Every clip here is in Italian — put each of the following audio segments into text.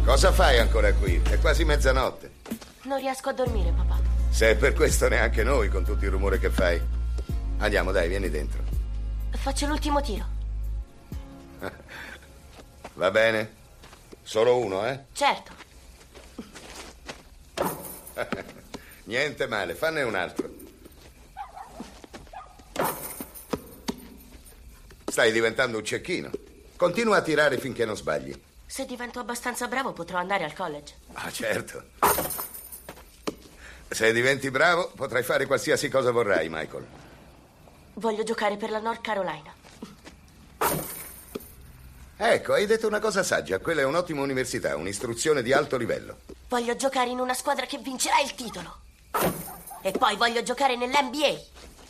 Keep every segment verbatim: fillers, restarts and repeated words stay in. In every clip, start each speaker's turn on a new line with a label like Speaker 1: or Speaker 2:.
Speaker 1: Cosa fai ancora qui? È quasi mezzanotte.
Speaker 2: Non riesco a dormire, papà.
Speaker 1: Se è per questo neanche noi, con tutto il rumore che fai. Andiamo, dai, vieni dentro.
Speaker 2: Faccio l'ultimo tiro.
Speaker 1: Va bene? Solo uno, eh?
Speaker 2: Certo.
Speaker 1: Niente male, fanne un altro. Stai diventando un cecchino. Continua a tirare finché non sbagli.
Speaker 2: Se divento abbastanza bravo potrò andare al college.
Speaker 1: Ah, certo. Se diventi bravo potrai fare qualsiasi cosa vorrai, Michael.
Speaker 2: Voglio giocare per la North Carolina.
Speaker 1: Ecco, hai detto una cosa saggia. Quella è un'ottima università, un'istruzione di alto livello.
Speaker 2: Voglio giocare in una squadra che vincerà il titolo. E poi voglio giocare nell'N B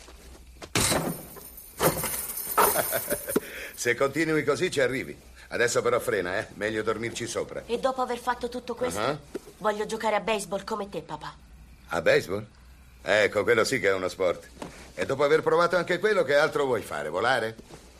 Speaker 2: A.
Speaker 1: Se continui così ci arrivi. Adesso però frena, eh? Meglio dormirci sopra.
Speaker 2: E dopo aver fatto tutto questo, uh-huh. voglio giocare a baseball come te, papà.
Speaker 1: A baseball? Ecco, quello sì che è uno sport. E dopo aver provato anche quello, che altro vuoi fare? Volare?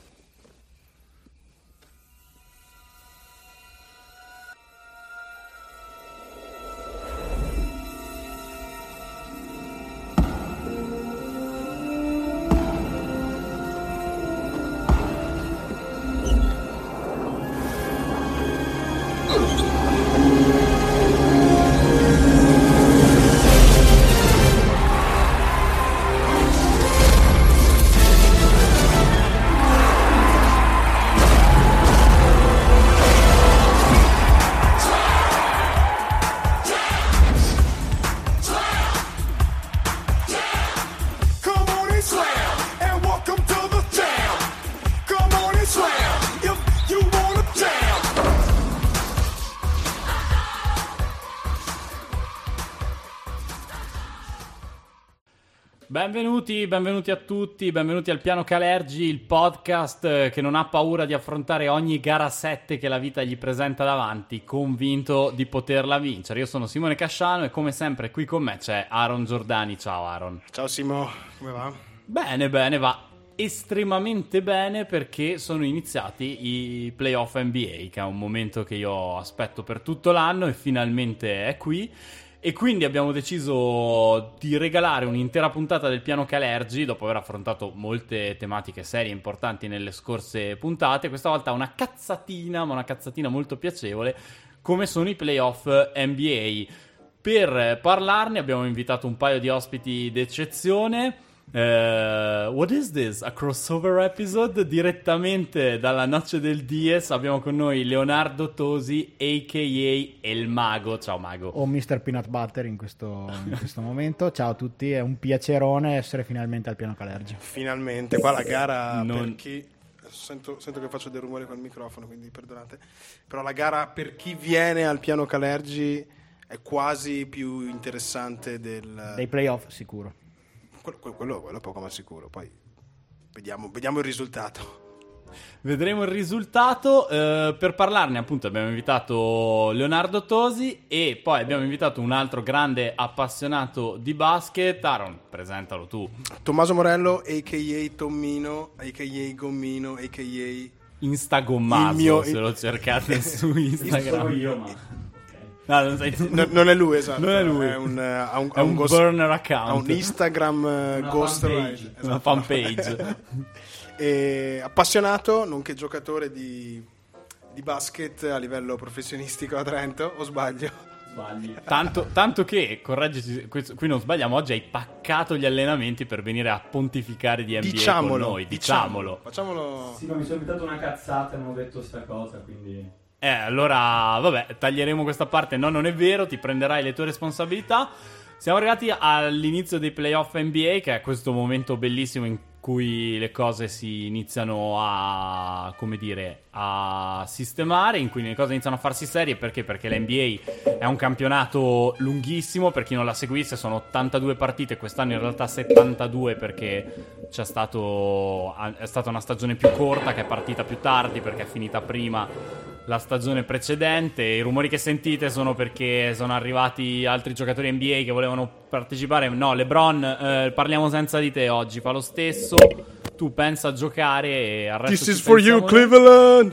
Speaker 3: Benvenuti, benvenuti a tutti, benvenuti al Piano Calergi, il podcast che non ha paura di affrontare ogni gara sette che la vita gli presenta davanti, convinto di poterla vincere. Io sono Simone Casciano e come sempre qui con me c'è Aaron Giordani. Ciao Aaron.
Speaker 4: Ciao Simo, come va?
Speaker 3: Bene, bene, va estremamente bene perché sono iniziati i playoff N B A, che è un momento che io aspetto per tutto l'anno e finalmente è qui. E quindi abbiamo deciso di regalare un'intera puntata del Piano Calergi, dopo aver affrontato molte tematiche serie importanti nelle scorse puntate. Questa volta una cazzatina, ma una cazzatina molto piacevole, come sono i playoff N B A. Per parlarne abbiamo invitato un paio di ospiti d'eccezione. Uh, what is this? A crossover episode? Direttamente dalla Noce del Dies abbiamo con noi Leonardo Tosi, a k a. El Mago. Ciao Mago.
Speaker 5: O mister Peanut Butter in questo, in questo momento. Ciao a tutti, è un piacerone essere finalmente al Piano Calergi.
Speaker 4: Finalmente, qua la gara
Speaker 3: non...
Speaker 4: per chi... Sento, sento che faccio del rumore col microfono, quindi perdonate. Però la gara per chi viene al Piano Calergi è quasi più interessante del...
Speaker 5: dei playoff sicuro.
Speaker 4: Quello, quello, quello è poco ma sicuro. Poi vediamo, vediamo il risultato.
Speaker 3: Vedremo il risultato. Eh, per parlarne appunto abbiamo invitato Leonardo Tosi e poi abbiamo invitato un altro grande appassionato di basket. Aaron, presentalo tu.
Speaker 4: Tommaso Morello, a k a. Tommino, a k a. Gommino, a k a.
Speaker 3: Instagommaso,
Speaker 4: mio...
Speaker 3: se lo cercate su Instagram.
Speaker 5: io, ma...
Speaker 3: No, non, sei tu.
Speaker 4: No, non è lui, esatto.
Speaker 3: Non è lui.
Speaker 4: È un, uh, ha un,
Speaker 3: è un,
Speaker 4: un ghost,
Speaker 3: burner account.
Speaker 4: ha un Instagram uh, ghost
Speaker 5: fanpage.
Speaker 4: esatto.
Speaker 3: Una fanpage.
Speaker 4: E appassionato, nonché giocatore di, di basket a livello professionistico a Trento, o sbaglio?
Speaker 3: Sbagli. Tanto, tanto che, correggiti, qui non sbagliamo, oggi hai paccato gli allenamenti per venire a pontificare di N B A
Speaker 4: diciamolo,
Speaker 3: con noi. Diciamolo.
Speaker 4: Facciamolo.
Speaker 5: Sì, ma mi sono inventato una cazzata e non ho detto sta cosa, quindi...
Speaker 3: Eh, allora, vabbè, taglieremo questa parte. No, non è vero, ti prenderai le tue responsabilità. Siamo arrivati all'inizio dei playoff N B A, che è questo momento bellissimo in cui le cose si iniziano a, come dire, a sistemare, in cui le cose iniziano a farsi serie. Perché? Perché l'N B A è un campionato lunghissimo, per chi non la seguisse sono ottantadue partite, quest'anno in realtà settantadue perché c'è stato, è stata una stagione più corta che è partita più tardi perché è finita prima la stagione precedente. I rumori che sentite sono perché sono arrivati altri giocatori N B A che volevano partecipare. No, LeBron, eh, parliamo senza di te oggi, fa lo stesso. Tu pensa a giocare e al resto
Speaker 4: This is
Speaker 3: ci
Speaker 4: for you,
Speaker 3: pensiamo noi.
Speaker 4: Cleveland!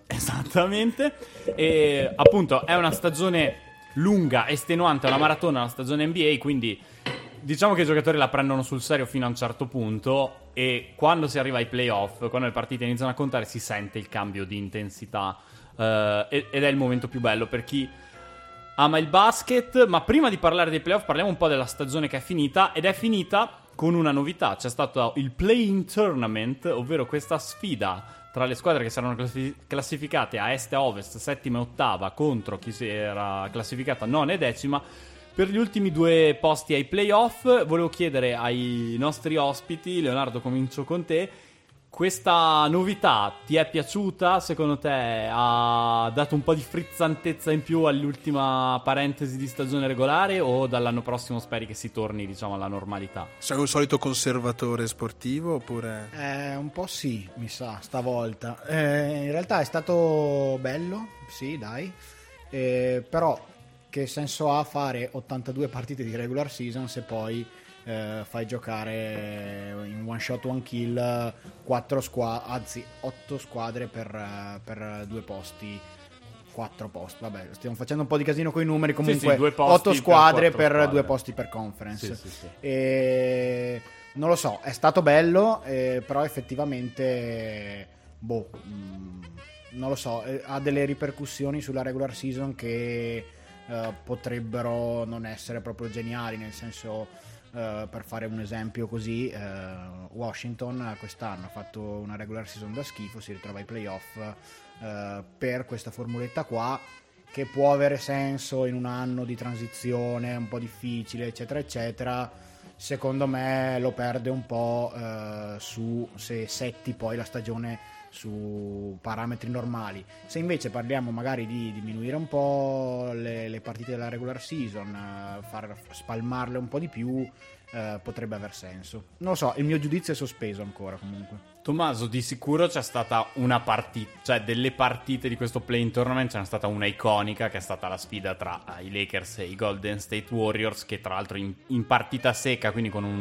Speaker 3: Esattamente. E appunto è una stagione lunga, estenuante, una maratona, una stagione N B A, quindi diciamo che i giocatori la prendono sul serio fino a un certo punto, e quando si arriva ai playoff, quando le partite iniziano a contare, si sente il cambio di intensità, eh, ed è il momento più bello per chi ama il basket. Ma prima di parlare dei playoff parliamo un po' della stagione che è finita, ed è finita con una novità. C'è stato il play-in tournament, ovvero questa sfida tra le squadre che saranno classificate a est e a ovest, settima e ottava, contro chi si era classificata nona e decima, per gli ultimi due posti ai playoff. Volevo chiedere ai nostri ospiti, Leonardo, comincio con te, questa novità ti è piaciuta? Secondo te ha dato un po' di frizzantezza in più all'ultima parentesi di stagione regolare, o dall'anno prossimo speri che si torni, diciamo, alla normalità?
Speaker 4: Sei un solito conservatore sportivo oppure?
Speaker 5: Eh, un po' sì, mi sa, stavolta. Eh, in realtà è stato bello, sì, dai. Eh, però che senso ha fare ottantadue partite di regular season se poi eh, fai giocare in one shot one kill quattro squadre, anzi otto squadre per, per due posti, quattro posti, vabbè, stiamo facendo un po' di casino con i numeri, comunque
Speaker 3: sì, sì, due posti
Speaker 5: otto squadre
Speaker 3: per,
Speaker 5: per
Speaker 3: squadre.
Speaker 5: due posti per conference.
Speaker 3: Sì, sì, sì.
Speaker 5: E non lo so, è stato bello, eh, però effettivamente boh, mh, non lo so, eh, ha delle ripercussioni sulla regular season che Uh, potrebbero non essere proprio geniali, nel senso, uh, per fare un esempio così, uh, Washington quest'anno ha fatto una regular season da schifo, si ritrova ai playoff uh, per questa formuletta qua, che può avere senso in un anno di transizione un po' difficile, eccetera eccetera. Secondo me lo perde un po' uh, su se setti poi la stagione su parametri normali. Se invece parliamo magari di diminuire un po' le, le partite della regular season, uh, far spalmarle un po' di più, uh, potrebbe aver senso. Non lo so, il mio giudizio è sospeso ancora comunque.
Speaker 3: Tommaso, di sicuro c'è stata una partita, cioè delle partite di questo play-in tournament c'è stata una iconica, che è stata la sfida tra i Lakers e i Golden State Warriors, che tra l'altro in, in partita secca, quindi con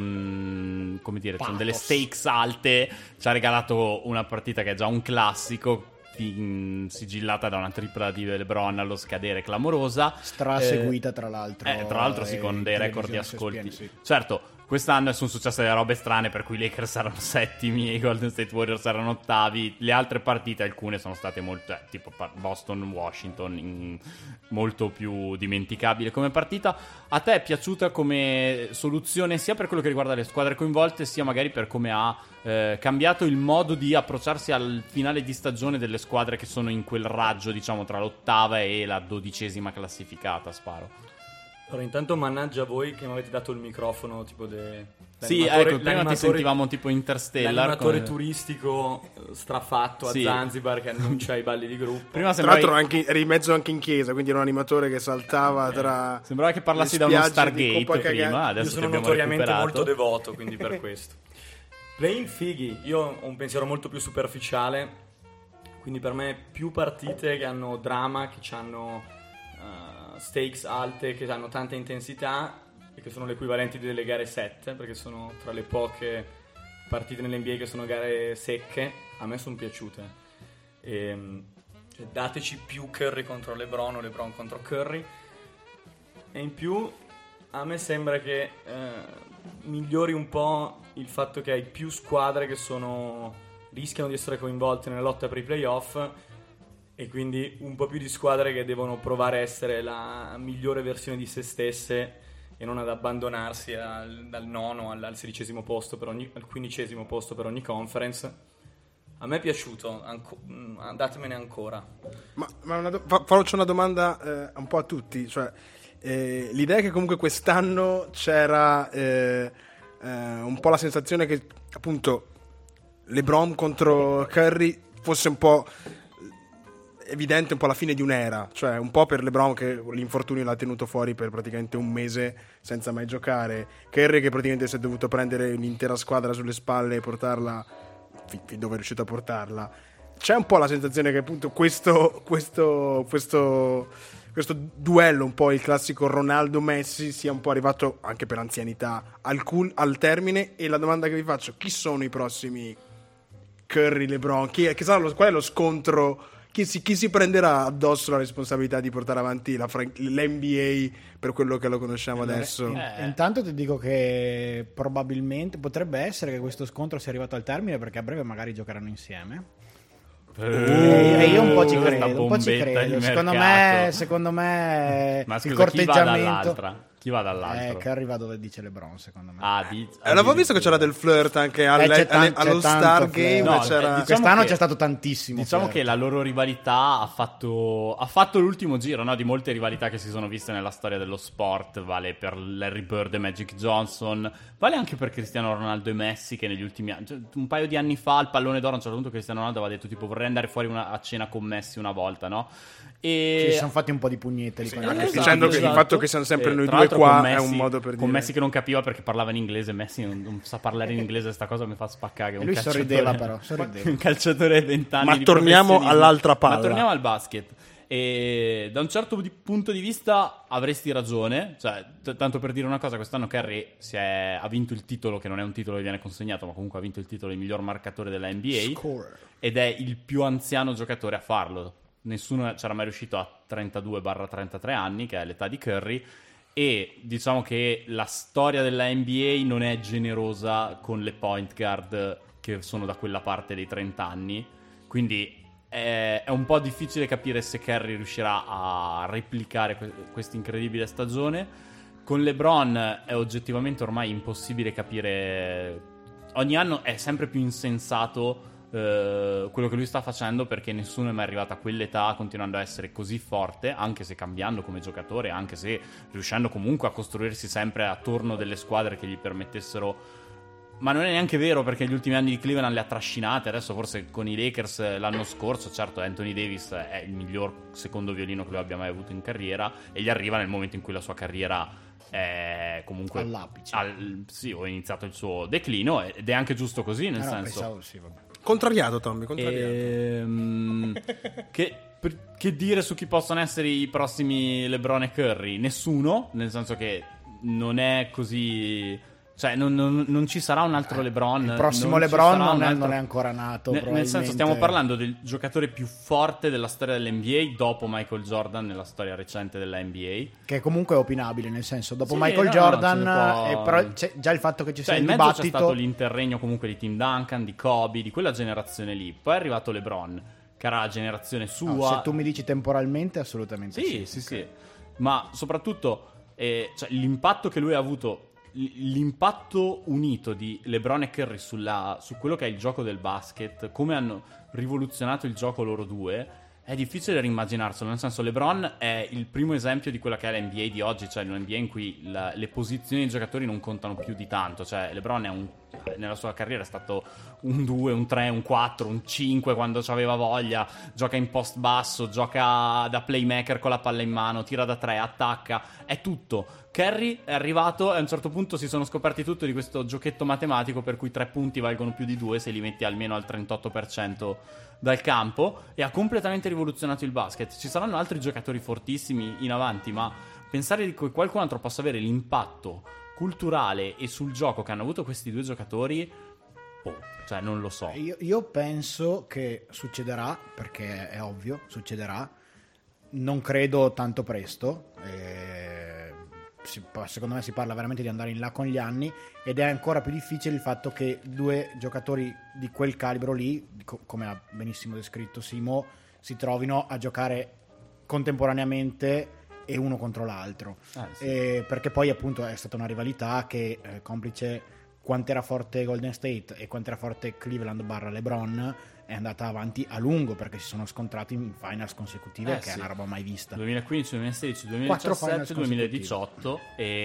Speaker 3: un, come dire, con delle stakes alte, ci ha regalato una partita che è già un classico, sigillata da una tripla di LeBron allo scadere clamorosa,
Speaker 5: straseguita eh, tra l'altro
Speaker 3: eh, tra l'altro sì, con dei record di ascolti. Sì. Certo, quest'anno sono successe delle robe strane, per cui i Lakers erano settimi e i Golden State Warriors erano ottavi. Le altre partite, alcune sono state molto, eh, tipo Boston-Washington, molto più dimenticabile come partita. A te è piaciuta come soluzione sia per quello che riguarda le squadre coinvolte, sia magari per come ha eh, cambiato il modo di approcciarsi al finale di stagione delle squadre che sono in quel raggio, diciamo, tra l'ottava e la dodicesima classificata, sparo?
Speaker 6: Allora, intanto mannaggia voi che mi avete dato il microfono tipo de...
Speaker 3: Sì, ecco, prima ti sentivamo tipo Interstellar,
Speaker 6: l'animatore
Speaker 3: come...
Speaker 6: turistico strafatto a
Speaker 3: sì.
Speaker 6: Zanzibar che annuncia i balli di gruppo.
Speaker 3: Prima
Speaker 4: tra l'altro anche, eri in mezzo anche in chiesa, quindi era un animatore che saltava tra...
Speaker 3: Sembrava che parlassi da uno Stargate prima, adesso
Speaker 6: io sono notoriamente molto devoto, quindi per questo. Play-in fighi, io ho un pensiero molto più superficiale, quindi per me più partite che hanno drama, che hanno uh, stakes alte, che hanno tanta intensità e che sono le equivalenti delle gare sette, perché sono tra le poche partite nell'N B A che sono gare secche, a me sono piaciute. E, cioè, dateci più Curry contro LeBron o LeBron contro Curry, e in più a me sembra che eh, migliori un po' il fatto che hai più squadre che sono rischiano di essere coinvolte nella lotta per i playoff, e quindi un po' più di squadre che devono provare a essere la migliore versione di se stesse e non ad abbandonarsi al, dal nono al, al sedicesimo posto per ogni, al quindicesimo posto per ogni conference. A me è piaciuto, anco, datemene ancora.
Speaker 4: Ma, ma una do- fa- faccio una domanda eh, un po' a tutti, cioè eh, l'idea è che comunque quest'anno c'era eh, eh, un po' la sensazione che appunto LeBron contro Curry fosse un po' evidente, un po' la fine di un'era, cioè un po' per LeBron che l'infortunio l'ha tenuto fuori per praticamente un mese senza mai giocare, Curry che praticamente si è dovuto prendere l'intera squadra sulle spalle e portarla fin, fin dove è riuscito a portarla. C'è un po' la sensazione che appunto questo questo questo questo duello, un po' il classico Ronaldo-Messi, sia un po' arrivato anche per anzianità al, cul- al termine. E la domanda che vi faccio: chi sono i prossimi Curry, LeBron? Chi è, che sarà lo, qual è lo scontro chi si, chi si prenderà addosso la responsabilità di portare avanti la fran- l'N B A per quello che lo conosciamo adesso?
Speaker 3: Eh.
Speaker 5: Intanto ti dico che probabilmente potrebbe essere che questo scontro sia arrivato al termine, perché a breve magari giocheranno insieme.
Speaker 3: Uh,
Speaker 5: E io un po' ci
Speaker 3: questa
Speaker 5: credo, un po' ci
Speaker 3: bombetta
Speaker 5: credo.
Speaker 3: di
Speaker 5: Secondo
Speaker 3: mercato.
Speaker 5: me, secondo me
Speaker 3: Ma scusa,
Speaker 5: il
Speaker 3: chi va
Speaker 5: corteggiamento
Speaker 3: dall'altra? Chi va dall'altro?
Speaker 5: eh, che arriva dove dice LeBron, secondo me.
Speaker 3: Ah, di-
Speaker 4: Eh, l'avevo visto che c'era del flirt anche alle,
Speaker 5: Eh, c'è tan-
Speaker 4: alle-
Speaker 5: c'è
Speaker 4: allo
Speaker 5: tanto
Speaker 4: Star
Speaker 5: flirt.
Speaker 4: Game.
Speaker 3: No,
Speaker 4: c'era...
Speaker 3: eh, diciamo
Speaker 5: Quest'anno
Speaker 3: che-
Speaker 5: c'è stato tantissimo.
Speaker 3: Diciamo
Speaker 5: flirt.
Speaker 3: che la loro rivalità ha fatto, ha fatto l'ultimo giro, no? Di molte rivalità che si sono viste nella storia dello sport. Vale per Larry Bird e Magic Johnson, vale anche per Cristiano Ronaldo e Messi, che negli ultimi anni, cioè, un paio di anni fa al pallone d'oro a un certo punto Cristiano Ronaldo aveva detto tipo vorrei andare fuori una, a cena con Messi una volta, no? E
Speaker 5: Ci sono fatti un po' di pugnette lì con
Speaker 4: anche
Speaker 5: la-
Speaker 3: esatto,
Speaker 4: dicendo che il
Speaker 3: esatto.
Speaker 4: fatto che siamo sempre
Speaker 3: Eh,
Speaker 4: noi
Speaker 3: tra
Speaker 4: due
Speaker 3: l'altro
Speaker 4: qua
Speaker 3: con
Speaker 4: è
Speaker 3: Messi-
Speaker 4: un modo per
Speaker 3: con
Speaker 4: dire.
Speaker 3: Messi che non capiva perché parlava in inglese. Messi non, non sa parlare in inglese, sta cosa mi fa spaccare.
Speaker 5: E
Speaker 3: un
Speaker 5: lui
Speaker 3: calciatore-
Speaker 5: sorrideva però, sorrideva.
Speaker 3: un calciatore di vent'anni
Speaker 4: Ma
Speaker 3: di
Speaker 4: torniamo
Speaker 3: professionismo.
Speaker 4: all'altra palla.
Speaker 3: Ma torniamo al basket. E da un certo di- punto di vista avresti ragione, cioè, t- tanto per dire una cosa, quest'anno Curry si è, ha vinto il titolo, che non è un titolo che viene consegnato, ma comunque ha vinto il titolo di miglior marcatore della N B A
Speaker 5: Scorer.
Speaker 3: ed è il più anziano giocatore a farlo. Nessuno c'era mai riuscito a trentadue trentatré anni, che è l'età di Curry, e diciamo che la storia della N B A non è generosa con le point guard che sono da quella parte dei trenta anni, quindi è, è un po' difficile capire se Curry riuscirà a replicare que- questa incredibile stagione. Con LeBron è oggettivamente ormai impossibile capire, ogni anno è sempre più insensato Uh, quello che lui sta facendo, perché nessuno è mai arrivato a quell'età continuando a essere così forte, anche se cambiando come giocatore, anche se riuscendo comunque a costruirsi sempre attorno delle squadre che gli permettessero. Ma non è neanche vero, perché gli ultimi anni di Cleveland le ha trascinate. Adesso forse con i Lakers l'anno scorso, certo Anthony Davis è il miglior secondo violino che lui abbia mai avuto in carriera, e gli arriva nel momento in cui la sua carriera è comunque
Speaker 5: all'apice.
Speaker 3: al, sì, ho iniziato il suo declino, ed è anche giusto così, nel
Speaker 5: Ah, no,
Speaker 3: senso
Speaker 5: pensavo, sì, vabbè.
Speaker 4: Contrariato, Tommy, contrariato.
Speaker 3: Ehm, che, per- che dire su chi possono essere i prossimi LeBron e Curry? Nessuno, nel senso che non è così. Cioè, non, non- non ci sarà un altro LeBron.
Speaker 5: Il prossimo
Speaker 3: non ci
Speaker 5: LeBron
Speaker 3: sarà
Speaker 5: non
Speaker 3: un
Speaker 5: è,
Speaker 3: altro-
Speaker 5: non è ancora nato.
Speaker 3: Ne- nel senso, stiamo
Speaker 5: probabilmente.
Speaker 3: parlando del giocatore più forte della storia dell'N B A dopo Michael Jordan nella storia recente della N B A.
Speaker 5: Che comunque è opinabile, nel senso, dopo
Speaker 3: Sì,
Speaker 5: Michael
Speaker 3: no,
Speaker 5: Jordan,
Speaker 3: no, ce ne può-
Speaker 5: eh, però c'è già il fatto che ci
Speaker 3: Cioè,
Speaker 5: sia
Speaker 3: in
Speaker 5: il
Speaker 3: mezzo c'è
Speaker 5: dibattito.
Speaker 3: stato l'interregno comunque di Tim Duncan, di Kobe, di quella generazione lì. Poi è arrivato LeBron, che era la generazione
Speaker 5: No,
Speaker 3: sua.
Speaker 5: se tu mi dici temporalmente, assolutamente
Speaker 3: Sì,
Speaker 5: sì.
Speaker 3: sì, sì. Ma soprattutto eh, cioè, l'impatto che lui ha avuto, l- l'impatto unito di LeBron e Curry sulla, su quello che è il gioco del basket, come hanno rivoluzionato il gioco loro due, è difficile rimmaginarselo. Nel senso, LeBron è il primo esempio di quella che è l'N B A di oggi, cioè l'N B A in cui la- le posizioni dei giocatori non contano più di tanto. Cioè, LeBron è un, nella sua carriera è stato un due, un tre, un quattro, un cinque quando aveva voglia, gioca in post basso, gioca da playmaker con la palla in mano, tira da tre, attacca, è tutto. Curry è arrivato e a un certo punto si sono scoperti tutto di questo giochetto matematico per cui tre punti valgono più di due se li metti almeno al trentotto per cento dal campo, e ha completamente rivoluzionato il basket. Ci saranno altri giocatori fortissimi in avanti, ma pensare che qualcun altro possa avere l'impatto culturale e sul gioco che hanno avuto questi due giocatori, boh, cioè non lo so.
Speaker 5: Io, io penso che succederà, perché è ovvio, succederà. Non credo tanto presto. Eh, si- secondo me si parla veramente di andare in là con gli anni, ed è ancora più difficile il fatto che due giocatori di quel calibro lì, co- come ha benissimo descritto Simo, si trovino a giocare contemporaneamente e uno contro l'altro.
Speaker 3: Ah, sì.
Speaker 5: Eh, perché poi appunto è stata una rivalità che, eh, complice quanto era forte Golden State e quanto era forte Cleveland barra LeBron, è andata avanti a lungo, perché si sono scontrati in finals consecutive,
Speaker 3: Eh,
Speaker 5: che
Speaker 3: sì.
Speaker 5: è una roba mai vista.
Speaker 3: duemilaquindici, duemilasedici,
Speaker 5: Quattro
Speaker 3: duemiladiciassette,
Speaker 5: finals
Speaker 3: duemiladiciotto,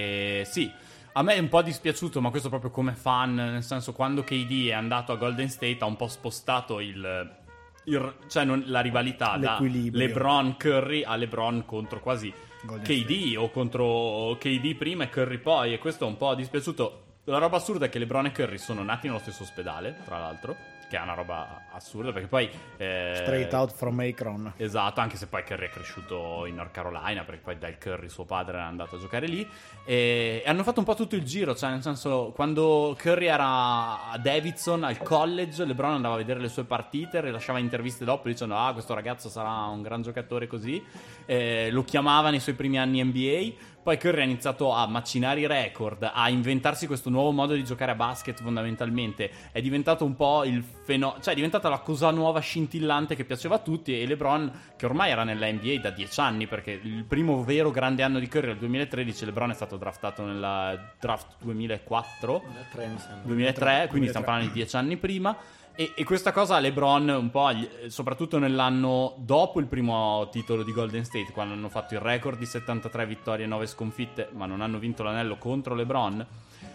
Speaker 3: e sì, a me è un po' dispiaciuto, ma questo proprio come fan, nel senso, quando K D è andato a Golden State ha un po' spostato il, il- cioè non, la rivalità da
Speaker 5: L'equilibrio.
Speaker 3: LeBron Curry a LeBron contro quasi
Speaker 5: Golden
Speaker 3: K D, o contro K D prima e Curry poi, e questo è un po' dispiaciuto. La roba assurda è che LeBron e Curry sono nati nello stesso ospedale, tra l'altro, che è una roba assurda, perché poi eh,
Speaker 5: Straight out from Akron.
Speaker 3: esatto, anche se poi Curry è cresciuto in North Carolina, perché poi Del Curry, suo padre, era andato a giocare lì, e, e hanno fatto un po' tutto il giro, cioè nel senso, quando Curry era a Davidson al college, LeBron andava a vedere le sue partite, rilasciava interviste dopo dicendo ah, questo ragazzo sarà un gran giocatore così, eh, lo chiamava nei suoi primi anni N B A. Poi Curry ha iniziato a macinare i record, a inventarsi questo nuovo modo di giocare a basket fondamentalmente. È diventato un po' il fenomeno, cioè è diventata la cosa nuova scintillante che piaceva a tutti. E LeBron, che ormai era nella N B A da dieci anni, perché il primo vero grande anno di Curry nel duemilatredici, LeBron è stato draftato nella draft duemilaquattro, duemilatré, quindi stiamo parlando di dieci anni prima. E, e questa cosa a LeBron un po', soprattutto nell'anno dopo il primo titolo di Golden State, quando hanno fatto il record di settantatré vittorie e nove sconfitte, ma non hanno vinto l'anello contro LeBron,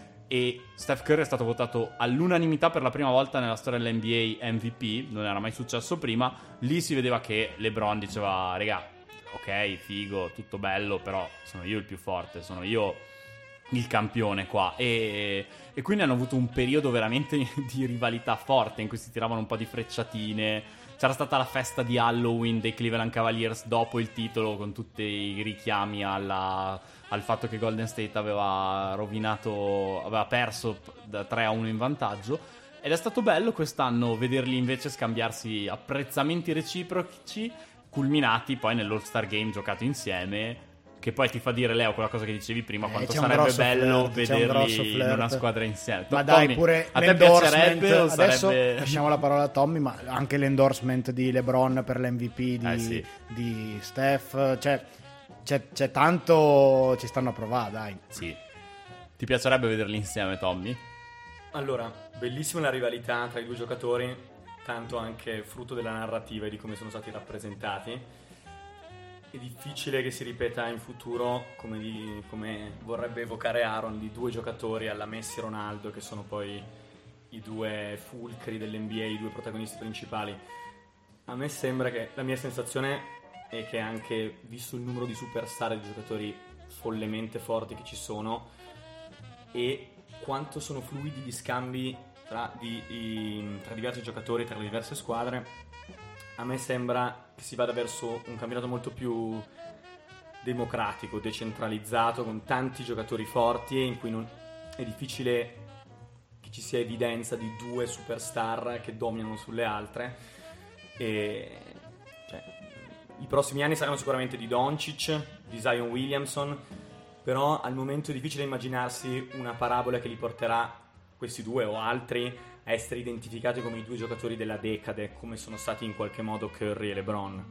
Speaker 3: e Steph Curry è stato votato all'unanimità per la prima volta nella storia dell'N B A M V P, non era mai successo prima. Lì si vedeva che LeBron diceva regà, ok, figo, tutto bello, però sono io il più forte, sono io il campione qua. E, e quindi hanno avuto un periodo veramente di rivalità forte in cui si tiravano un po' di frecciatine. C'era stata la festa di Halloween dei Cleveland Cavaliers dopo il titolo, con tutti i richiami alla, al fatto che Golden State aveva rovinato, aveva perso da tre a uno in vantaggio. Ed è stato bello quest'anno vederli invece scambiarsi apprezzamenti reciproci, culminati poi nell'All-Star Game giocato insieme, che poi ti fa dire, Leo, quella cosa che dicevi prima,
Speaker 5: Eh,
Speaker 3: quanto
Speaker 5: c'è un
Speaker 3: sarebbe
Speaker 5: grosso
Speaker 3: bello
Speaker 5: flirt, c'è un grosso
Speaker 3: vederli in
Speaker 5: flirt.
Speaker 3: una squadra insieme.
Speaker 5: Ma
Speaker 3: Tommy,
Speaker 5: dai, pure
Speaker 3: a te
Speaker 5: l'endorsement,
Speaker 3: piacerebbe o
Speaker 5: adesso
Speaker 3: sarebbe...
Speaker 5: lasciamo la parola a Tommy, ma anche l'endorsement di LeBron per l'M V P di,
Speaker 3: Eh, sì.
Speaker 5: di Steph, cioè c'è, c'è tanto, ci stanno a provare, dai.
Speaker 3: Sì. Ti piacerebbe vederli insieme, Tommy?
Speaker 6: Allora, bellissima la rivalità tra i due giocatori, tanto anche frutto della narrativa e di come sono stati rappresentati. È difficile che si ripeta in futuro, come, di, come vorrebbe evocare Aaron, di due giocatori alla Messi e Ronaldo, che sono poi i due fulcri dell'N B A, i due protagonisti principali. A me sembra che, la mia sensazione è che anche, visto il numero di superstar e di giocatori follemente forti che ci sono, e quanto sono fluidi gli scambi tra, di, i, tra diversi giocatori, tra le diverse squadre, a me sembra che si vada verso un campionato molto più democratico, decentralizzato, con tanti giocatori forti, in cui non, è difficile che ci sia evidenza di due superstar che dominano sulle altre. E, cioè, i prossimi anni saranno sicuramente di Doncic, di Zion Williamson, però al momento è difficile immaginarsi una parabola che li porterà, questi due o altri, a essere identificati come i due giocatori della decade, come sono stati in qualche modo Curry e LeBron.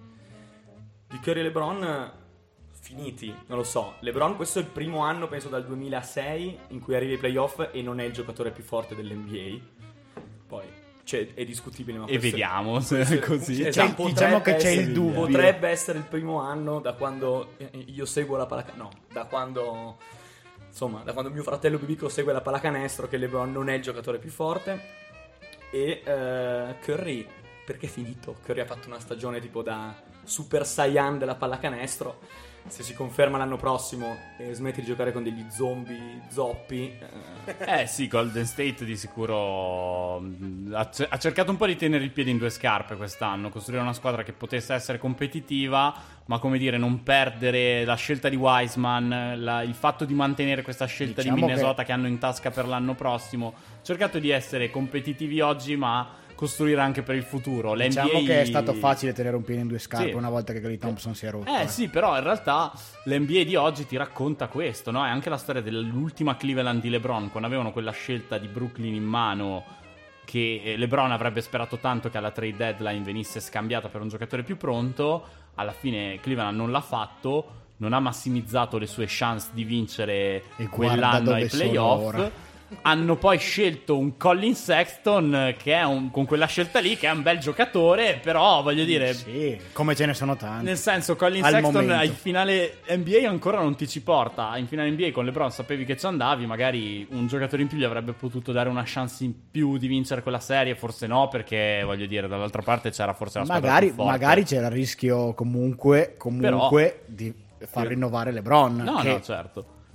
Speaker 6: Di Curry e LeBron finiti, non lo so. LeBron, questo è il primo anno, penso dal duemilasei, in cui arriva ai playoff e non è il giocatore più forte dell'N B A. Poi cioè, è discutibile, ma
Speaker 3: E
Speaker 6: questo
Speaker 3: vediamo se è così.
Speaker 6: Esatto,
Speaker 5: C'è- diciamo che c'è
Speaker 6: essere-
Speaker 5: il dubbio.
Speaker 6: Potrebbe essere il primo anno da quando io seguo la pallacanestro. No, da quando insomma, da quando mio fratello più piccolo segue la pallacanestro, che LeBron non è il giocatore più forte. E uh, Curry, perché è finito? Curry ha fatto una stagione tipo da Super Saiyan della pallacanestro. Se si conferma l'anno prossimo e smette di giocare con degli zombie zoppi, eh,
Speaker 3: Eh sì, Golden State di sicuro mh, ha, c- ha cercato un po' di tenere il piede in due scarpe quest'anno, costruire una squadra che potesse essere competitiva, ma come dire, non perdere la scelta di Wiseman, la- il fatto di mantenere questa scelta
Speaker 5: Diciamo
Speaker 3: di Minnesota
Speaker 5: che-
Speaker 3: che... hanno in tasca per l'anno prossimo. Ha cercato di essere competitivi oggi, ma costruire anche per il futuro. L'N B A...
Speaker 5: Diciamo che è stato facile tenere un piede in due scarpe
Speaker 3: Sì.
Speaker 5: una volta che Klay Thompson si è rotto.
Speaker 3: Eh sì, però in realtà l'N B A di oggi ti racconta questo, no? È anche la storia dell'ultima Cleveland di LeBron, quando avevano quella scelta di Brooklyn in mano, che eh, LeBron avrebbe sperato tanto che alla trade deadline venisse scambiata per un giocatore più pronto. Alla fine Cleveland non l'ha fatto, non ha massimizzato le sue chance di vincere
Speaker 5: E guarda
Speaker 3: quell'anno
Speaker 5: dove
Speaker 3: ai
Speaker 5: sono
Speaker 3: playoff.
Speaker 5: ora.
Speaker 3: Hanno poi scelto un Colin Sexton, che è un, con quella scelta lì, che è un bel giocatore, però voglio dire...
Speaker 5: Sì, come ce ne sono tanti.
Speaker 3: Nel senso, Colin
Speaker 5: Al
Speaker 3: Sexton
Speaker 5: momento.
Speaker 3: in finale N B A ancora non ti ci porta. In finale N B A con LeBron sapevi che ci andavi, magari un giocatore in più gli avrebbe potuto dare una chance in più di vincere quella serie, forse no, perché voglio dire, dall'altra parte c'era forse la squadra
Speaker 5: magari,
Speaker 3: più forte.
Speaker 5: magari c'era il rischio comunque, comunque di far
Speaker 3: Sì.
Speaker 5: rinnovare LeBron.
Speaker 3: No,
Speaker 5: che
Speaker 3: no, certo.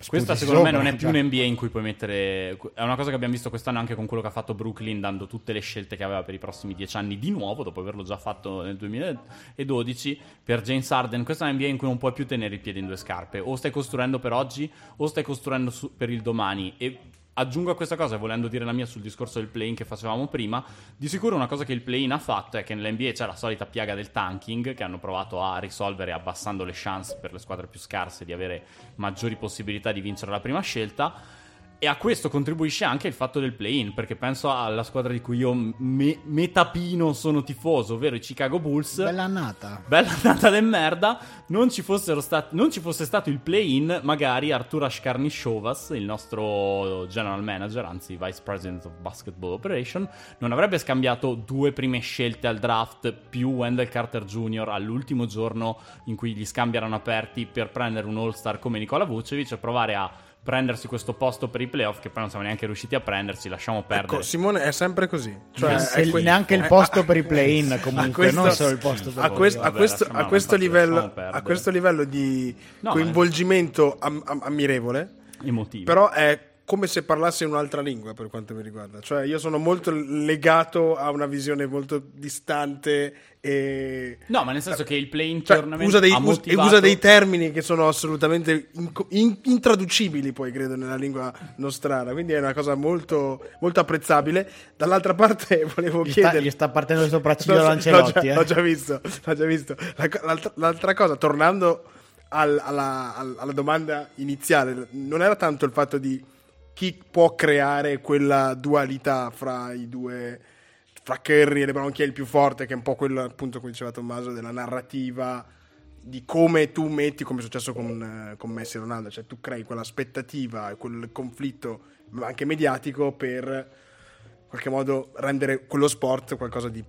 Speaker 3: Questa secondo me non è più un N B A in cui puoi mettere... È una cosa che abbiamo visto quest'anno anche con quello che ha fatto Brooklyn, dando tutte le scelte che aveva per i prossimi dieci anni di nuovo, dopo averlo già fatto nel duemiladodici. Per James Harden questa è un N B A in cui non puoi più tenere il piede in due scarpe. O stai costruendo per oggi o stai costruendo su- per il domani. E aggiungo a questa cosa, volendo dire la mia sul discorso del play-in che facevamo prima, di sicuro una cosa che il play-in ha fatto è che nell'N B A c'è la solita piaga del tanking che hanno provato a risolvere abbassando le chance per le squadre più scarse di avere maggiori possibilità di vincere la prima scelta. E a questo contribuisce anche il fatto del play-in, perché penso alla squadra di cui io me- metapino sono tifoso, ovvero i Chicago Bulls.
Speaker 5: Bella annata.
Speaker 3: Bella annata de merda. Non ci fossero stati, non ci fosse stato il play-in, magari Arturas Karnisovas, il nostro general manager, anzi vice president of basketball operation, non avrebbe scambiato due prime scelte al draft più Wendell Carter Junior all'ultimo giorno in cui gli scambi erano aperti per prendere un all-star come Nikola Vucevic e provare a prendersi questo posto per i playoff che poi non siamo neanche riusciti a prendersi, lasciamo perdere.
Speaker 4: Ecco, Simone è sempre così, cioè
Speaker 5: è
Speaker 4: que-
Speaker 5: neanche il posto per i play-in comunque,
Speaker 4: questo,
Speaker 5: non solo il posto per
Speaker 4: a,
Speaker 5: i
Speaker 4: questo,
Speaker 5: playoff.
Speaker 4: a questo,
Speaker 3: Vabbè,
Speaker 4: a questo livello
Speaker 3: perdere.
Speaker 4: a questo livello di
Speaker 3: No,
Speaker 4: coinvolgimento am- am- ammirevole,
Speaker 3: Emotivo.
Speaker 4: però è come se parlasse in un'altra lingua per quanto mi riguarda, cioè io sono molto legato a una visione molto distante e
Speaker 3: No, ma nel senso che il play-in
Speaker 4: cioè,
Speaker 3: tournament
Speaker 4: usa, dei,
Speaker 3: ha
Speaker 4: us-
Speaker 3: motivato...
Speaker 4: usa dei termini che sono assolutamente inco- in- intraducibili poi credo nella lingua nostrana, quindi è una cosa molto, molto apprezzabile. Dall'altra parte volevo
Speaker 5: Gli sta,
Speaker 4: chiedere
Speaker 5: gli sta partendo il sopracciglio
Speaker 4: L'ho-
Speaker 5: Lancelotti,
Speaker 4: l'ho, già,
Speaker 5: eh.
Speaker 4: l'ho già visto, l'ho già visto. La- l'altra, l'altra cosa, tornando al- alla, al- alla domanda iniziale, non era tanto il fatto di chi può creare quella dualità fra i due, fra Curry e LeBron, chi è il più forte, che è un po' quello, appunto, come diceva Tommaso, della narrativa di come tu metti, come è successo con, eh, con Messi e Ronaldo, cioè tu crei quell'aspettativa e quel conflitto anche mediatico per in qualche modo rendere quello sport qualcosa di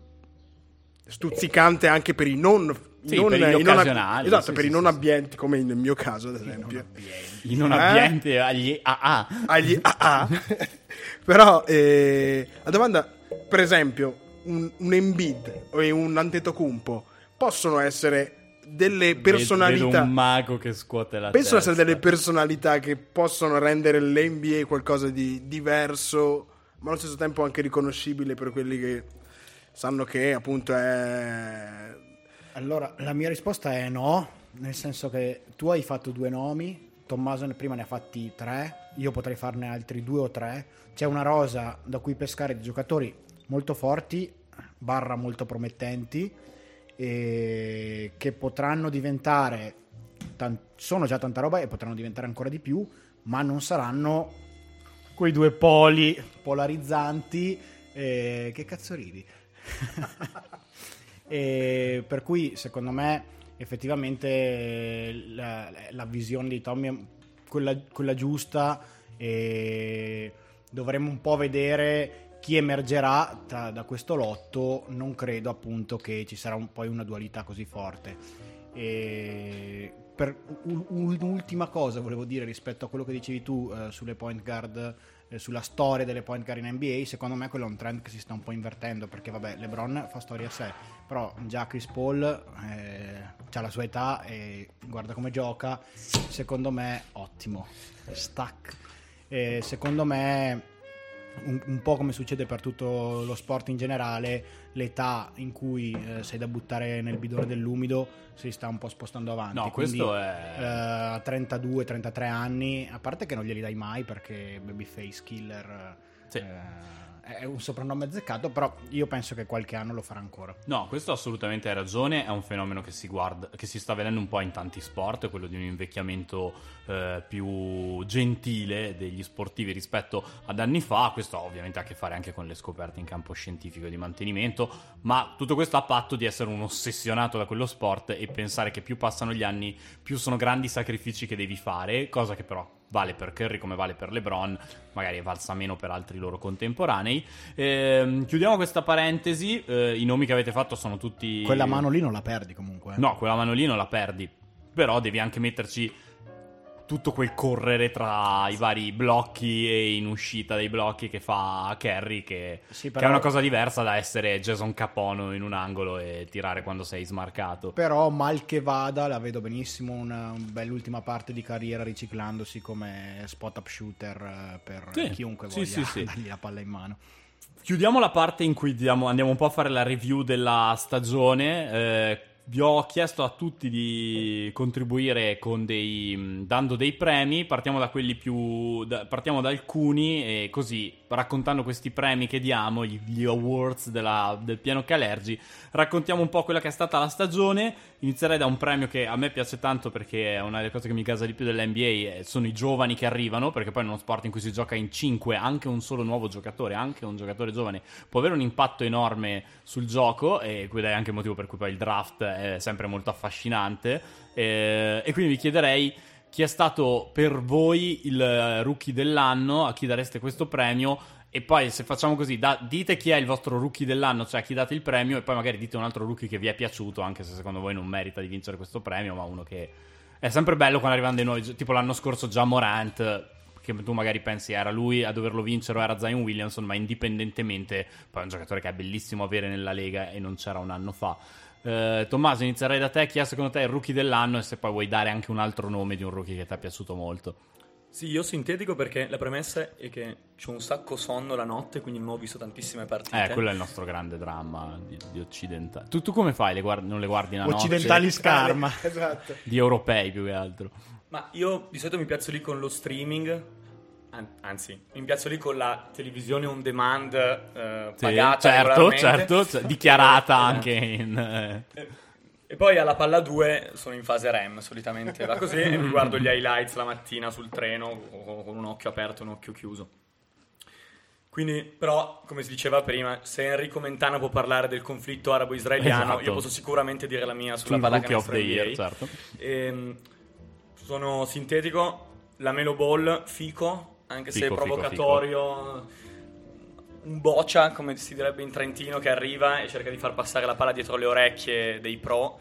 Speaker 4: stuzzicante anche per i non,
Speaker 3: Sì,
Speaker 4: non
Speaker 3: per gli
Speaker 4: i non ab-
Speaker 3: occasionali,
Speaker 4: esatto,
Speaker 3: sì,
Speaker 4: per
Speaker 3: sì,
Speaker 4: i non
Speaker 3: sì, sì.
Speaker 4: abbienti, come nel mio caso ad esempio,
Speaker 3: in un
Speaker 4: Eh?
Speaker 3: ambiente agli A A.
Speaker 4: agli A A. Però eh, la domanda, per esempio, un, un Embiid e un Antetokounmpo possono essere delle personalità,
Speaker 3: Vedo un mago che scuote la
Speaker 4: possono
Speaker 3: testa.
Speaker 4: essere delle personalità che possono rendere l'N B A qualcosa di diverso, ma allo stesso tempo anche riconoscibile per quelli che sanno che appunto è...
Speaker 5: Allora, la mia risposta è no, nel senso che tu hai fatto due nomi, Tommaso prima ne ha fatti tre, io potrei farne altri due o tre. C'è una rosa da cui pescare di giocatori molto forti, barra molto promettenti, e che potranno diventare, tan- sono già tanta roba e potranno diventare ancora di più, ma non saranno quei due poli polarizzanti. eh, che cazzo ridi? E per cui secondo me effettivamente la, la visione di Tommy è quella, quella giusta, e dovremmo un po' vedere chi emergerà da, da questo lotto. Non credo appunto che ci sarà un, poi una dualità così forte. E per un, un'ultima cosa volevo dire rispetto a quello che dicevi tu eh, sulle point guard, eh, sulla storia delle point guard in N B A. Secondo me quello è un trend che si sta un po' invertendo, perché vabbè, LeBron fa storia a sé, però già Chris Paul eh, ha la sua età e guarda come gioca, secondo me ottimo, stack. E secondo me un, un po' come succede per tutto lo sport in generale, l'età in cui eh, sei da buttare nel bidone dell'umido si sta un po' spostando avanti.
Speaker 3: No,
Speaker 5: Quindi,
Speaker 3: questo è...
Speaker 5: eh, a trentadue trentatré anni, a parte che non glieli dai mai perché Babyface Killer
Speaker 3: Sì.
Speaker 5: eh, è un soprannome azzeccato, però io penso che qualche anno lo farà ancora.
Speaker 3: No, questo assolutamente hai ragione, è un fenomeno che si guarda, che si sta vedendo un po' in tanti sport, quello di un invecchiamento eh, più gentile degli sportivi rispetto ad anni fa. Questo ovviamente ha a che fare anche con le scoperte in campo scientifico di mantenimento, ma tutto questo a patto di essere un ossessionato da quello sport e pensare che più passano gli anni più sono grandi i sacrifici che devi fare, cosa che però vale per Curry come vale per LeBron, magari è valsa meno per altri loro contemporanei. Ehm, chiudiamo questa parentesi, eh, i nomi che avete fatto sono tutti...
Speaker 5: Quella mano lì non la perdi comunque. eh.
Speaker 3: No, quella mano lì non la perdi, però devi anche metterci tutto quel correre tra i vari blocchi e in uscita dei blocchi che fa Curry, che,
Speaker 5: Sì,
Speaker 3: che
Speaker 5: però-
Speaker 3: è una cosa diversa da essere Jason Capono in un angolo e tirare quando sei smarcato.
Speaker 5: Però mal che vada la vedo benissimo una, una bell'ultima parte di carriera riciclandosi come spot up shooter eh, per
Speaker 3: Sì,
Speaker 5: chiunque
Speaker 3: sì,
Speaker 5: voglia
Speaker 3: sì, sì.
Speaker 5: dargli la palla in mano.
Speaker 3: Chiudiamo la parte in cui diamo- andiamo un po' a fare la review della stagione. Eh, vi ho chiesto a tutti di contribuire con dei, mh, dando dei premi. Partiamo da quelli più. Da, partiamo da alcuni, e così raccontando questi premi che diamo, gli, gli awards della- del piano Calergi, raccontiamo un po' quella che è stata la stagione. Inizierei da un premio che a me piace tanto perché è una delle cose che mi casa di più dell'N B A, eh, sono i giovani che arrivano, perché poi in uno sport in cui si gioca in cinque, anche un solo nuovo giocatore, anche un giocatore giovane, può avere un impatto enorme sul gioco, e quello è anche il motivo per cui poi il draft è sempre molto affascinante. Eh, e quindi vi chiederei chi è stato per voi il rookie dell'anno, a chi dareste questo premio. E poi se facciamo così, da, dite chi è il vostro rookie dell'anno, cioè a chi date il premio, e poi magari dite un altro rookie che vi è piaciuto, anche se secondo voi non merita di vincere questo premio, ma uno che è sempre bello quando arrivano dei nuovi, tipo l'anno scorso Ja Morant, che tu magari pensi era lui a doverlo vincere o era Zion Williamson, ma indipendentemente poi è un giocatore che è bellissimo avere nella Lega e non c'era un anno fa. Eh, Tommaso, inizierei da te. Chi è secondo te il rookie dell'anno, e se poi vuoi dare anche un altro nome di un rookie che ti è piaciuto molto?
Speaker 6: Sì, io sintetico perché la premessa è che c'ho un sacco sonno la notte, quindi non ho visto tantissime partite.
Speaker 3: Eh, quello è il nostro grande dramma di, di occidentali. Tu, tu come fai? Le guardi, non le guardi la notte?
Speaker 5: Occidentali scarma.
Speaker 4: Esatto.
Speaker 3: Di europei più che altro.
Speaker 6: Ma io di solito mi piazzo lì con lo streaming, an- anzi, mi piazzo lì con la televisione on demand eh,
Speaker 3: Sì,
Speaker 6: pagata
Speaker 3: certo,
Speaker 6: regolarmente.
Speaker 3: certo, cioè, dichiarata
Speaker 6: Eh,
Speaker 3: anche in... eh.
Speaker 6: E poi alla palla due sono in fase R E M, solitamente va così, e mi guardo gli highlights la mattina sul treno con un occhio aperto e un occhio chiuso. Quindi, però, come si diceva prima, se Enrico Mentana può parlare del conflitto arabo-israeliano,
Speaker 3: Esatto.
Speaker 6: io posso sicuramente dire la mia sulla
Speaker 3: Sul rookie
Speaker 6: pallacanestro
Speaker 3: of the
Speaker 6: N B A.
Speaker 3: year, certo.
Speaker 6: Ehm, sono sintetico, la Melo Ball, fico, anche se
Speaker 3: Fico, fico,
Speaker 6: provocatorio, un boccia, come si direbbe in trentino, che arriva e cerca di far passare la palla dietro le orecchie dei pro.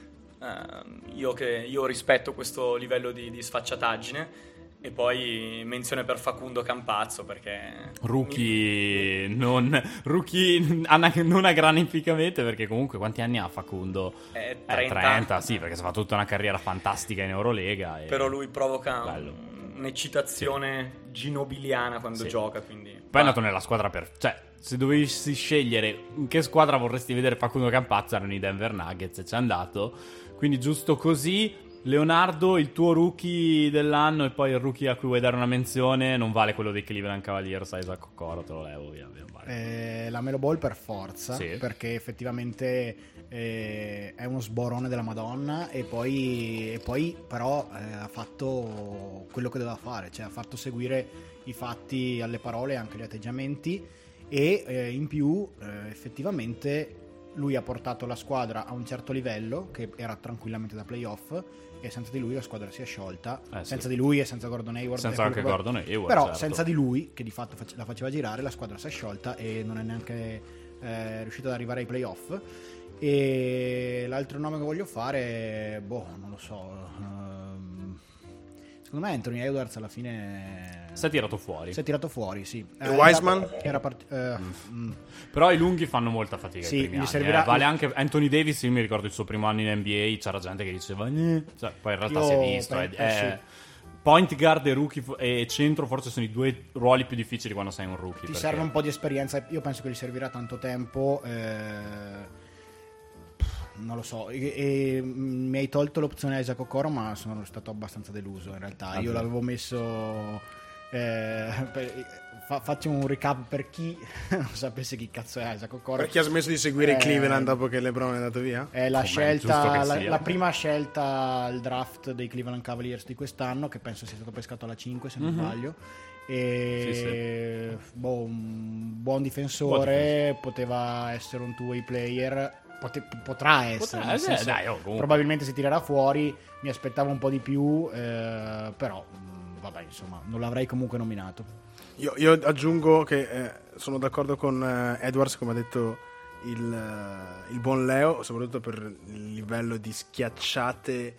Speaker 6: Ehm, io, che, io rispetto questo livello di, di sfacciataggine. E poi menzione per Facundo Campazzo, perché...
Speaker 3: Rookie non, rookie ana- non agranificamente, perché comunque quanti anni ha Facundo?
Speaker 6: È
Speaker 3: Eh,
Speaker 6: trenta.
Speaker 3: trenta, sì, perché si fa tutta una carriera fantastica in Eurolega. E...
Speaker 6: Però lui provoca
Speaker 3: Bello.
Speaker 6: un'eccitazione ginobiliana quando
Speaker 3: Sì.
Speaker 6: gioca, quindi...
Speaker 3: Poi è andato nella squadra per... Cioè, se dovessi scegliere in che squadra vorresti vedere Facundo Campazzo, erano i Denver Nuggets, e c'è andato. Quindi giusto così. Leonardo, il tuo rookie dell'anno, e poi il rookie a cui vuoi dare una menzione, non vale quello dei Cleveland Cavaliers, Isaac Okoro, te lo levo via, via vale.
Speaker 5: Eh, la Melo Ball per forza,
Speaker 3: Sì.
Speaker 5: perché effettivamente eh, è uno sborone della Madonna, e poi, e poi però eh, ha fatto quello che doveva fare, cioè ha fatto seguire i fatti alle parole e anche agli atteggiamenti, e eh, in più eh, effettivamente lui ha portato la squadra a un certo livello che era tranquillamente da playoff, e senza di lui la squadra si è sciolta,
Speaker 3: Eh, sì.
Speaker 5: senza di lui e senza Gordon Hayward,
Speaker 3: Senza
Speaker 5: e
Speaker 3: anche
Speaker 5: quello-
Speaker 3: Gordon Hayward,
Speaker 5: però
Speaker 3: certo.
Speaker 5: senza di lui, che di fatto fac- la faceva girare, la squadra si è sciolta e non è neanche eh, riuscita ad arrivare ai playoff. E l'altro nome che voglio fare, boh, non lo so, ehm, secondo me Anthony Edwards alla fine
Speaker 3: Si è tirato fuori.
Speaker 5: si è tirato fuori, sì.
Speaker 4: E Wiseman?
Speaker 5: Era, era part- eh, mm.
Speaker 3: Però i lunghi fanno molta fatica
Speaker 5: Sì,
Speaker 3: i primi
Speaker 5: gli
Speaker 3: anni,
Speaker 5: servirà-
Speaker 3: eh. Vale anche Anthony Davis, io mi ricordo il suo primo anno in N B A, c'era gente che diceva "Gneh", cioè, poi in realtà
Speaker 5: Io
Speaker 3: si è visto,
Speaker 5: penso-
Speaker 3: è- è-
Speaker 5: sì.
Speaker 3: point guard e rookie fo- e centro forse sono i due ruoli più difficili quando sei un rookie,
Speaker 5: Ti
Speaker 3: perché-
Speaker 5: serve un po' di esperienza, io penso che gli servirà tanto tempo, eh, non lo so, e, e mi hai tolto l'opzione Isaac Okoro, ma sono stato abbastanza deluso in realtà.
Speaker 3: Ah,
Speaker 5: Io
Speaker 3: sì.
Speaker 5: l'avevo messo, eh, per- fa- faccio un recap per chi non sapesse chi cazzo è Isaac Okoro.
Speaker 4: Per chi ha smesso di seguire
Speaker 5: Eh,
Speaker 4: i Cleveland dopo che LeBron è andato via?
Speaker 5: È la
Speaker 3: Com'è
Speaker 5: scelta,
Speaker 3: giusto che
Speaker 5: la,
Speaker 3: sia.
Speaker 5: la prima scelta al draft dei Cleveland Cavaliers di quest'anno, che penso sia stato pescato alla cinque se non
Speaker 3: Mhm.
Speaker 5: sbaglio. E
Speaker 3: Sì,
Speaker 5: boh, un buon difensore, poteva essere un two-way player, pote- potrà essere,
Speaker 3: Potrà-
Speaker 5: nel
Speaker 3: eh,
Speaker 5: senso,
Speaker 3: dai, oh, comunque.
Speaker 5: probabilmente si tirerà fuori, mi aspettavo un po' di più, eh, però mh, vabbè, insomma, non l'avrei comunque nominato.
Speaker 4: Io, io aggiungo che eh, sono d'accordo con eh, Edwards, come ha detto il, eh, il buon Leo, soprattutto per il livello di schiacciate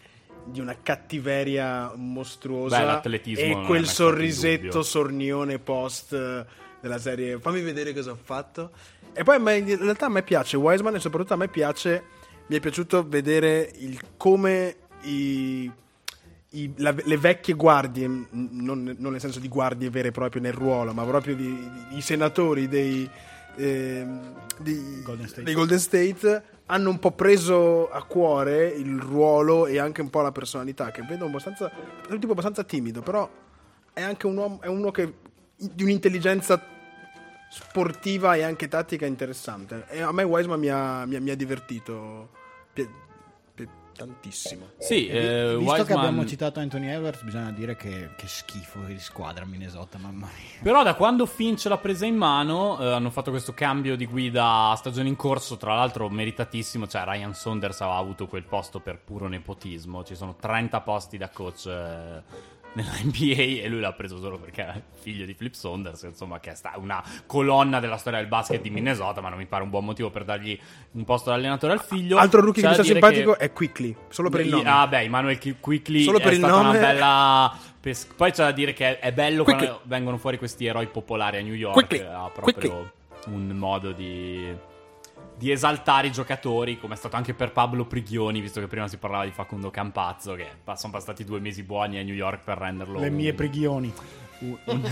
Speaker 4: di una cattiveria mostruosa.
Speaker 3: Beh, l'atletismo
Speaker 4: e
Speaker 3: non è
Speaker 4: quel
Speaker 3: mai stato in
Speaker 4: sorrisetto
Speaker 3: dubbio.
Speaker 4: sornione post della serie fammi vedere cosa ho fatto. E poi a me, in realtà a me piace Wiseman, e soprattutto a me piace mi è piaciuto vedere il come i, i, la, le vecchie guardie, non, non nel senso di guardie vere e proprie nel ruolo, ma proprio di, di, i senatori dei, eh, di,
Speaker 5: Golden State.
Speaker 4: dei Golden State hanno un po' preso a cuore il ruolo e anche un po' la personalità, che vedo abbastanza, è un tipo abbastanza timido, però è anche un uomo, è uno che di un'intelligenza sportiva e anche tattica interessante, e a me Wiseman mi ha, mi ha, mi ha divertito pi- pi- tantissimo.
Speaker 3: Sì, eh,
Speaker 5: Visto
Speaker 3: Wiseman...
Speaker 5: che abbiamo citato Anthony Edwards, bisogna dire che, che schifo di squadra Minnesota, mamma mia.
Speaker 3: Però da quando Finch l'ha presa in mano eh, hanno fatto questo cambio di guida a stagione in corso, tra l'altro meritatissimo, cioè Ryan Saunders aveva avuto quel posto per puro nepotismo, ci sono trenta posti da coach eh, nella N B A e lui l'ha preso solo perché è figlio di Flip Saunders, insomma, che è sta- una colonna della storia del basket di Minnesota, ma non mi pare un buon motivo per dargli un posto da allenatore al figlio.
Speaker 4: Altro rookie che
Speaker 3: C'è
Speaker 4: mi sta
Speaker 3: da dire
Speaker 4: simpatico
Speaker 3: che-
Speaker 4: è Quickly, solo per il
Speaker 3: I-
Speaker 4: nome.
Speaker 3: Ah beh, Emmanuel Qui- Quickly
Speaker 4: Solo per
Speaker 3: è
Speaker 4: il
Speaker 3: stata
Speaker 4: nome.
Speaker 3: una bella pes- poi c'è da dire che è bello
Speaker 4: Quickly.
Speaker 3: quando vengono fuori questi eroi popolari a New York.
Speaker 4: Quickly.
Speaker 3: Ha proprio
Speaker 4: Quickly.
Speaker 3: un modo di di esaltare i giocatori, come è stato anche per Pablo Prighioni, visto che prima si parlava di Facundo Campazzo, che sono passati due mesi buoni a New York per renderlo
Speaker 5: Le
Speaker 3: un-
Speaker 5: mie preghioni.
Speaker 3: un- un-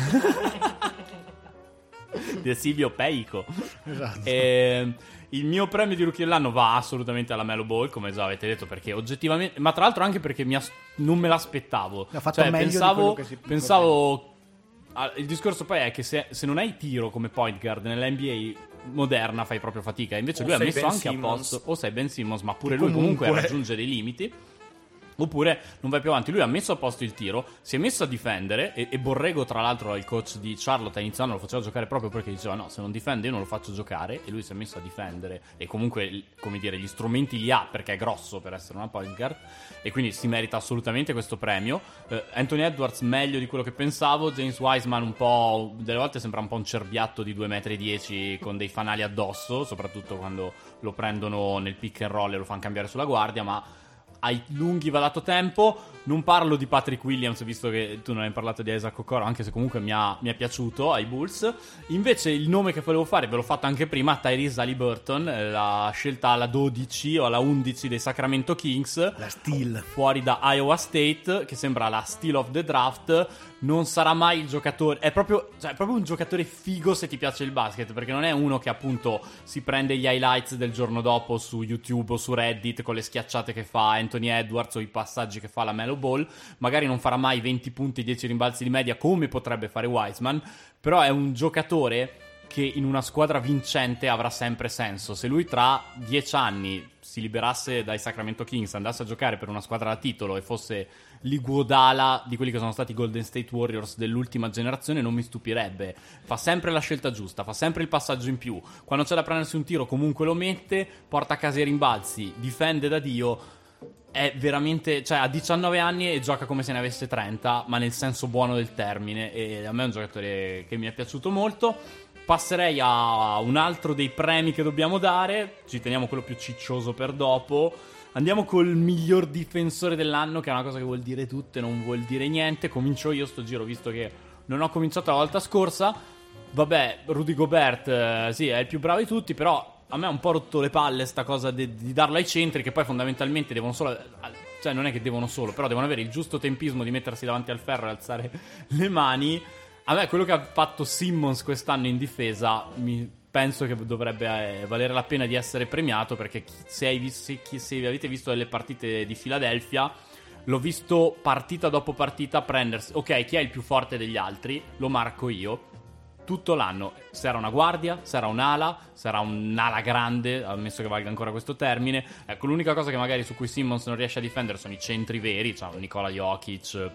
Speaker 3: di Silvio Peico.
Speaker 5: Esatto.
Speaker 3: E il mio premio di rookie dell'anno va assolutamente alla Melo Ball, come già avete detto, perché oggettivamente, ma tra l'altro anche perché mi as- non me l'aspettavo.
Speaker 5: Ha fatto
Speaker 3: Cioè,
Speaker 5: meglio di
Speaker 3: pensavo,
Speaker 5: quello che si
Speaker 3: pensavo ah, il discorso poi è che se, se non hai tiro come point guard nella N B A moderna fai proprio fatica. Invece
Speaker 6: O
Speaker 3: lui ha
Speaker 6: sei
Speaker 3: messo
Speaker 6: Ben
Speaker 3: anche
Speaker 6: Simmons.
Speaker 3: a posto, o sei Ben Simmons, ma pure
Speaker 5: Che
Speaker 3: lui comunque
Speaker 5: comunque-
Speaker 3: raggiunge dei limiti. Oppure non vai più avanti. Lui ha messo a posto il tiro, si è messo a difendere. E, e Borrego, tra l'altro, il coach di Charlotte, a inizio anno lo faceva giocare proprio perché diceva: no, se non difende, io non lo faccio giocare. E lui si è messo a difendere. E comunque, come dire, gli strumenti li ha perché è grosso per essere una point guard. E quindi si merita assolutamente questo premio. Eh, Anthony Edwards, meglio di quello che pensavo. James Wiseman, un po'. Delle volte sembra un po' un cerbiatto di due virgola dieci metri con dei fanali addosso. Soprattutto quando lo prendono nel pick and roll e lo fanno cambiare sulla guardia. Ma ai lunghi va dato tempo. Non parlo di Patrick Williams, visto che tu non hai parlato di Isaac Okoro, anche se comunque mi ha, mi è piaciuto ai Bulls. Invece il nome che volevo fare, ve l'ho fatto anche prima, Tyrese Haliburton, eh, la scelta alla dodici o alla undici dei Sacramento Kings,
Speaker 5: La Steel.
Speaker 3: fuori da Iowa State, che sembra la steal of the draft. Non sarà mai il giocatore, è proprio, cioè, è proprio un giocatore figo se ti piace il basket, perché non è uno che appunto si prende gli highlights del giorno dopo su YouTube o su Reddit con le schiacciate che fa Anthony Edwards o i passaggi che fa la Melo Ball. Magari non farà mai venti punti, dieci rimbalzi di media come potrebbe fare Wiseman, però è un giocatore che in una squadra vincente avrà sempre senso. Se lui tra dieci anni si liberasse dai Sacramento Kings, andasse a giocare per una squadra da titolo e fosse l'Iguodala di quelli che sono stati i Golden State Warriors dell'ultima generazione, non mi stupirebbe. Fa sempre la scelta giusta, fa sempre il passaggio in più. Quando c'è da prendersi un tiro comunque lo mette, porta a casa i rimbalzi, difende da Dio. È veramente, cioè ha diciannove anni e gioca come se ne avesse trenta, ma nel senso buono del termine, e a me è un giocatore che mi è piaciuto molto. Passerei a un altro dei premi che dobbiamo dare, ci teniamo quello più ciccioso per dopo. Andiamo col miglior difensore dell'anno, che è una cosa che vuol dire tutto e non vuol dire niente. Comincio io sto giro, visto che non ho cominciato la volta scorsa. Vabbè, Rudy Gobert, eh, sì, è il più bravo di tutti, però a me ha un po' rotto le palle sta cosa di, di darlo ai centri, che poi fondamentalmente devono solo, cioè non è che devono solo, però devono avere il giusto tempismo di mettersi davanti al ferro e alzare le mani. A me quello che ha fatto Simmons quest'anno in difesa mi penso che dovrebbe eh, valere la pena di essere premiato, perché se, hai vis- se, se avete visto delle partite di Philadelphia, l'ho visto partita dopo partita prendersi, ok, chi è il più forte degli altri, lo marco io. Tutto l'anno, se era una guardia, se era un'ala, se era un'ala grande, ammesso che valga ancora questo termine. Ecco, l'unica cosa che magari su cui Simmons non riesce a difendere sono i centri veri, cioè Nikola Jokic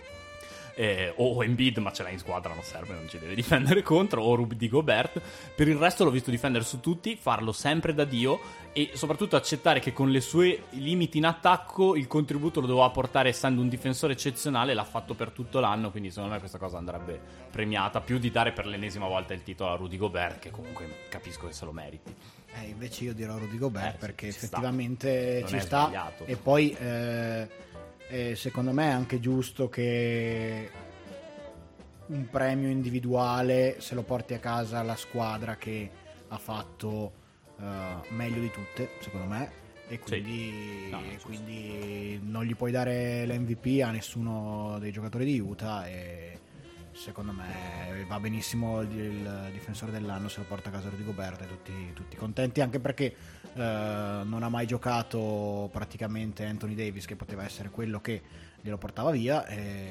Speaker 3: eh, o Embiid, ma ce l'ha in squadra, non serve, non ci deve difendere contro, o Rudy Gobert. Per il resto l'ho visto difendere su tutti, farlo sempre da Dio, e soprattutto accettare che con le sue limiti in attacco il contributo lo doveva portare, essendo un difensore eccezionale. L'ha fatto per tutto l'anno, quindi secondo me questa cosa andrebbe premiata, più di dare per l'ennesima volta il titolo a Rudy Gobert, che comunque capisco che se lo meriti.
Speaker 5: Eh, invece io dirò Rudy Gobert,
Speaker 3: Eh,
Speaker 5: perché
Speaker 3: ci sta.
Speaker 5: effettivamente
Speaker 3: Non
Speaker 5: ci
Speaker 3: è
Speaker 5: sta.
Speaker 3: sbagliato.
Speaker 5: E poi eh, E secondo me è anche giusto che un premio individuale se lo porti a casa la squadra che ha fatto uh, meglio di tutte, secondo me. E quindi,
Speaker 3: sì. no,
Speaker 5: e quindi non gli puoi dare l'M V P a nessuno dei giocatori di Utah, e secondo me va benissimo il, il difensore dell'anno se lo porta a casa Rudy Gobert, e tutti, tutti contenti, anche perché uh, non ha mai giocato praticamente Anthony Davis, che poteva essere quello che glielo portava via,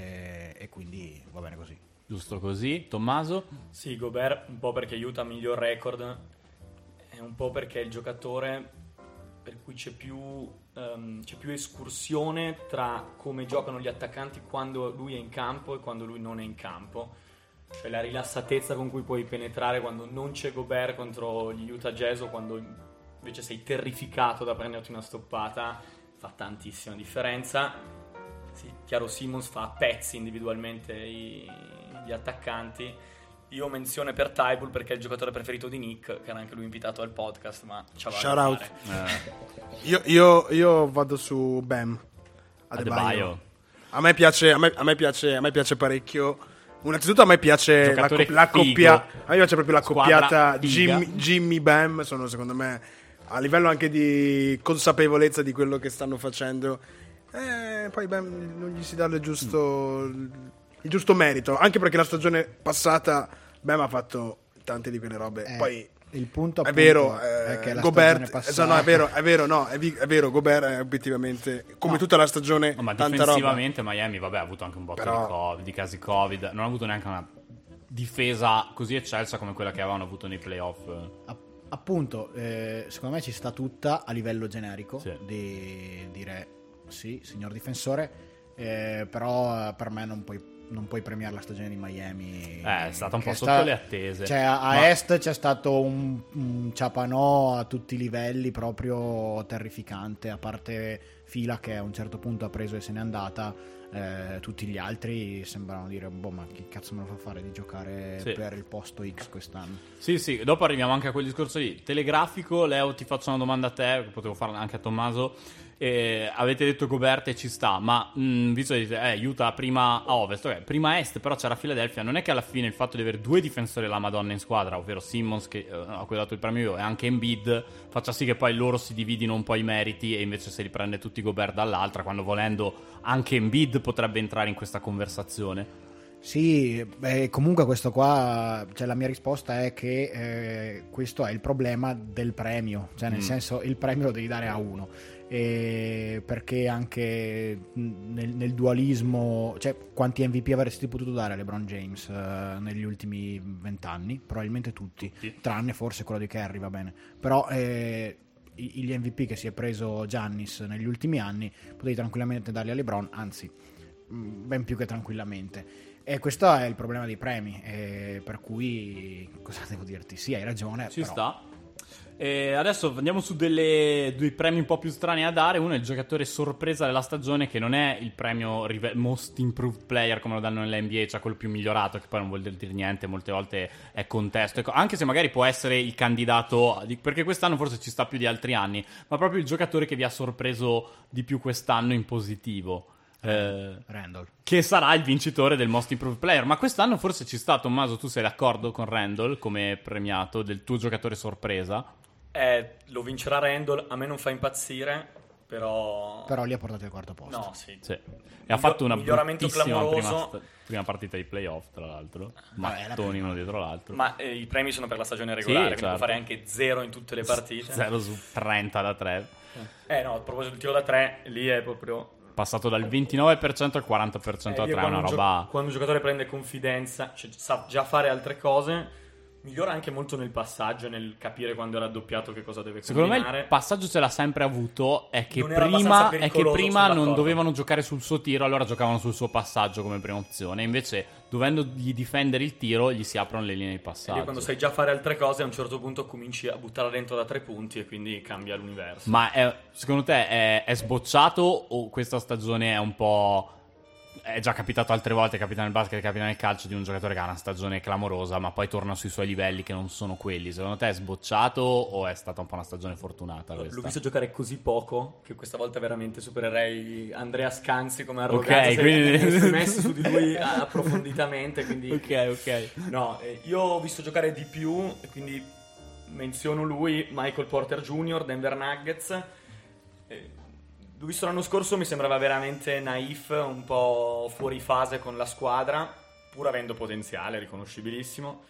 Speaker 5: e, e quindi va bene così.
Speaker 3: Giusto così. Tommaso?
Speaker 6: Sì, Gobert un po' perché Utah ha miglior record, e un po' perché è il giocatore per cui c'è più, um, c'è più escursione tra come giocano gli attaccanti quando lui è in campo e quando lui non è in campo. Cioè la rilassatezza con cui puoi penetrare quando non c'è Gobert contro gli Utah Jazz, o quando invece sei terrificato da prenderti una stoppata, fa tantissima differenza. Sì, chiaro, Simmons fa a pezzi individualmente i, gli attaccanti. Io menzione per Thybulle perché è il giocatore preferito di Nick, che era anche lui invitato al podcast, ma ci va
Speaker 4: Shout
Speaker 6: da
Speaker 4: out.
Speaker 6: fare.
Speaker 4: Eh. Io, io, io vado su Bam
Speaker 3: Adebayo.
Speaker 4: Adebayo. A me piace, a me, a me piace, a me piace parecchio. Innanzitutto a me piace la,
Speaker 3: Giocatore
Speaker 4: la coppia. A me piace proprio la
Speaker 3: Squadra
Speaker 4: coppiata
Speaker 3: figa.
Speaker 4: Jimmy, Jimmy Bam. Sono secondo me a livello anche di consapevolezza di quello che stanno facendo. Eh, poi Bam non gli si dà il giusto, il giusto merito. Anche perché la stagione passata Bam ha fatto tante di quelle robe.
Speaker 5: Eh,
Speaker 4: Poi
Speaker 5: il punto
Speaker 4: è
Speaker 5: appunto
Speaker 4: vero,
Speaker 5: è
Speaker 4: eh,
Speaker 5: che la
Speaker 4: Gobert,
Speaker 5: stagione
Speaker 4: eh, no,
Speaker 5: passata
Speaker 4: è vero, è vero, no, è, vi- è vero, Gobert è obiettivamente come
Speaker 3: No.
Speaker 4: tutta la stagione,
Speaker 3: No, ma
Speaker 4: tanta roba.
Speaker 3: difensivamente Miami, vabbè, ha avuto anche un botto
Speaker 4: Però-
Speaker 3: di, COVID, di casi Covid. Non ha avuto neanche una difesa così eccelsa come quella che avevano avuto nei playoff.
Speaker 5: App- appunto, eh, secondo me ci sta tutta a livello generico
Speaker 3: Sì.
Speaker 5: di dire sì, signor difensore, eh, però eh, per me non puoi, non puoi premiare la stagione di Miami.
Speaker 3: Eh, è stata un
Speaker 5: che
Speaker 3: po'
Speaker 5: sta-
Speaker 3: sotto le attese.
Speaker 5: Cioè, a, a
Speaker 3: Ma-
Speaker 5: est c'è stato un, un ciapanò a tutti i livelli proprio terrificante, a parte Fila che a un certo punto ha preso e se n'è andata. Eh, tutti gli altri sembravano dire boh, ma che cazzo me lo fa fare di giocare
Speaker 3: Sì.
Speaker 5: per il posto X quest'anno.
Speaker 3: Sì, sì, dopo arriviamo anche a quel discorso lì. Telegrafico, Leo, ti faccio una domanda a te, che potevo farla anche a Tommaso. Eh, avete detto Gobert e ci sta, ma mh, visto che dite, eh, Utah prima a ovest, ok, prima a est, però c'era Philadelphia. Non è che alla fine il fatto di avere due difensori della Madonna in squadra, ovvero Simmons, che eh, a cui ho dato il premio io, e anche Embiid, faccia sì che poi loro si dividino un po' i meriti, e invece se li prende tutti Gobert dall'altra, quando volendo anche Embiid potrebbe entrare in questa conversazione.
Speaker 5: Sì, beh, comunque questo qua, cioè la mia risposta è che eh, questo è il problema del premio, cioè nel
Speaker 3: Mm.
Speaker 5: senso il premio lo devi dare a uno, e perché anche nel, nel dualismo, cioè quanti M V P avresti potuto dare a LeBron James eh, negli ultimi vent'anni? Probabilmente tutti,
Speaker 3: Tutti.
Speaker 5: tranne forse quello di Curry, va bene, però eh, i- gli M V P che si è preso Giannis negli ultimi anni potevi tranquillamente darli a LeBron, anzi mh, ben più che tranquillamente. E questo è il problema dei premi, e per cui cosa devo dirti? Sì, hai ragione,
Speaker 3: Ci
Speaker 5: però
Speaker 3: sta. E adesso andiamo su delle, due premi un po' più strani da dare. Uno è il giocatore sorpresa della stagione, che non è il premio rive- Most Improved Player come lo danno nell'N B A, cioè quello più migliorato, che poi non vuol dire niente, molte volte è contesto, ecco, anche se magari può essere il candidato di- perché quest'anno forse ci sta più di altri anni, ma proprio il giocatore che vi ha sorpreso di più quest'anno in positivo. Eh,
Speaker 5: Randall.
Speaker 3: che sarà il vincitore del Most Improved Player. Ma quest'anno forse ci sta, Tommaso, tu sei d'accordo con Randall come premiato del tuo giocatore sorpresa?
Speaker 6: Eh, lo vincerà Randall, a me non fa impazzire, però...
Speaker 5: Però li ha portati al quarto posto.
Speaker 6: No, sì.
Speaker 3: Sì. E ha fatto una
Speaker 6: miglioramento
Speaker 3: bruttissima prima,
Speaker 6: clamoroso.
Speaker 3: sta- prima partita di playoff, tra l'altro.
Speaker 5: Vabbè, la
Speaker 3: Mattoni
Speaker 5: prima.
Speaker 3: uno dietro l'altro.
Speaker 6: Ma eh, i premi sono per la stagione regolare, quindi
Speaker 3: certo.
Speaker 6: può fare anche zero in tutte le partite.
Speaker 3: zero su trenta da tre.
Speaker 6: Eh no, a proposito del tiro da tre, lì è proprio...
Speaker 3: Passato dal ventinove per cento al quaranta per cento
Speaker 6: Eh,
Speaker 3: da
Speaker 6: lì è
Speaker 3: tre, una
Speaker 6: quando un
Speaker 3: roba...
Speaker 6: gio- quando un giocatore prende confidenza, cioè, sa già fare altre cose, migliora anche molto nel passaggio, nel capire quando è raddoppiato che cosa deve
Speaker 3: Secondo me
Speaker 6: combinare.
Speaker 3: il passaggio ce l'ha sempre avuto, è che
Speaker 6: Non era
Speaker 3: prima,
Speaker 6: abbastanza
Speaker 3: è che
Speaker 6: pericoloso,
Speaker 3: prima
Speaker 6: sono
Speaker 3: non
Speaker 6: d'accordo.
Speaker 3: dovevano giocare sul suo tiro, allora giocavano sul suo passaggio come prima opzione, invece dovendogli difendere il tiro gli si aprono le linee di
Speaker 6: E lì
Speaker 3: passaggio.
Speaker 6: quando sai già fare altre cose, a un certo punto cominci a buttarla dentro da tre punti e quindi cambia l'universo.
Speaker 3: Ma è- secondo te è, è sbocciato o questa stagione è un po' è già capitato altre volte, capita nel basket, capita nel calcio, di un giocatore che ha una stagione clamorosa ma poi torna sui suoi livelli che non sono quelli. Secondo te è sbocciato o è stata un po' una stagione fortunata questa?
Speaker 6: L'ho visto giocare così poco che questa volta veramente supererei Andrea Scanzi come arroganza.
Speaker 3: Ok, quindi
Speaker 6: si è messo su di lui approfonditamente, quindi
Speaker 3: ok, ok.
Speaker 6: No, eh, io ho visto giocare di più, e quindi menziono lui, Michael Porter Junior, Denver Nuggets. Eh, L'ho visto l'anno scorso, mi sembrava veramente naif, un po' fuori fase con la squadra, pur avendo potenziale, riconoscibilissimo.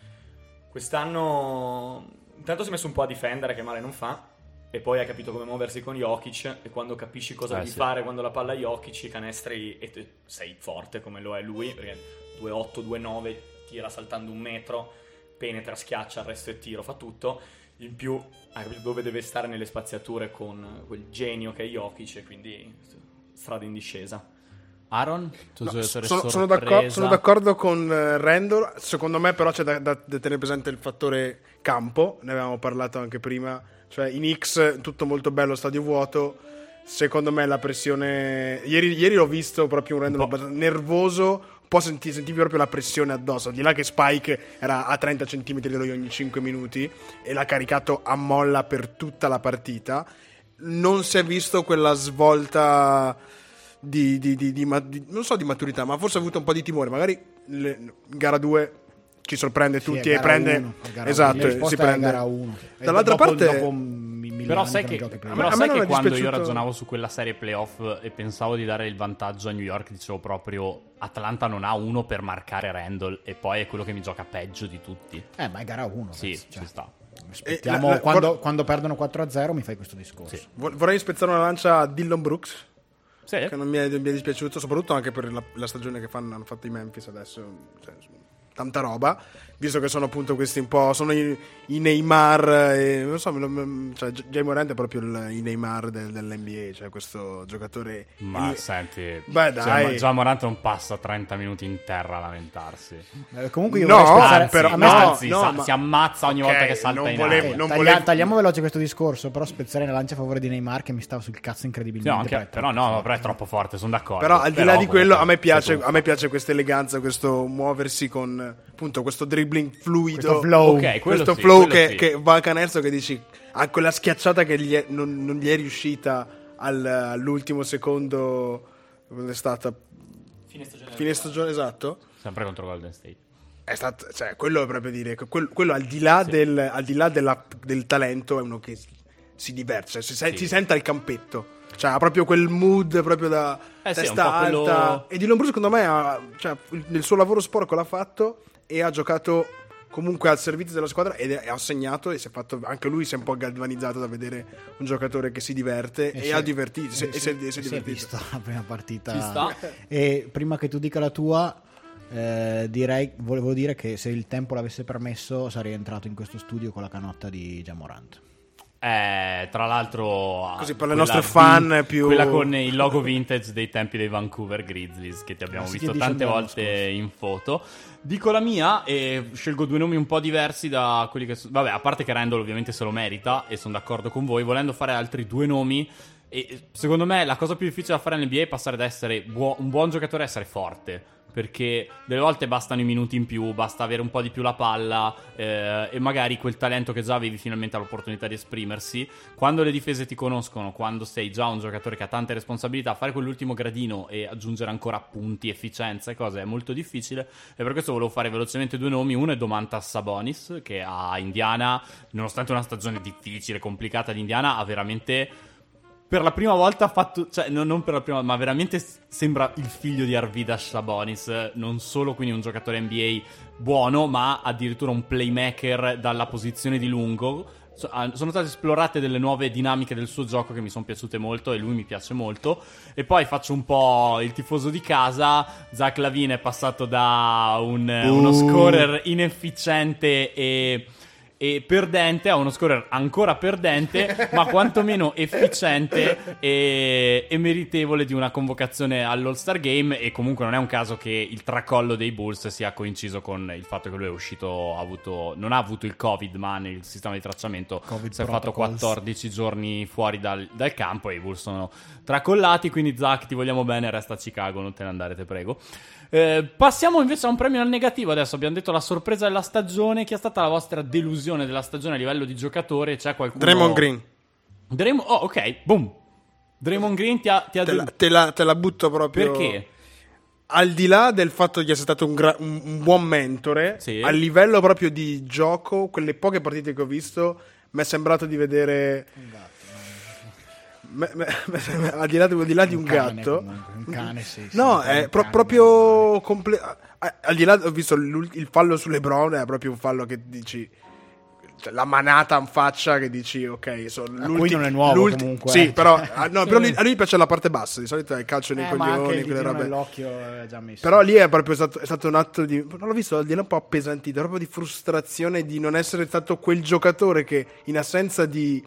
Speaker 6: Quest'anno intanto si è messo un po' a difendere, che male non fa, e poi ha capito come muoversi con Jokic, e quando capisci cosa
Speaker 3: eh,
Speaker 6: devi
Speaker 3: sì.
Speaker 6: fare quando la palla Jokic, i canestri, e te sei forte come lo è lui, perché due otto, due nove, tira saltando un metro, penetra, schiaccia, arresto e tiro, fa tutto. In più ha capito dove deve stare nelle spaziature con quel genio che è Jokic, e quindi strada in discesa.
Speaker 3: Aaron? Tuo
Speaker 4: No,
Speaker 3: giocatore
Speaker 4: sono, sono,
Speaker 3: sorpresa?
Speaker 4: d'accordo, sono d'accordo con uh, Randall. Secondo me però c'è da, da, da tenere presente il fattore campo, ne avevamo parlato anche prima, cioè in X tutto molto bello, stadio vuoto. Secondo me la pressione ieri, ieri l'ho visto proprio un Randall un nervoso, un po' senti, sentivi proprio la pressione addosso, al di là che Spike era a trenta centimetri da lui ogni cinque minuti e l'ha caricato a molla per tutta la partita. Non si è visto quella svolta di, di, di, di, di non so di maturità, ma forse ha avuto un po' di timore, magari le, in gara due ci sorprende
Speaker 5: Sì,
Speaker 4: tutti
Speaker 5: è
Speaker 4: e
Speaker 5: gara
Speaker 4: prende
Speaker 5: uno, è gara
Speaker 4: esatto,
Speaker 5: uno. La risposta
Speaker 4: si
Speaker 5: è
Speaker 4: prende
Speaker 5: gara uno. E
Speaker 4: dall'altra
Speaker 5: dopo-
Speaker 4: parte
Speaker 5: dopo mi- mille
Speaker 3: Però
Speaker 5: anni
Speaker 3: sai
Speaker 5: che
Speaker 3: che,
Speaker 5: non giochi più.
Speaker 3: però
Speaker 4: A me
Speaker 3: sai
Speaker 4: non
Speaker 3: che
Speaker 4: è
Speaker 3: quando io
Speaker 4: dispiaciuto-
Speaker 3: ragionavo su quella serie playoff e pensavo di dare il vantaggio a New York, dicevo proprio Atlanta non ha uno per marcare Randall e poi è quello che mi gioca peggio di tutti.
Speaker 5: Eh, ma è gara uno.
Speaker 3: Sì,
Speaker 5: ragazzi, cioè,
Speaker 3: ci sta.
Speaker 5: aspettiamo,
Speaker 4: E la- la-
Speaker 5: quando,
Speaker 4: vor-
Speaker 5: quando perdono quattro a zero mi fai questo discorso.
Speaker 3: Sì.
Speaker 4: Vor- vorrei spezzare una lancia a Dillon Brooks,
Speaker 3: Sì.
Speaker 4: che non mi è, mi è dispiaciuto, soprattutto anche per la, la stagione che fanno, hanno fatto i Memphis adesso, cioè, tanta roba, visto che sono appunto questi un po', sono i, i Neymar, e, non so, me lo- cioè, Jay Morant è proprio il, i Neymar del, dell'N B A, cioè questo giocatore.
Speaker 3: Ma
Speaker 4: il-
Speaker 3: senti,
Speaker 4: Beh, dai.
Speaker 3: cioè, già Morant non passa trenta minuti in terra a lamentarsi.
Speaker 5: Eh, comunque io
Speaker 4: No,
Speaker 5: vorrei spezzare-
Speaker 3: Anzi,
Speaker 4: però-
Speaker 5: a me
Speaker 4: no,
Speaker 5: sta-
Speaker 3: anzi,
Speaker 4: no,
Speaker 3: sa-
Speaker 4: ma-
Speaker 3: si ammazza ogni
Speaker 4: Ok,
Speaker 3: volta che salta
Speaker 4: non
Speaker 3: in
Speaker 4: volevo-
Speaker 3: aria.
Speaker 4: non
Speaker 5: Taglia-
Speaker 4: volevo-
Speaker 5: tagliamo veloce questo discorso, però spezzare una lancia a favore di Neymar che mi stava sul cazzo
Speaker 3: Sì,
Speaker 5: incredibilmente.
Speaker 3: no, anche-
Speaker 5: però è
Speaker 3: però
Speaker 5: troppo
Speaker 3: no,
Speaker 5: forte.
Speaker 3: però è troppo forte, sono d'accordo.
Speaker 4: Però al di là di quello
Speaker 3: comunque,
Speaker 4: a me piace,
Speaker 3: sei
Speaker 4: a me piace questa eleganza, questo muoversi con appunto questo dribbling fluido,
Speaker 5: Questo flow.
Speaker 3: Ok, quello
Speaker 4: questo
Speaker 3: sì,
Speaker 4: flow
Speaker 3: quello
Speaker 4: che,
Speaker 3: sì.
Speaker 4: che va a canestro, che dici a quella schiacciata che gli è- non, non gli è riuscita al- all'ultimo secondo, quando è stata
Speaker 6: Fine stagione.
Speaker 4: fine stagione, esatto.
Speaker 3: Sempre contro Golden State.
Speaker 4: È stato, cioè, quello è proprio dire, quello, quello al di là, del, al di là della- del talento è uno che si, si diverte, cioè, si, se-
Speaker 3: Sì.
Speaker 4: si sente al campetto, cioè ha proprio quel mood proprio da
Speaker 3: Eh sì,
Speaker 4: testa
Speaker 3: un po' quello-
Speaker 4: alta. E Dillon Brooks secondo me ha, cioè, nel suo lavoro sporco l'ha fatto e ha giocato comunque al servizio della squadra ed è- ha segnato, e si è fatto, anche lui si è un po' galvanizzato da vedere un giocatore che si diverte e,
Speaker 5: si
Speaker 4: ha
Speaker 5: è-
Speaker 4: divertito, si,
Speaker 5: e
Speaker 4: e si,
Speaker 5: si-
Speaker 4: è- si è
Speaker 5: si è
Speaker 4: divertito.
Speaker 5: visto la prima partita.
Speaker 3: Ci sta.
Speaker 5: E prima che tu dica la tua, eh, direi, volevo dire che se il tempo l'avesse permesso sarei entrato in questo studio con la canotta di Ja Morant.
Speaker 3: Eh, tra l'altro
Speaker 4: Così per le
Speaker 3: quella
Speaker 4: nostre fan
Speaker 3: vin-
Speaker 4: più-
Speaker 3: quella con il logo vintage dei tempi dei Vancouver Grizzlies che ti abbiamo
Speaker 5: Sì,
Speaker 3: visto
Speaker 5: edition
Speaker 3: tante
Speaker 5: dell'anno
Speaker 3: volte
Speaker 5: scorso.
Speaker 3: in foto. Dico la mia e scelgo due nomi un po' diversi da quelli che so- vabbè, a parte che Randall ovviamente se lo merita e sono d'accordo con voi, volendo fare altri due nomi. E secondo me la cosa più difficile da fare nell'N B A è passare da essere buo- un buon giocatore a essere forte. Perché delle volte bastano i minuti in più, basta avere un po' di più la palla eh, e magari quel talento che già avevi finalmente ha l'opportunità di esprimersi. Quando le difese ti conoscono, quando sei già un giocatore che ha tante responsabilità, fare quell'ultimo gradino e aggiungere ancora punti, efficienza e cose è molto difficile. E per questo volevo fare velocemente due nomi. Uno è Domantas Sabonis, che a Indiana, nonostante una stagione difficile, complicata di Indiana, ha veramente... Per la prima volta ha fatto, cioè no, non per la prima, ma veramente s- sembra il figlio di Arvydas Sabonis, non solo quindi un giocatore N B A buono, ma addirittura un playmaker dalla posizione di lungo. So- ah, sono state esplorate delle nuove dinamiche del suo gioco che mi sono piaciute molto e lui mi piace molto. E poi faccio un po' il tifoso di casa. Zach LaVine è passato da un, uno scorer inefficiente e... e perdente, ha uno scorer ancora perdente, ma quantomeno efficiente e, e meritevole di una convocazione all'All-Star Game. E comunque non è un caso che il tracollo dei Bulls sia coinciso con il fatto che lui è uscito, ha avuto, non ha avuto il Covid, ma nel sistema di tracciamento
Speaker 5: Covid
Speaker 3: si è fatto
Speaker 5: protocols.
Speaker 3: quattordici giorni fuori dal, dal campo e i Bulls sono tracollati. Quindi Zach, ti vogliamo bene, resta a Chicago, non te ne andare, te prego. Eh, passiamo invece a un premio al negativo. Adesso abbiamo detto la sorpresa della stagione. Chi è stata la vostra delusione della stagione a livello di giocatore? C'è qualcuno?
Speaker 4: Draymond Green.
Speaker 3: Draymond... Oh, ok, boom. Draymond Green ti ha, ti ha
Speaker 4: Te la,
Speaker 3: del-
Speaker 4: te la- te la butto proprio.
Speaker 3: Perché?
Speaker 4: Al di là del fatto di essere stato un, gra- un- un buon mentore,
Speaker 3: Sì.
Speaker 4: a livello proprio di gioco, quelle poche partite che ho visto, mi è sembrato di vedere. Me- me- me- al di là, di, al di, là di un,
Speaker 5: cane,
Speaker 4: gatto,
Speaker 5: comunque, un cane, sì, sì,
Speaker 4: no,
Speaker 5: un
Speaker 4: è
Speaker 5: cane,
Speaker 4: pro-
Speaker 5: cane,
Speaker 4: proprio comple- a- al di là, ho visto l'ul- il fallo su LeBron, è proprio un fallo che dici, cioè, la manata in faccia che dici, ok, sono
Speaker 5: A cui non è nuovo, comunque,
Speaker 4: sì,
Speaker 5: eh.
Speaker 4: però, ah, no, però lui- a lui piace la parte bassa, di solito è il calcio nei
Speaker 5: Eh, ma anche
Speaker 4: coglioni,
Speaker 5: il
Speaker 4: quelle
Speaker 5: ditino
Speaker 4: robe.
Speaker 5: nell'occhio è già messo.
Speaker 4: Però lì è proprio stato, è stato un atto di. Non l'ho visto, al di là un po' appesantito, proprio di frustrazione di non essere stato quel giocatore che in assenza di.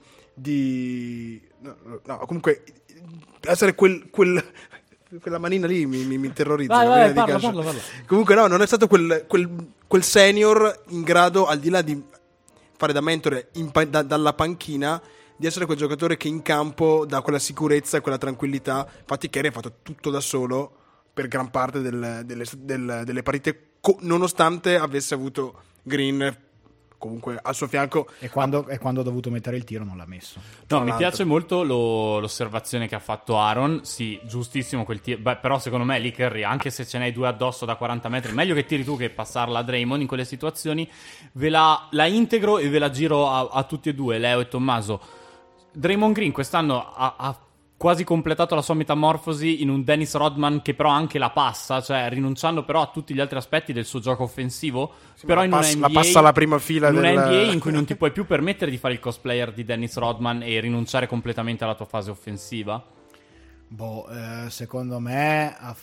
Speaker 4: di no, no, comunque essere quel. quel quella manina lì mi, mi, mi terrorizza.
Speaker 3: Vai,
Speaker 4: la
Speaker 3: vai,
Speaker 4: manina di
Speaker 3: parla,
Speaker 4: calcio.
Speaker 3: parla, parla.
Speaker 4: Comunque, no, non è stato quel, quel, quel senior in grado, al di là di fare da mentore in pa- da- dalla panchina, di essere quel giocatore che in campo dà quella sicurezza e quella tranquillità. Infatti Kerry ha fatto tutto da solo per gran parte del- delle, del- delle partite, co- nonostante avesse avuto Green comunque al suo fianco.
Speaker 5: E quando, e quando ho dovuto mettere il tiro non l'ha messo.
Speaker 3: No, mi
Speaker 4: l'altro.
Speaker 3: piace molto lo- l'osservazione che ha fatto Aaron. Sì, giustissimo quel tiro. Beh, però secondo me lì Curry, anche se ce n'hai due addosso da quaranta metri, meglio che tiri tu che passarla a Draymond in quelle situazioni. Ve la, la integro e ve la giro a, a tutti e due, Leo e Tommaso. Draymond Green quest'anno ha, ha quasi completato la sua metamorfosi in un Dennis Rodman che però anche la passa, cioè rinunciando però a tutti gli altri aspetti del suo gioco offensivo. Però
Speaker 4: la
Speaker 3: in
Speaker 4: passa-
Speaker 3: una
Speaker 4: la
Speaker 3: N B A,
Speaker 4: passa alla prima fila
Speaker 3: in una
Speaker 4: del-
Speaker 3: N B A in cui non ti puoi più permettere di fare il cosplayer di Dennis Rodman e rinunciare completamente alla tua fase offensiva.
Speaker 5: Boh, eh, secondo me ha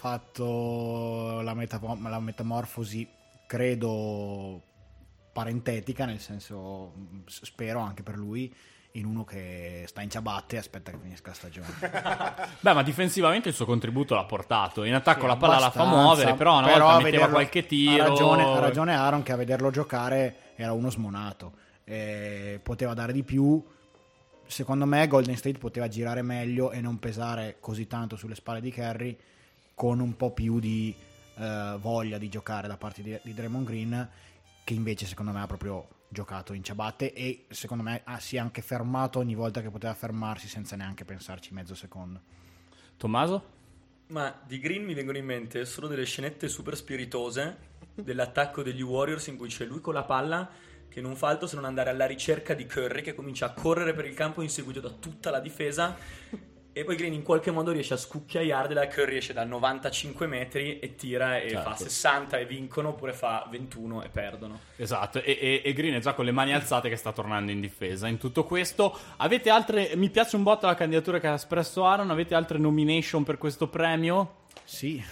Speaker 5: fatto la, meta- la metamorfosi, credo, parentetica, nel senso, s- spero anche per lui, in uno che sta in ciabatte e aspetta che finisca la stagione.
Speaker 3: Beh, ma difensivamente il suo contributo l'ha portato. In attacco
Speaker 5: Sì,
Speaker 3: la palla la fa
Speaker 5: abbastanza,
Speaker 3: muovere, però una
Speaker 5: però
Speaker 3: volta
Speaker 5: a
Speaker 3: metteva
Speaker 5: vederlo-
Speaker 3: qualche tiro.
Speaker 5: Ha ragione, ha ragione Aaron che a vederlo giocare era uno smonato. Eh, poteva dare di più. Secondo me Golden State poteva girare meglio e non pesare così tanto sulle spalle di Curry, con un po' più di eh, voglia di giocare da parte di, di Draymond Green, che invece secondo me ha proprio giocato in ciabatte e secondo me ah, si è anche fermato ogni volta che poteva fermarsi senza neanche pensarci mezzo secondo.
Speaker 3: Tommaso?
Speaker 6: Ma di Green mi vengono in mente solo delle scenette super spiritose dell'attacco degli Warriors in cui c'è lui con la palla che non fa altro se non andare alla ricerca di Curry, che comincia a correre per il campo inseguito da tutta la difesa, e poi Green in qualche modo riesce a scucchiaiarla. Curry esce da novantacinque metri e tira e
Speaker 3: Certo.
Speaker 6: fa sessanta e vincono, oppure fa ventuno e perdono.
Speaker 3: Esatto, e, e, e Green è già con le mani alzate che sta tornando in difesa. In tutto questo, avete altre... Mi piace un botto la candidatura che ha espresso Aaron. Avete altre nomination per questo premio?
Speaker 5: Sì,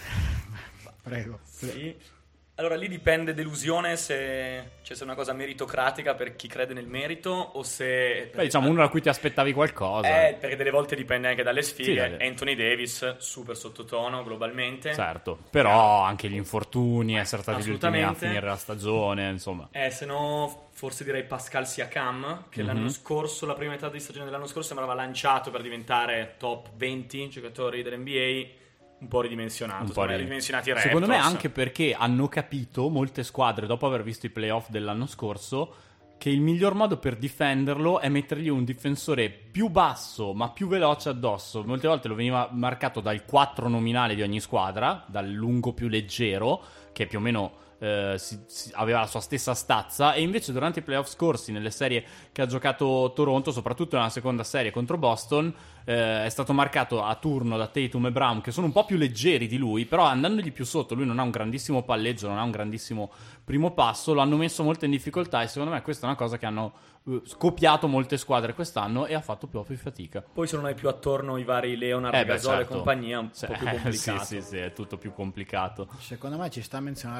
Speaker 5: prego.
Speaker 6: Sì. Allora lì dipende delusione se c'è se è una cosa meritocratica per chi crede nel merito o se...
Speaker 3: Beh, diciamo uno da cui ti aspettavi qualcosa.
Speaker 6: Eh, perché delle volte dipende anche dalle sfighe.
Speaker 3: Sì, dai.
Speaker 6: Anthony Davis, super sottotono globalmente.
Speaker 3: Certo, però anche gli infortuni, essere stati gli ultimi a
Speaker 6: Assolutamente.
Speaker 3: finire la stagione, insomma.
Speaker 6: Eh, se no, forse direi Pascal Siakam, che
Speaker 3: Mhm.
Speaker 6: l'anno scorso, la prima metà di stagione dell'anno scorso, sembrava lanciato per diventare top venti giocatori dell'N B A. Un po' ridimensionato,
Speaker 3: Un po'
Speaker 6: secondo me,
Speaker 3: ri-
Speaker 6: ridimensionati i
Speaker 3: Secondo me
Speaker 6: Raptors.
Speaker 3: anche perché hanno capito, molte squadre, dopo aver visto i playoff dell'anno scorso, che il miglior modo per difenderlo è mettergli un difensore più basso ma più veloce addosso. Molte volte lo veniva marcato dal quattro nominale di ogni squadra, dal lungo più leggero, che più o meno eh, si- si- aveva la sua stessa stazza, e invece durante i playoff scorsi, nelle serie che ha giocato Toronto, soprattutto nella seconda serie contro Boston, eh, è stato marcato a turno da Tatum e Brown, che sono un po' più leggeri di lui, però andandogli più sotto. Lui non ha un grandissimo palleggio, non ha un grandissimo primo passo, lo hanno messo molto in difficoltà, e secondo me questa è una cosa che hanno eh, copiato molte squadre quest'anno e ha fatto proprio fatica.
Speaker 6: Poi se non hai più attorno i vari Leonard,
Speaker 3: Eh beh,
Speaker 6: Gasol
Speaker 3: certo.
Speaker 6: e compagnia, un
Speaker 3: Sì,
Speaker 6: po' più
Speaker 3: eh,
Speaker 6: complicato.
Speaker 3: sì, sì, sì, è tutto più complicato.
Speaker 5: Secondo me ci sta a menzionare Siakam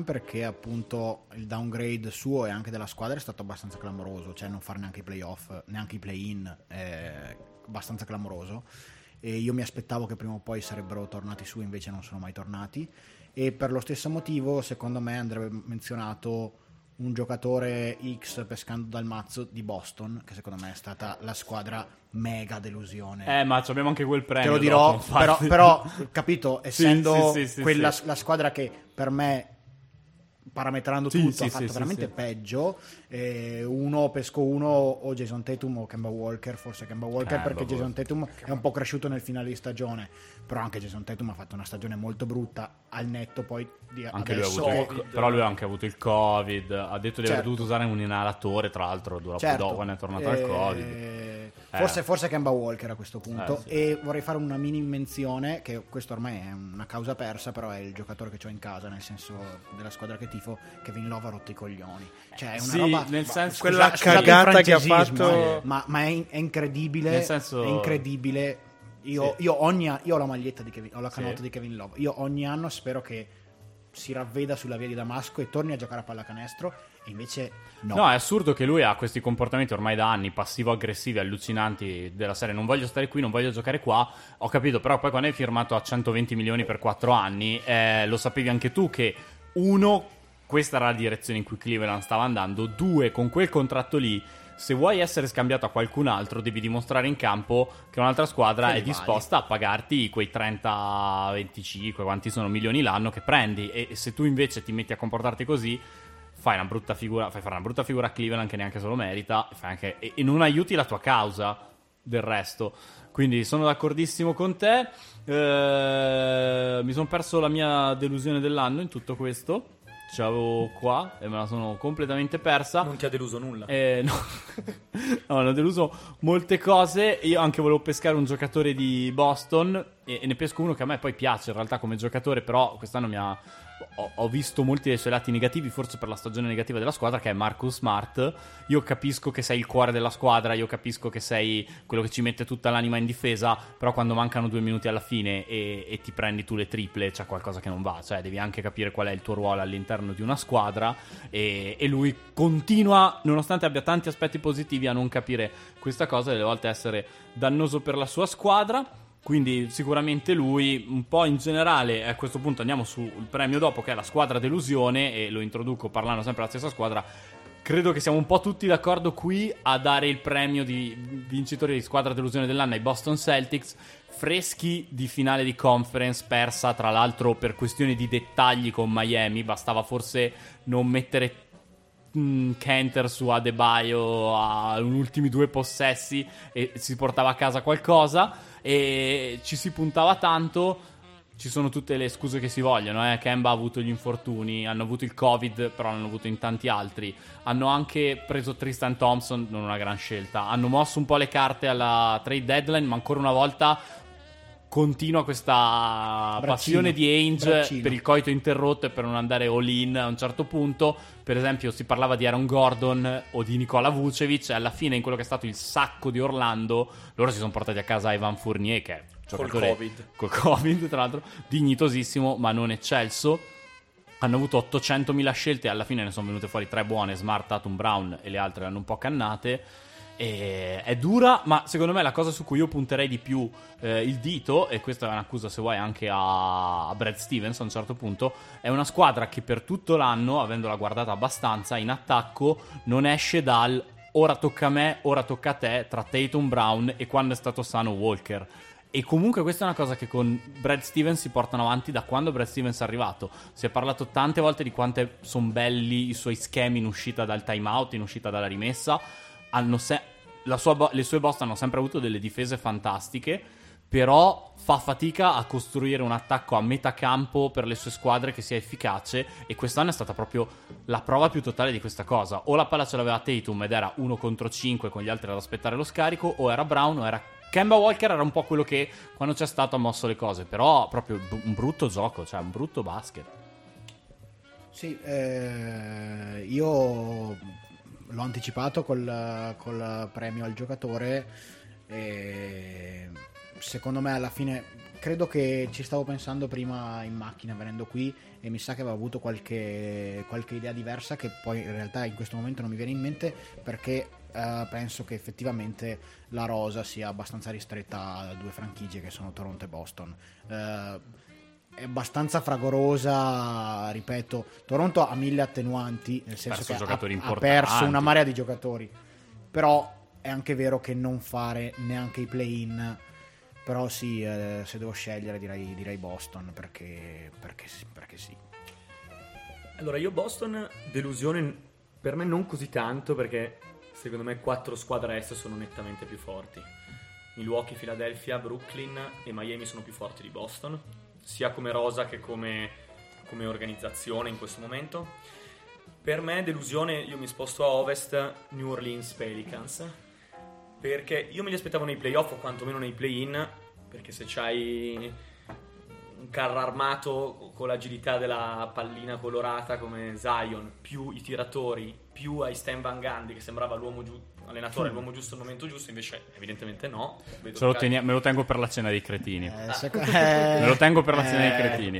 Speaker 5: perché appunto il downgrade suo e anche della squadra è stato abbastanza clamoroso, cioè non fare neanche i playoff, neanche i play-in è abbastanza clamoroso, e io mi aspettavo che prima o poi sarebbero tornati su, invece non sono mai tornati, e per lo stesso motivo secondo me andrebbe menzionato un giocatore X pescando dal mazzo di Boston, che secondo me è stata la squadra mega delusione.
Speaker 3: Eh, ma abbiamo anche quel premio.
Speaker 5: Te lo dirò,
Speaker 3: dopo,
Speaker 5: però, però capito, essendo
Speaker 3: sì, sì, sì,
Speaker 5: quella
Speaker 3: sì.
Speaker 5: la squadra che per me, parametrando
Speaker 3: Sì,
Speaker 5: tutto,
Speaker 3: sì,
Speaker 5: ha fatto
Speaker 3: sì,
Speaker 5: veramente
Speaker 3: sì, sì.
Speaker 5: peggio. Eh, uno pesco uno, o Jason Tatum o Kemba Walker, forse Kemba Walker,
Speaker 3: Kemba
Speaker 5: perché Jason
Speaker 3: Walker.
Speaker 5: Tatum è un po' cresciuto nel finale di stagione, però anche Jason Tatum ha fatto una stagione molto brutta, al netto poi di
Speaker 3: Anche lui ha
Speaker 5: adesso
Speaker 3: avuto il,
Speaker 5: che-
Speaker 3: co- però lui ha anche avuto il Covid, ha detto di aver
Speaker 5: Certo.
Speaker 3: dovuto usare un inalatore, tra l'altro dopo,
Speaker 5: Certo.
Speaker 3: dopo quando è tornato
Speaker 5: Eh,
Speaker 3: al Covid.
Speaker 5: Forse,
Speaker 3: Eh.
Speaker 5: forse Kemba Walker a questo punto.
Speaker 3: Eh, sì.
Speaker 5: E vorrei fare una mini menzione, che questo ormai è una causa persa, però è il giocatore che ho in casa, nel senso della squadra che tifo. Kevin Love ha rotto i coglioni, cioè è una
Speaker 3: Sì,
Speaker 5: roba,
Speaker 3: nel senso-
Speaker 4: quella
Speaker 5: scusate il
Speaker 4: cagata che ha
Speaker 5: francesismo,
Speaker 4: fatto-
Speaker 5: eh, ma, ma è, in- è incredibile,
Speaker 3: Nel senso-
Speaker 5: è incredibile. Io,
Speaker 3: Sì.
Speaker 5: io ogni a- io ho la maglietta di Kevin, ho la
Speaker 3: Sì.
Speaker 5: canotta di Kevin Love. Io ogni anno spero che si ravveda sulla via di Damasco e torni a giocare a pallacanestro, e invece no.
Speaker 3: No, è assurdo che lui ha questi comportamenti ormai da anni, passivo-aggressivi, allucinanti, della serie non voglio stare qui, non voglio giocare qua. Ho capito, però poi quando hai firmato a centoventi milioni per quattro anni, eh, lo sapevi anche tu che, uno, questa era la direzione in cui Cleveland stava andando, due, con quel contratto lì, se vuoi essere scambiato a qualcun altro devi dimostrare in campo che un'altra squadra
Speaker 5: Che
Speaker 3: è
Speaker 5: li vali.
Speaker 3: disposta a pagarti quei trenta venticinque, quanti sono, milioni l'anno che prendi, e se tu invece ti metti a comportarti così fai una brutta figura, fai fare una brutta figura a Cleveland che neanche solo merita, fai anche, e, e non aiuti la tua causa del resto. Quindi sono d'accordissimo con te. Eh, mi sono perso la mia delusione dell'anno in tutto questo. Ce l'avevo qua e me la sono completamente persa.
Speaker 6: Non ti ha deluso nulla.
Speaker 3: Eh, no. No, hanno deluso molte cose. Io anche volevo pescare un giocatore di Boston e, e ne pesco uno che a me poi piace in realtà come giocatore, però quest'anno mi ha... Ho, ho visto molti dei suoi lati negativi, forse per la stagione negativa della squadra, che è Marcus Smart. Io capisco che sei il cuore della squadra, io capisco che sei quello che ci mette tutta l'anima in difesa, però quando mancano due minuti alla fine e, e ti prendi tu le triple c'è qualcosa che non va, cioè devi anche capire qual è il tuo ruolo all'interno di una squadra, e, e lui continua, nonostante abbia tanti aspetti positivi, a non capire questa cosa e delle volte essere dannoso per la sua squadra. Quindi sicuramente lui, un po' in generale. A questo punto andiamo sul premio dopo, che è la squadra delusione, e lo introduco parlando sempre della stessa squadra. Credo che siamo un po' tutti d'accordo qui a dare il premio di vincitori di squadra delusione dell'anno ai Boston Celtics, freschi di finale di conference, persa tra l'altro per questioni di dettagli con Miami. Bastava forse non mettere mh, Kanter su Adebayo a ultimi due possessi e si portava a casa qualcosa, e ci si puntava tanto. Ci sono tutte le scuse che si vogliono, eh. Kemba ha avuto gli infortuni, hanno avuto il Covid, però l'hanno avuto in tanti altri. Hanno anche preso Tristan Thompson, non una gran scelta. Hanno mosso un po' le carte alla trade deadline, ma ancora una volta continua questa
Speaker 5: Braccino.
Speaker 3: passione di Ainge
Speaker 5: Braccino.
Speaker 3: per il coito interrotto e per non andare all in a un certo punto. Per esempio si parlava di Aaron Gordon o di Nikola Vucevic, e alla fine in quello che è stato il sacco di Orlando loro si sono portati a casa Evan Fournier, che è
Speaker 6: Col
Speaker 3: giocatore
Speaker 6: Covid.
Speaker 3: col Covid tra l'altro dignitosissimo ma non eccelso. Hanno avuto ottocentomila scelte e alla fine ne sono venute fuori tre buone, Smart, Tatum, Brown, e le altre le hanno un po' cannate. E è dura, ma secondo me la cosa su cui io punterei di più eh, il dito, e questa è un'accusa se vuoi anche a, a Brad Stevens a un certo punto, è una squadra che per tutto l'anno, avendola guardata abbastanza, in attacco non esce dal ora tocca a me, ora tocca a te, tra Tatum, Brown e quando è stato sano Walker. E comunque questa è una cosa che con Brad Stevens si portano avanti da quando Brad Stevens è arrivato. Si è parlato tante volte di quanto sono belli i suoi schemi in uscita dal timeout, in uscita dalla rimessa. Hanno se- la sua bo- le sue Boston hanno sempre avuto delle difese fantastiche, però fa fatica a costruire un attacco a metà campo per le sue squadre che sia efficace, e quest'anno è stata proprio la prova più totale di questa cosa. O la palla ce l'aveva Tatum ed era uno contro cinque con gli altri ad aspettare lo scarico, o era Brown o era Kemba Walker, era un po' quello che quando c'è stato ha mosso le cose, però proprio un brutto gioco, cioè un brutto basket.
Speaker 5: Sì, eh, io l'ho anticipato col, col premio al giocatore, e secondo me alla fine credo che ci stavo pensando prima in macchina venendo qui e mi sa che avevo avuto qualche, qualche idea diversa che poi in realtà in questo momento non mi viene in mente, perché uh, penso che effettivamente la rosa sia abbastanza ristretta a due franchigie che sono Toronto e Boston. Uh, è abbastanza fragorosa, ripeto. Toronto ha mille attenuanti, nel senso
Speaker 3: perso
Speaker 5: che
Speaker 3: giocatori
Speaker 5: ha, ha
Speaker 3: importanti.
Speaker 5: perso una marea di giocatori, però è anche vero che non fare neanche i play-in. Però sì, eh, se devo scegliere direi, direi Boston, perché, perché, perché sì.
Speaker 6: Allora io Boston, delusione per me non così tanto, perché secondo me quattro squadre est sono nettamente più forti. Milwaukee, Philadelphia, Brooklyn e Miami sono più forti di Boston, sia come rosa che come, come organizzazione in questo momento. Per me delusione, io mi sposto a ovest, New Orleans Pelicans, perché io me li aspettavo nei playoff o quantomeno nei play-in, perché se c'hai un carro armato con l'agilità della pallina colorata come Zion, più i tiratori, più hai Stan Van Gundy che sembrava l'uomo giu- allenatore, mm. l'uomo giusto al momento giusto, invece evidentemente no. Vedo
Speaker 3: lo tenia- me lo tengo per la cena dei cretini.
Speaker 5: Eh, sec-
Speaker 3: me lo tengo per la cena
Speaker 5: eh.
Speaker 3: dei cretini.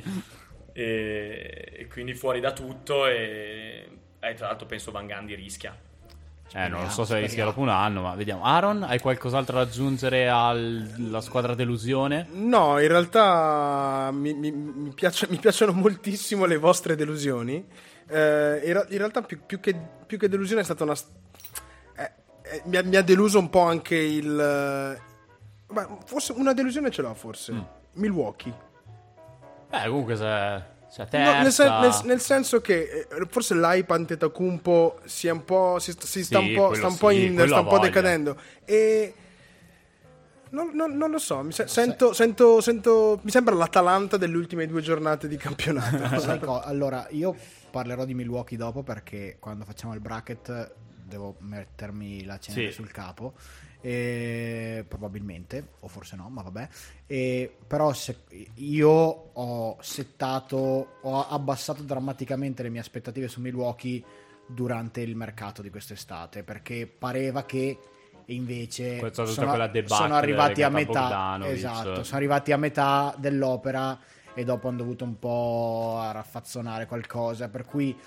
Speaker 6: E, e quindi fuori da tutto e, e tra l'altro penso Van Gundy rischia.
Speaker 3: Eh, non lo so se rischia dopo un anno, ma vediamo. Aaron, hai qualcos'altro da aggiungere alla squadra delusione?
Speaker 4: No, in realtà mi, mi, mi, piace, mi piacciono moltissimo le vostre delusioni. Eh, in, in realtà più, più, che, più che delusione è stata una... Eh, eh, mi, ha, mi ha deluso un po' anche il... Eh, ma forse una delusione ce l'ho forse. Mm. Milwaukee.
Speaker 3: Beh, comunque se... Cioè,
Speaker 4: no, nel, sen- nel, nel senso che eh, forse l'hype Antetokounmpo si è un po' si, si sta
Speaker 3: sì,
Speaker 4: un po', sta un po',
Speaker 3: sì,
Speaker 4: in, sta un po'
Speaker 3: voglia.
Speaker 4: decadendo e non, non, non lo so, mi se- sento, sento, sento mi sembra l'Atalanta delle ultime due giornate di campionato.
Speaker 5: Sai co- allora io parlerò di Milwaukee dopo, perché quando facciamo il bracket devo mettermi la cenere
Speaker 3: sì.
Speaker 5: sul capo. E probabilmente, o forse no, ma vabbè. E però se io ho settato, ho abbassato drammaticamente le mie aspettative su Milwaukee durante il mercato di quest'estate, perché pareva che invece sono, sono arrivati a metà, esatto, sono arrivati a metà dell'opera e dopo hanno dovuto un po' raffazzonare qualcosa, per cui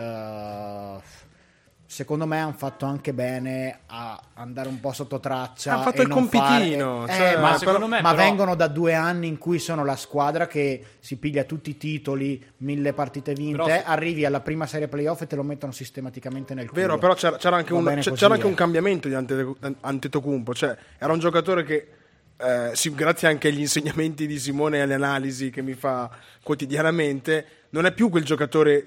Speaker 5: uh, secondo me hanno fatto anche bene a andare un po' sotto traccia.
Speaker 4: Hanno fatto
Speaker 5: e
Speaker 4: il
Speaker 5: non
Speaker 4: compitino.
Speaker 5: Fare...
Speaker 4: Cioè,
Speaker 5: eh,
Speaker 3: ma
Speaker 5: ma
Speaker 3: secondo me
Speaker 5: ma
Speaker 3: però...
Speaker 5: vengono da due anni in cui sono la squadra che si piglia tutti i titoli, mille partite vinte, però... arrivi alla prima serie playoff e te lo mettono sistematicamente nel culo.
Speaker 4: Vero, però c'era, c'era, anche, un, c'era
Speaker 5: così,
Speaker 4: anche
Speaker 5: eh.
Speaker 4: un cambiamento di Antetokounmpo. Cioè, era un giocatore che eh, sì, grazie anche agli insegnamenti di Simone e alle analisi che mi fa quotidianamente, non è più quel giocatore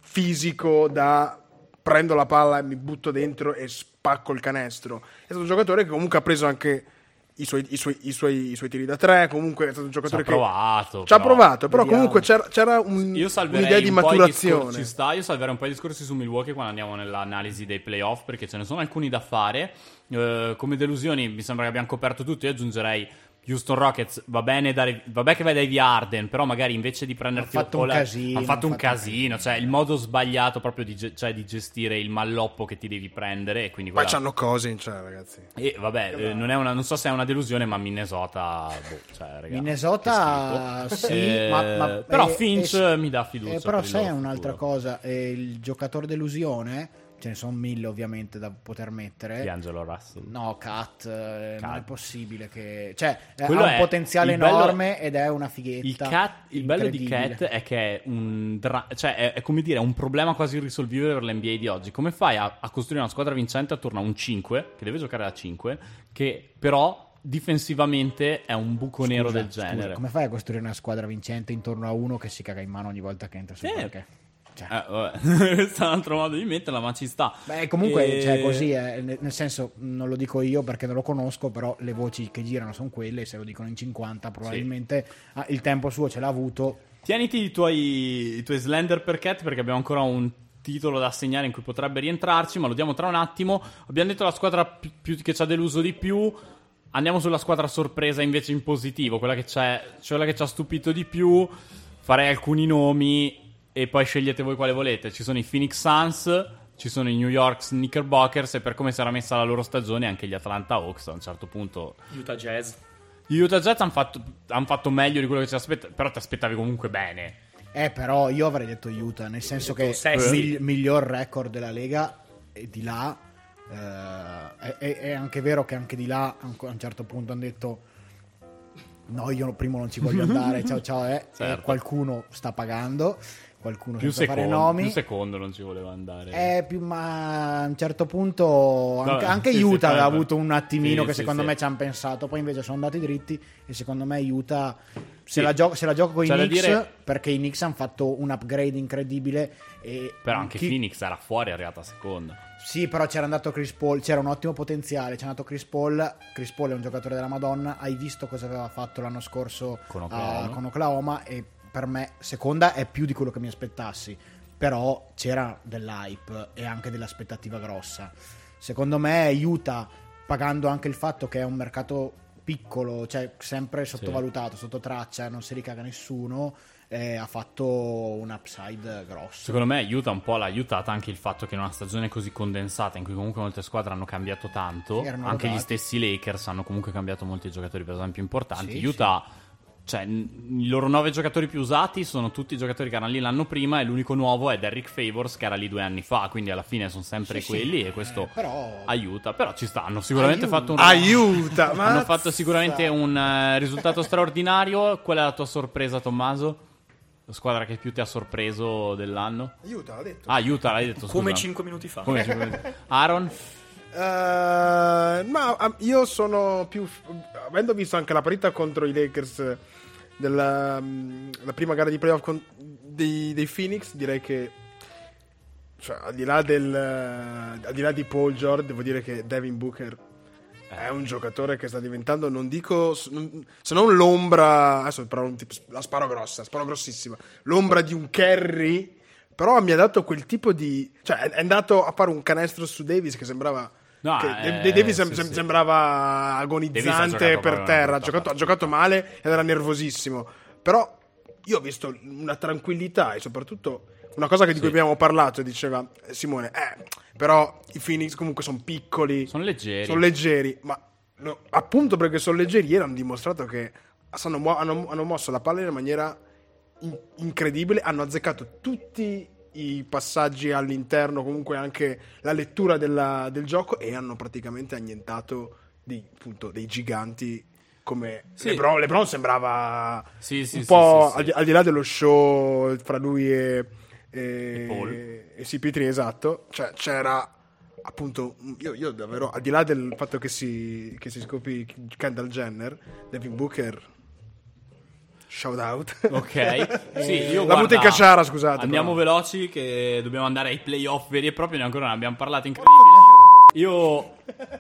Speaker 4: fisico da prendo la palla e mi butto dentro e spacco il canestro. È stato un giocatore che comunque ha preso anche i suoi, i suoi, i suoi, i suoi tiri da tre. Comunque è stato un giocatore
Speaker 3: ci ha provato,
Speaker 4: che ci ha
Speaker 3: però.
Speaker 4: provato, però
Speaker 5: Vediamo.
Speaker 4: comunque c'era, c'era un,
Speaker 3: io
Speaker 4: un'idea di
Speaker 3: un
Speaker 4: maturazione.
Speaker 3: Discor- ci sta, io salverei un po' i discorsi su Milwaukee quando andiamo nell'analisi dei playoff, perché ce ne sono alcuni da fare. Uh, come delusioni mi sembra che abbiamo coperto tutto. Io aggiungerei Houston Rockets, va bene dare, vabbè che vai dai Arden, però magari invece di prenderti
Speaker 5: hanno fatto un
Speaker 3: la,
Speaker 5: casino,
Speaker 3: hanno fatto un
Speaker 5: fatto
Speaker 3: casino, cioè il modo sbagliato proprio di, cioè, di gestire il malloppo che ti devi prendere, e quindi
Speaker 4: Poi
Speaker 3: quella...
Speaker 4: c'hanno cose, cioè, ragazzi.
Speaker 3: E vabbè, eh, non, è una, non so se è una delusione, ma Minnesota, boh, cioè, raga,
Speaker 5: Minnesota
Speaker 3: che schifo.
Speaker 5: sì,
Speaker 3: Eh,
Speaker 5: ma, ma
Speaker 3: però
Speaker 5: eh,
Speaker 3: Finch
Speaker 5: eh,
Speaker 3: mi dà fiducia.
Speaker 5: eh, però
Speaker 3: per il
Speaker 5: sai
Speaker 3: loro
Speaker 5: un'altra
Speaker 3: futuro.
Speaker 5: cosa, eh, il giocatore delusione, ce ne sono mille ovviamente da poter mettere.
Speaker 3: D'Angelo Russell.
Speaker 5: No, Cat, eh,
Speaker 3: Cat.
Speaker 5: non è possibile che... Cioè, eh,
Speaker 3: Quello
Speaker 5: ha un
Speaker 3: è-
Speaker 5: potenziale
Speaker 3: il bello-
Speaker 5: enorme ed è una fighetta.
Speaker 3: Il, cat, il bello di
Speaker 5: incredibile.
Speaker 3: Cat è che è un dra- cioè è, è come dire, è un problema quasi irrisolvibile per l'N B A di oggi. Come fai a, a costruire una squadra vincente attorno a un cinque, che deve giocare a cinque, che però difensivamente è un buco nero
Speaker 5: Scusa,
Speaker 3: del genere?
Speaker 5: scusa, come fai a costruire una squadra vincente intorno a uno che si caga in mano ogni volta che entra sul
Speaker 3: Sì.
Speaker 5: parquet? Cioè.
Speaker 3: Eh, vabbè. Questo è un altro modo di metterla, ma ci sta.
Speaker 5: Beh, comunque,
Speaker 3: E-
Speaker 5: cioè, così è, nel nel senso, non lo dico io perché non lo conosco, però le voci che girano sono quelle, e se lo dicono in cinquanta probabilmente ah, il tempo suo ce l'ha avuto.
Speaker 3: Tieniti i tuoi, i tuoi slender per Cat, perché abbiamo ancora un titolo da assegnare in cui potrebbe rientrarci, ma lo diamo tra un attimo. Abbiamo detto la squadra più, più che ci ha deluso di più. Andiamo sulla squadra sorpresa invece in positivo, quella che, c'è, cioè quella che ci ha stupito di più. Farei alcuni nomi e poi scegliete voi quale volete. Ci sono i Phoenix Suns, ci sono i New York Knickerbockers, e per come si era messa la loro stagione anche gli Atlanta Hawks a un certo punto.
Speaker 6: Utah Jazz.
Speaker 3: Gli Utah Jazz hanno fatto, han fatto meglio di quello che ci aspettavi, però ti aspettavi comunque bene.
Speaker 5: Eh, però io avrei detto Utah, nel senso che il migli- miglior record della Lega è di là. Eh, è, è anche vero che anche di là a un certo punto hanno detto no, io primo non ci voglio andare, ciao ciao, eh.
Speaker 3: Certo.
Speaker 5: E qualcuno sta pagando, qualcuno
Speaker 3: Più
Speaker 5: senza
Speaker 3: secondo,
Speaker 5: fare nomi.
Speaker 3: più secondo non ci voleva andare.
Speaker 5: Eh, più, ma a un certo punto anche,
Speaker 3: No,
Speaker 5: anche
Speaker 3: sì,
Speaker 5: Utah
Speaker 3: sì,
Speaker 5: aveva
Speaker 3: sì.
Speaker 5: avuto un attimino
Speaker 3: Sì,
Speaker 5: che
Speaker 3: sì,
Speaker 5: secondo
Speaker 3: sì.
Speaker 5: me ci hanno pensato, poi invece sono andati dritti e secondo me Utah se,
Speaker 3: Sì.
Speaker 5: la, gio- se la gioca con i
Speaker 3: C'è da
Speaker 5: Knicks,
Speaker 3: dire-
Speaker 5: perché i Knicks hanno fatto un upgrade incredibile e
Speaker 3: Però anche
Speaker 5: chi-
Speaker 3: Phoenix era fuori, è arrivata seconda.
Speaker 5: Sì, però c'era andato Chris Paul, c'era un ottimo potenziale, c'è andato Chris Paul, Chris Paul è un giocatore della Madonna, hai visto cosa aveva fatto l'anno scorso
Speaker 3: Con
Speaker 5: a-
Speaker 3: Oklahoma.
Speaker 5: con Oklahoma e per me seconda è più di quello che mi aspettassi, però c'era dell'hype e anche dell'aspettativa grossa. Secondo me Utah, pagando anche il fatto che è un mercato piccolo, cioè sempre sottovalutato, sotto traccia, non si ricaga nessuno, eh, ha fatto un upside grosso.
Speaker 3: Secondo me Utah un po' l'ha aiutata anche il fatto che in una stagione così condensata, in cui comunque molte squadre hanno cambiato tanto,
Speaker 5: Sì, erano
Speaker 3: anche gli
Speaker 5: rodati.
Speaker 3: stessi Lakers hanno comunque cambiato molti giocatori per esempio importanti.
Speaker 5: Sì,
Speaker 3: Utah, cioè n- i loro nove giocatori più usati sono tutti i giocatori che erano lì l'anno prima e l'unico nuovo è Derrick Favors che era lì due anni fa, quindi alla fine sono sempre
Speaker 5: Sì, sì.
Speaker 3: quelli e questo
Speaker 5: Eh, però-
Speaker 3: aiuta. Però ci stanno, sicuramente
Speaker 5: Aiuta.
Speaker 3: fatto un
Speaker 4: Aiuta,
Speaker 3: hanno
Speaker 4: mazza.
Speaker 3: fatto sicuramente un eh, risultato straordinario. Qual è la tua sorpresa, Tommaso? La squadra che più ti ha sorpreso dell'anno?
Speaker 4: Aiuta, l'ha detto.
Speaker 3: Ah, Utah, l'hai detto, scusa.
Speaker 6: Come cinque minuti fa.
Speaker 3: Come cinque minuti. Aaron?
Speaker 4: Eh, ma ah, io sono più. Avendo visto anche la partita contro i Lakers della mm, la prima gara di playoff con- dei, dei Phoenix, direi che. Cioè, al di là del. eh, al di là di Paul George, devo dire che Devin Booker è un giocatore che sta diventando, non dico. s- non- se non l'ombra. Adesso però un tipo- la sparo grossa, sparo grossissima. L'ombra di un Curry. Però mi ha dato quel tipo di. Cioè, è è andato a fare un canestro su Davis che sembrava.
Speaker 3: No,
Speaker 4: che
Speaker 3: eh,
Speaker 4: De- Davis sem-
Speaker 3: sì,
Speaker 4: sem-
Speaker 3: sì.
Speaker 4: sembrava
Speaker 3: Davis ha
Speaker 4: agonizzante
Speaker 3: giocato
Speaker 4: per
Speaker 3: proprio una
Speaker 4: terra. Ha
Speaker 3: brutta
Speaker 4: giocato, ha
Speaker 3: partita.
Speaker 4: giocato male ed era nervosissimo. Però io ho visto una tranquillità e soprattutto una cosa che di cui
Speaker 3: Sì.
Speaker 4: abbiamo parlato. Diceva eh, Simone, eh, però i Phoenix comunque sono piccoli,
Speaker 3: Sono leggeri.
Speaker 4: sono leggeri, ma no, appunto perché sono leggeri, ieri hanno dimostrato che sanno mu- hanno, hanno mosso la palla in una maniera in- incredibile, hanno azzeccato tutti i passaggi all'interno, comunque anche la lettura della- del gioco e hanno praticamente annientato dei, appunto, dei giganti come
Speaker 3: Sì.
Speaker 4: LeBron. LeBron sembrava
Speaker 3: Sì, sì,
Speaker 4: un
Speaker 3: sì,
Speaker 4: po'
Speaker 3: sì, sì.
Speaker 4: Al, di, al di là dello show fra lui e, e,
Speaker 3: E Paul.
Speaker 4: e C P tre, esatto, cioè c'era appunto io, io davvero, al di là del fatto che si, che si scopi Kendall Jenner, Devin Booker, shout out.
Speaker 3: Ok, sì, io
Speaker 4: La
Speaker 3: guarda,
Speaker 4: muta in cacciara, scusate,
Speaker 3: andiamo
Speaker 4: però.
Speaker 3: veloci che dobbiamo andare ai playoff veri e propri, noi ancora non abbiamo parlato, incredibile. Io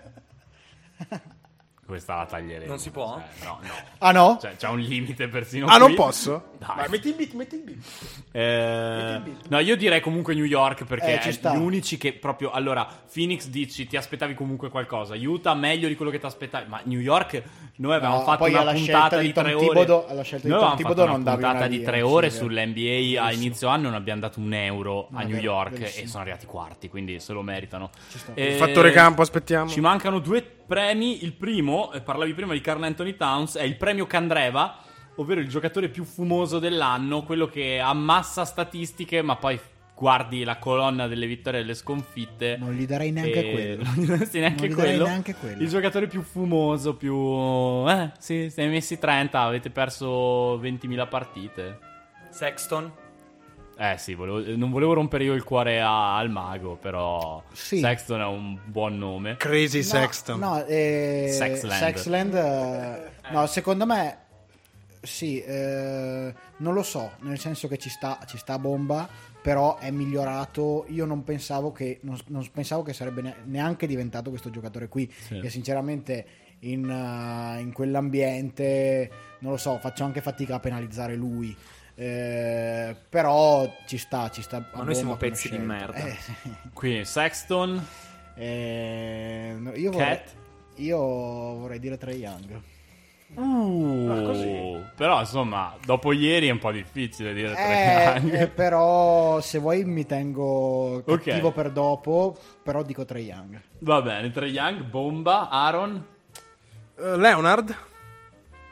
Speaker 3: questa la taglieremo.
Speaker 6: Non si può?
Speaker 3: Eh, no, no.
Speaker 5: Ah no?
Speaker 3: Cioè, c'è un limite persino
Speaker 4: Ah,
Speaker 3: qui.
Speaker 4: non posso?
Speaker 3: Dai.
Speaker 4: Vai, metti il beat, metti il beat.
Speaker 3: Eh, no, io direi comunque New York perché
Speaker 5: Eh, ci
Speaker 3: è
Speaker 5: sta.
Speaker 3: gli unici che proprio. Allora, Phoenix dici ti aspettavi comunque qualcosa. Utah meglio di quello che ti aspettavi. Ma New York, noi avevamo
Speaker 5: No,
Speaker 3: fatto
Speaker 5: poi
Speaker 3: una
Speaker 5: alla
Speaker 3: puntata
Speaker 5: scelta
Speaker 3: di
Speaker 5: di Tom
Speaker 3: tre ore.
Speaker 5: Thibodeau- alla scelta di
Speaker 3: Noi
Speaker 5: Tom
Speaker 3: avevamo
Speaker 5: Thibodeau
Speaker 3: fatto
Speaker 5: non
Speaker 3: una
Speaker 5: davi
Speaker 3: puntata
Speaker 5: una
Speaker 3: di
Speaker 5: via,
Speaker 3: tre
Speaker 5: sì,
Speaker 3: ore
Speaker 5: vero.
Speaker 3: sull'N B A a inizio anno. Non abbiamo dato un euro a
Speaker 5: No,
Speaker 3: New
Speaker 5: vero,
Speaker 3: York
Speaker 5: verissimo.
Speaker 3: e sono arrivati quarti. Quindi se lo meritano.
Speaker 5: sta.
Speaker 3: Eh,
Speaker 4: Il fattore campo, aspettiamo.
Speaker 3: Ci mancano due premi. Il primo, eh, parlavi prima di Karl Anthony Towns, è il premio Candreva, ovvero il giocatore più fumoso dell'anno, quello che ammassa statistiche, ma poi guardi la colonna delle vittorie e delle sconfitte.
Speaker 5: Non gli darei neanche
Speaker 3: e-
Speaker 5: quello.
Speaker 3: Non gli daresti neanche
Speaker 5: Non gli darei
Speaker 3: quello.
Speaker 5: neanche quello.
Speaker 3: Il giocatore più fumoso, più. Eh, sì, siete messi trenta, avete perso ventimila partite.
Speaker 6: Sexton.
Speaker 3: Eh sì, volevo- non volevo rompere io il cuore a- al mago, però
Speaker 5: Sì.
Speaker 3: Sexton è un buon nome.
Speaker 4: Crazy
Speaker 5: No,
Speaker 4: Sexton.
Speaker 5: No, eh,
Speaker 3: Sexland.
Speaker 5: Sexland, eh, no, secondo me sì, eh, non lo so, nel senso che ci sta, ci sta a bomba, però è migliorato. Io non pensavo che, non, non pensavo che sarebbe ne- neanche diventato questo giocatore qui.
Speaker 3: Sì.
Speaker 5: E sinceramente in, eh, in quell'ambiente, non lo so, faccio anche fatica a penalizzare lui. Eh, però ci sta, ci sta. a
Speaker 6: Ma noi siamo
Speaker 5: bomba come
Speaker 6: pezzi di
Speaker 5: scelta.
Speaker 6: merda.
Speaker 5: Eh, sì.
Speaker 3: Qui Sexton,
Speaker 5: Eh, no, io, vorrei,
Speaker 3: Cat.
Speaker 5: io vorrei dire Trae Young.
Speaker 3: Uh, però insomma, dopo ieri è un po' difficile dire tre
Speaker 5: Eh,
Speaker 3: anni.
Speaker 5: eh, però se vuoi mi tengo
Speaker 3: Ok.
Speaker 5: cattivo per dopo, però dico Trae Young.
Speaker 3: Va bene, Trae Young, bomba, Aaron.
Speaker 4: Eh, Leonard?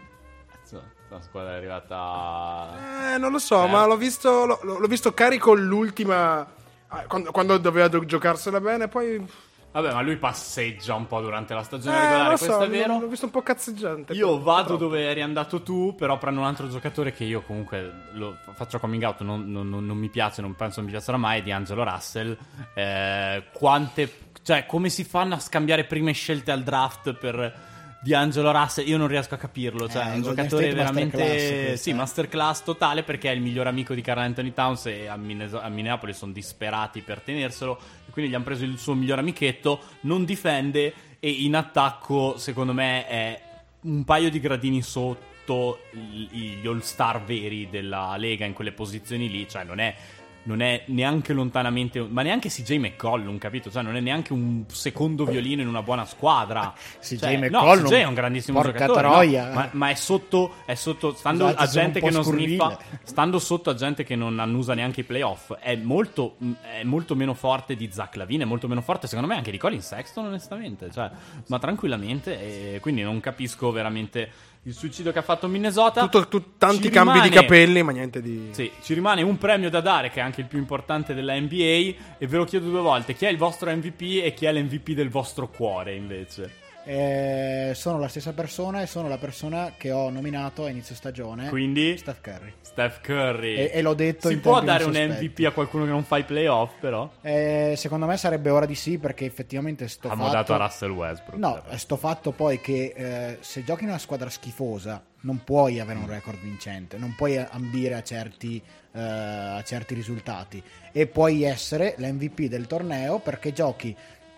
Speaker 3: La squadra è arrivata...
Speaker 4: Eh, non lo so,
Speaker 3: certo.
Speaker 4: ma l'ho visto, l'ho, l'ho visto carico l'ultima... Quando, quando doveva giocarsela bene, poi...
Speaker 3: Vabbè, ma lui passeggia un po' durante la stagione
Speaker 4: Eh,
Speaker 3: regolare,
Speaker 4: non lo so,
Speaker 3: questo è vero.
Speaker 4: l'ho visto un po' cazzeggiante.
Speaker 3: Io
Speaker 4: però,
Speaker 3: vado
Speaker 4: troppo.
Speaker 3: dove eri andato tu, però prendo un altro giocatore che io comunque lo faccio coming out, non, non, non, non mi piace, non penso mi piacerà mai, è di D'Angelo Russell. Eh, quante, cioè, come si fanno a scambiare prime scelte al draft per D'Angelo Russell? Io non riesco a capirlo, cioè
Speaker 5: Eh,
Speaker 3: è un
Speaker 5: Golden
Speaker 3: giocatore
Speaker 5: State
Speaker 3: veramente
Speaker 5: masterclass questa,
Speaker 3: sì,
Speaker 5: eh.
Speaker 3: masterclass totale, perché è il miglior amico di Karl Anthony Towns e a, Minnes- a Minneapolis sono disperati per tenerselo, e quindi gli hanno preso il suo miglior amichetto, non difende e in attacco secondo me è un paio di gradini sotto gli gli all-star veri della Lega in quelle posizioni lì, cioè non è, non è neanche lontanamente, ma neanche C J McCollum, capito? Cioè non è neanche un secondo violino in una buona squadra.
Speaker 5: C J
Speaker 3: Cioè,
Speaker 5: McCollum,
Speaker 3: no, C J è un grandissimo
Speaker 5: porca
Speaker 3: giocatore,
Speaker 5: troia.
Speaker 3: no? ma, ma è sotto, è sotto stando
Speaker 5: Scusate,
Speaker 3: a
Speaker 5: sono
Speaker 3: gente
Speaker 5: un po'
Speaker 3: che non
Speaker 5: scurrile.
Speaker 3: sniffa, stando sotto a gente che non annusa neanche i playoff, è molto, è molto meno forte di Zach LaVine, è molto meno forte secondo me anche di Colin Sexton, onestamente, cioè, ma tranquillamente, e quindi non capisco veramente il suicidio che ha fatto Minnesota.
Speaker 4: Tutto, tu- tanti
Speaker 3: Ci
Speaker 4: cambi
Speaker 3: rimane-
Speaker 4: di capelli, ma niente di...
Speaker 3: Sì, ci rimane un premio da dare, che è anche il più importante della N B A, e ve lo chiedo due volte: chi è il vostro M V P e chi è l'M V P del vostro cuore, invece?
Speaker 5: Eh, sono la stessa persona e sono la persona che ho nominato a inizio stagione.
Speaker 3: Quindi
Speaker 5: Steph Curry.
Speaker 3: Steph Curry.
Speaker 5: E, e l'ho detto
Speaker 3: Si
Speaker 5: in
Speaker 3: può
Speaker 5: tempi non
Speaker 3: dare un
Speaker 5: sospetti.
Speaker 3: M V P a qualcuno che non fa i playoff, però?
Speaker 5: Eh, secondo me sarebbe ora di sì, perché effettivamente sto
Speaker 3: Abbiamo
Speaker 5: fatto...
Speaker 3: dato a Russell Westbrook.
Speaker 5: No, sto fatto poi che eh, se giochi in una squadra schifosa non puoi avere un record vincente, non puoi ambire a certi, eh, a certi risultati, e puoi essere l'M V P del torneo perché giochi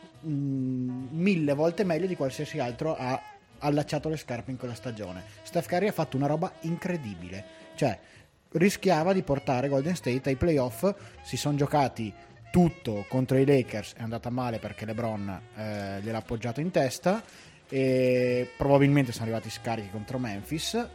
Speaker 5: mh, mille volte meglio di qualsiasi altro ha allacciato le scarpe in quella stagione. Steph Curry ha fatto una roba incredibile, cioè rischiava di portare Golden State ai playoff, si sono giocati tutto contro i Lakers, è andata male perché LeBron eh, gliel'ha appoggiato in testa, e probabilmente sono arrivati scarichi contro Memphis,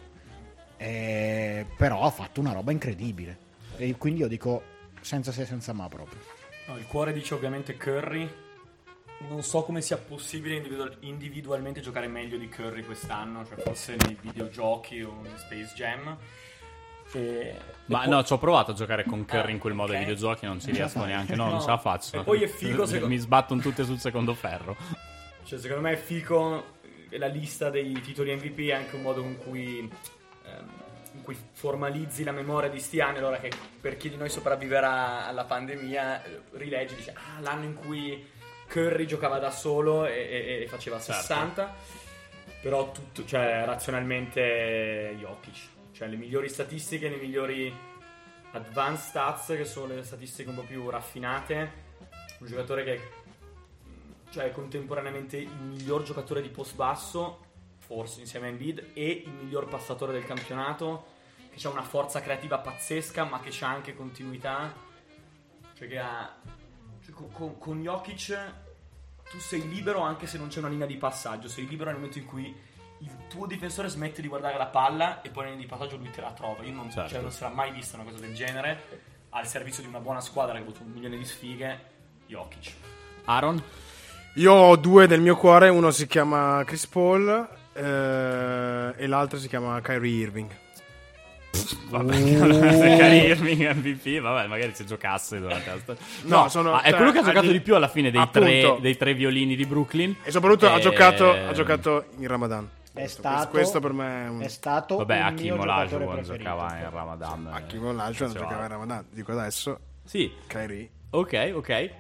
Speaker 5: eh, però ha fatto una roba incredibile, e quindi io dico senza se senza ma proprio.
Speaker 6: No, il cuore dice ovviamente Curry. Non so come sia possibile individual- individualmente giocare meglio di Curry quest'anno, cioè forse nei videogiochi o in Space Jam. E,
Speaker 3: Ma
Speaker 6: e poi-
Speaker 3: no, ci ho provato a giocare con Curry in quel modo
Speaker 6: ok.
Speaker 3: ai videogiochi, non ci
Speaker 5: Non ce la
Speaker 3: riesco
Speaker 5: fai.
Speaker 3: neanche, no, non
Speaker 6: No.
Speaker 3: ce la faccio.
Speaker 6: E poi è figo, secondo-
Speaker 3: Mi sbattono tutte sul secondo ferro.
Speaker 6: Cioè, secondo me è fico la lista dei titoli M V P, è anche un modo con cui, ehm, in cui formalizzi la memoria di sti anni. Allora che per chi di noi sopravviverà alla pandemia, eh, rileggi e dice: ah, l'anno in cui Curry giocava da solo e, e- e faceva
Speaker 3: Certo.
Speaker 6: sessanta. Però tutto, cioè, razionalmente Jokic. Cioè, le migliori statistiche, le migliori advanced stats, che sono le statistiche un po' più raffinate. Un giocatore che, cioè, è contemporaneamente il miglior giocatore di post basso, forse insieme a Embiid, e il miglior passatore del campionato, che ha una forza creativa pazzesca, ma che ha anche continuità. Cioè che ha, cioè, con, con, con Jokic tu sei libero anche se non c'è una linea di passaggio, sei libero nel momento in cui il tuo difensore smette di guardare la palla e poi nel linea di passaggio lui te la trova. Io non,
Speaker 3: Certo.
Speaker 6: cioè, non si era mai vista una cosa del genere al servizio di una buona squadra che ha avuto un milione di sfighe. Jokic.
Speaker 3: Aaron?
Speaker 4: Io ho due del mio cuore, uno si chiama Chris Paul eh, e l'altro si chiama Kyrie Irving.
Speaker 3: Vabbè, Kyrie Irving M V P, vabbè, magari se giocasse durante la stagione.
Speaker 4: No, sono-
Speaker 3: ah, è
Speaker 4: cioè,
Speaker 3: quello che ha
Speaker 4: al
Speaker 3: giocato
Speaker 4: di-
Speaker 3: di più alla fine dei,
Speaker 4: appunto.
Speaker 3: tre, dei tre violini di Brooklyn.
Speaker 4: E soprattutto ha,
Speaker 3: Eh,
Speaker 4: giocato, ha giocato in Ramadan.
Speaker 5: È
Speaker 4: Questo-
Speaker 5: stato,
Speaker 4: questo per me è un...
Speaker 5: è stato
Speaker 3: Vabbè,
Speaker 5: il
Speaker 3: Hakim
Speaker 5: mio giocatore
Speaker 3: Olajuwon
Speaker 5: preferito.
Speaker 3: giocava in Ramadan.
Speaker 4: Hakim Olajuwon
Speaker 3: eh,
Speaker 4: giocava in Ramadan. Dico adesso
Speaker 3: Sì,
Speaker 4: Kyrie.
Speaker 3: ok, ok.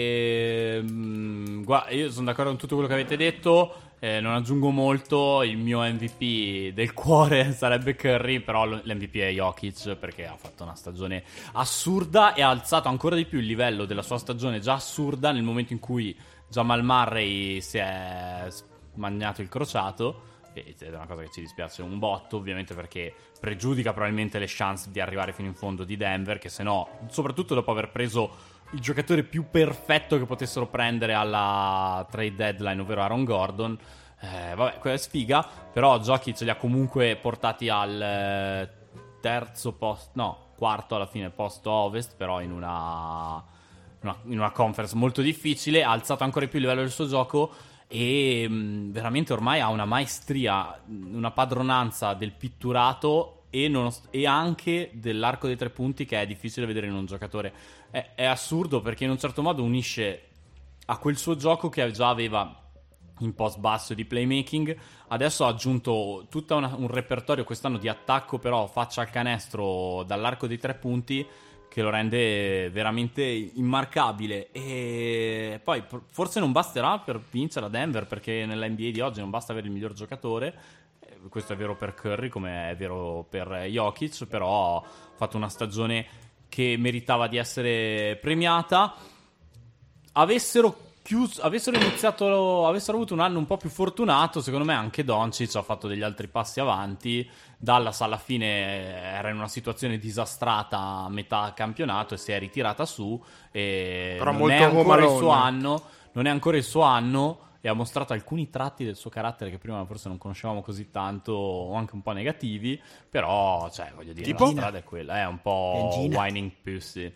Speaker 3: E, mm, guarda, io sono d'accordo con tutto quello che avete detto. Eh, non aggiungo molto. Il mio M V P del cuore sarebbe Curry, però l'M V P è Jokic perché ha fatto una stagione assurda e ha alzato ancora di più il livello della sua stagione già assurda nel momento in cui Jamal Murray si è magnato il crociato. Ed è una cosa che ci dispiace un botto, ovviamente, perché pregiudica probabilmente le chance di arrivare fino in fondo di Denver, che se no, soprattutto dopo aver preso il giocatore più perfetto che potessero prendere alla trade deadline, ovvero Aaron Gordon, eh, vabbè, quella è sfiga. Però Jokic li ha comunque portati al eh, terzo posto, no, quarto alla fine, posto ovest, però in una, una, in una conference molto difficile. Ha alzato ancora di più il livello del suo gioco e mh, veramente ormai ha una maestria, una padronanza del pitturato e, non, e anche dell'arco dei tre punti che è difficile vedere in un giocatore. È, è assurdo perché in un certo modo unisce a quel suo gioco che già aveva in post basso di playmaking, adesso ha aggiunto tutto un repertorio quest'anno di attacco però faccia al canestro dall'arco dei tre punti che lo rende veramente immarcabile. E poi forse non basterà per vincere a Denver, perché nella N B A di oggi non basta avere il miglior giocatore. Questo è vero per Curry come è vero per Jokic, però ha fatto una stagione che meritava di essere premiata. Avessero chiuso, avessero iniziato, avessero avuto un anno un po' più fortunato, secondo me anche Doncic ha fatto degli altri passi avanti. Dallas alla fine era in una situazione disastrata a metà campionato e si è ritirata su, e
Speaker 4: però
Speaker 3: non
Speaker 4: molto
Speaker 3: è ancora il suo
Speaker 4: Malone.
Speaker 3: anno, non è ancora il suo anno e ha mostrato alcuni tratti del suo carattere che prima forse non conoscevamo così tanto, o anche un po' negativi, però cioè voglio dire,
Speaker 4: tipo?
Speaker 3: la strada è quella, è un po'
Speaker 5: Gengina.
Speaker 3: whining pussy.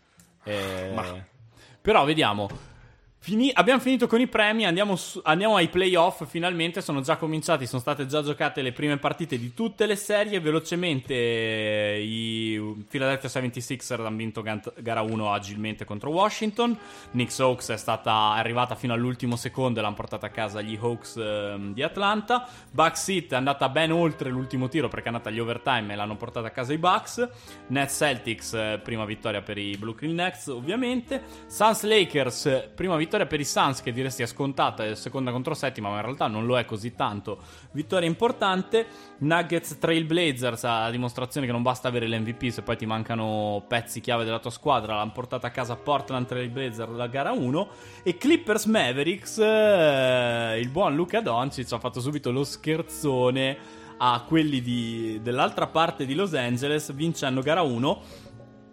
Speaker 3: Eh,
Speaker 4: Ma.
Speaker 3: Però vediamo. Fini- abbiamo finito con i premi, andiamo, su- andiamo ai playoff finalmente, sono già cominciati, sono state già giocate le prime partite di tutte le serie. Velocemente eh, i Philadelphia settantasei ers hanno vinto gan- gara uno agilmente contro Washington. Knicks Hawks è stata è arrivata fino all'ultimo secondo e l'hanno portata a casa gli Hawks ehm, di Atlanta. Bucks Heat è andata ben oltre l'ultimo tiro perché è andata agli overtime e l'hanno portata a casa i Bucks. Nets Celtics, eh, prima vittoria per i Brooklyn Nets ovviamente. Suns Lakers, eh, prima vittoria per i Suns, che diresti è scontata, è seconda contro settima, ma in realtà non lo è così tanto. Vittoria importante. Nuggets Trail Blazers, a dimostrazione che non basta avere l'M V P se poi ti mancano pezzi chiave della tua squadra, l'hanno portata a casa Portland Trail Blazers la gara uno. E Clippers Mavericks, eh, il buon Luka Doncic ha fatto subito lo scherzone a quelli di, dell'altra parte di Los Angeles, vincendo gara uno.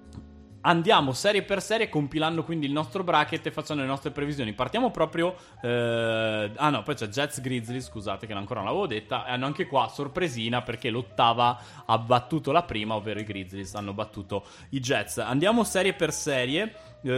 Speaker 3: Andiamo serie per serie, compilando quindi il nostro bracket e facendo le nostre previsioni. Partiamo proprio eh... ah no, poi c'è Jets Grizzlies, scusate che ancora non l'avevo detta. E hanno anche qua sorpresina perché l'ottava ha battuto la prima, ovvero i Grizzlies hanno battuto i Jets. Andiamo serie per serie.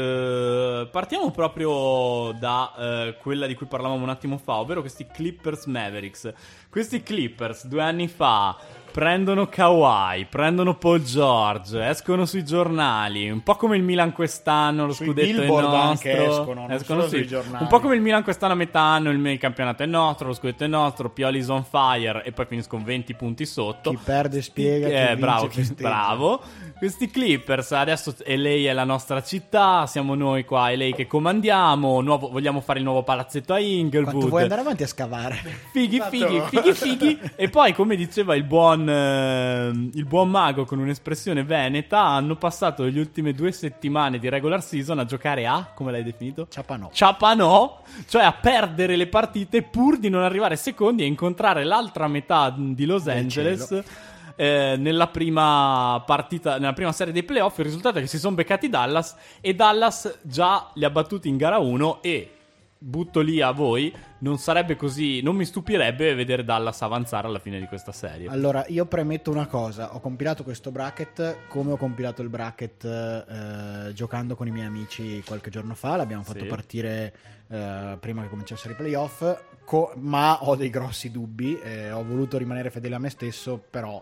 Speaker 3: Uh, partiamo proprio da uh, quella di cui parlavamo un attimo fa, ovvero questi Clippers Mavericks. Questi Clippers due anni fa prendono Kawhi, prendono Paul George, escono sui giornali, un po' come il Milan quest'anno, lo
Speaker 5: Sui
Speaker 3: scudetto è
Speaker 5: billboard
Speaker 3: nostro,
Speaker 5: anche escono, non solo
Speaker 3: sì.
Speaker 5: sui giornali.
Speaker 3: Un po' come il Milan quest'anno a metà anno, il, il campionato è nostro, lo scudetto è nostro, Pioli's on fire e poi finiscono venti punti sotto.
Speaker 5: Chi perde spiega,
Speaker 3: Sti-
Speaker 5: chi
Speaker 3: eh,
Speaker 5: vince
Speaker 3: bravo, chi-
Speaker 5: festeggia.
Speaker 3: bravo. Questi Clippers, adesso L A è la nostra città, siamo noi qua a L A che comandiamo, nuovo, vogliamo fare il nuovo palazzetto a Inglewood.
Speaker 5: Quanto vuoi andare avanti a scavare?
Speaker 3: Fighi, fighi, fighi, fighi. E poi, come diceva il buon, eh, il buon mago con un'espressione veneta, hanno passato le ultime due settimane di regular season a giocare a, come l'hai definito?
Speaker 5: Ciapanò.
Speaker 3: Ciapanò, cioè a perdere le partite pur di non arrivare secondi e incontrare l'altra metà di Los
Speaker 5: Del
Speaker 3: Angeles.
Speaker 5: cielo.
Speaker 3: Eh, nella prima partita, nella prima serie dei playoff, il risultato è che si sono beccati Dallas e Dallas già li ha battuti in gara uno. E butto lì a voi, non sarebbe così, non mi stupirebbe vedere Dallas avanzare alla fine di questa serie.
Speaker 5: Allora, io premetto una cosa, ho compilato questo bracket come ho compilato il bracket eh, giocando con i miei amici qualche giorno fa, l'abbiamo fatto
Speaker 3: Sì.
Speaker 5: partire eh, prima che cominciassero i playoff, co- ma ho dei grossi dubbi, eh, ho voluto rimanere fedele a me stesso, però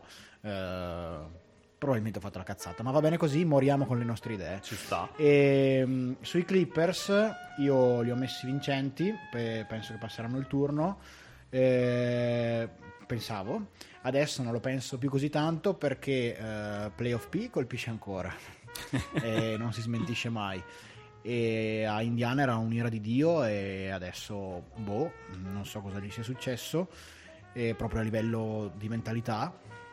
Speaker 5: eh, probabilmente ho fatto la cazzata, ma va bene così, moriamo con le nostre idee.
Speaker 3: Ci sta.
Speaker 5: E, mh, sui Clippers io li ho messi vincenti, pe- penso che passeranno il turno. Eh, pensavo, adesso non lo penso più così tanto perché eh, Playoff P colpisce ancora e non si smentisce mai. E a Indiana era un'ira di Dio e adesso boh, non so cosa gli sia successo, eh, proprio a livello di mentalità.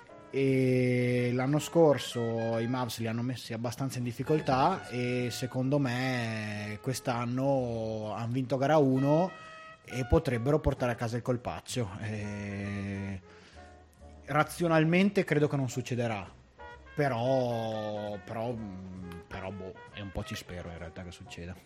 Speaker 5: E l'anno scorso i Mavs li hanno messi abbastanza in difficoltà e secondo me quest'anno hanno vinto gara uno e potrebbero portare a casa il colpaccio. E razionalmente credo che non succederà, però però, però boh, è un po' ci spero in realtà che succeda.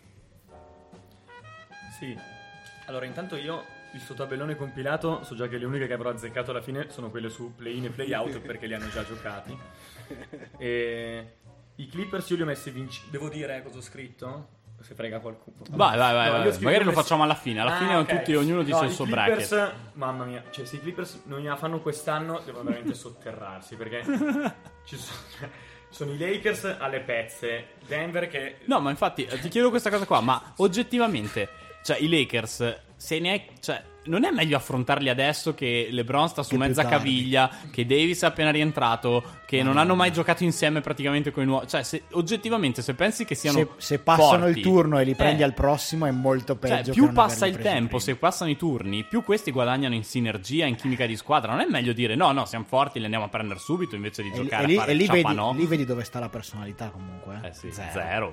Speaker 6: Sì, allora intanto io il suo tabellone compilato so già che le uniche che avrò azzeccato alla fine sono quelle su play-in e play-out perché li hanno già giocati. E i Clippers io li ho messi vinci... Devo dire cosa ho scritto? se frega qualcuno.
Speaker 3: Vai, vai, vai,
Speaker 6: No,
Speaker 3: vai.
Speaker 6: io scrivo
Speaker 3: Magari lo
Speaker 6: come-
Speaker 3: facciamo alla fine. Alla
Speaker 6: Ah,
Speaker 3: fine
Speaker 6: ok.
Speaker 3: tutti, ognuno dice
Speaker 6: No,
Speaker 3: il
Speaker 6: i
Speaker 3: suo
Speaker 6: Clippers,
Speaker 3: bracket.
Speaker 6: mamma mia, cioè se i Clippers non gliela fanno quest'anno devono veramente sotterrarsi, perché ci sono, cioè, sono i Lakers alle pezze, Denver che...
Speaker 3: No, ma infatti eh, ti chiedo questa cosa qua, ma oggettivamente, cioè i Lakers, se ne è, cioè, non è meglio affrontarli adesso che LeBron sta su
Speaker 5: Che più
Speaker 3: mezza
Speaker 5: tardi.
Speaker 3: caviglia, che Davis è appena rientrato, che non hanno mai giocato insieme praticamente con i nuovi, cioè se, oggettivamente se pensi che siano
Speaker 5: Se, se passano
Speaker 3: forti,
Speaker 5: il turno e li prendi
Speaker 3: eh,
Speaker 5: al prossimo è molto peggio.
Speaker 3: cioè,
Speaker 5: che
Speaker 3: più
Speaker 5: non
Speaker 3: passa
Speaker 5: averli
Speaker 3: il
Speaker 5: presi
Speaker 3: tempo,
Speaker 5: prima.
Speaker 3: se passano i turni, più questi guadagnano in sinergia, in chimica di squadra. Non è meglio dire no, no, siamo forti, li andiamo a prendere subito invece di
Speaker 5: E,
Speaker 3: giocare
Speaker 5: e lì,
Speaker 3: a fare
Speaker 5: e lì vedi,
Speaker 3: ciapanò.
Speaker 5: lì vedi dove sta la personalità comunque.
Speaker 3: Eh sì,
Speaker 5: Zero.
Speaker 3: zero.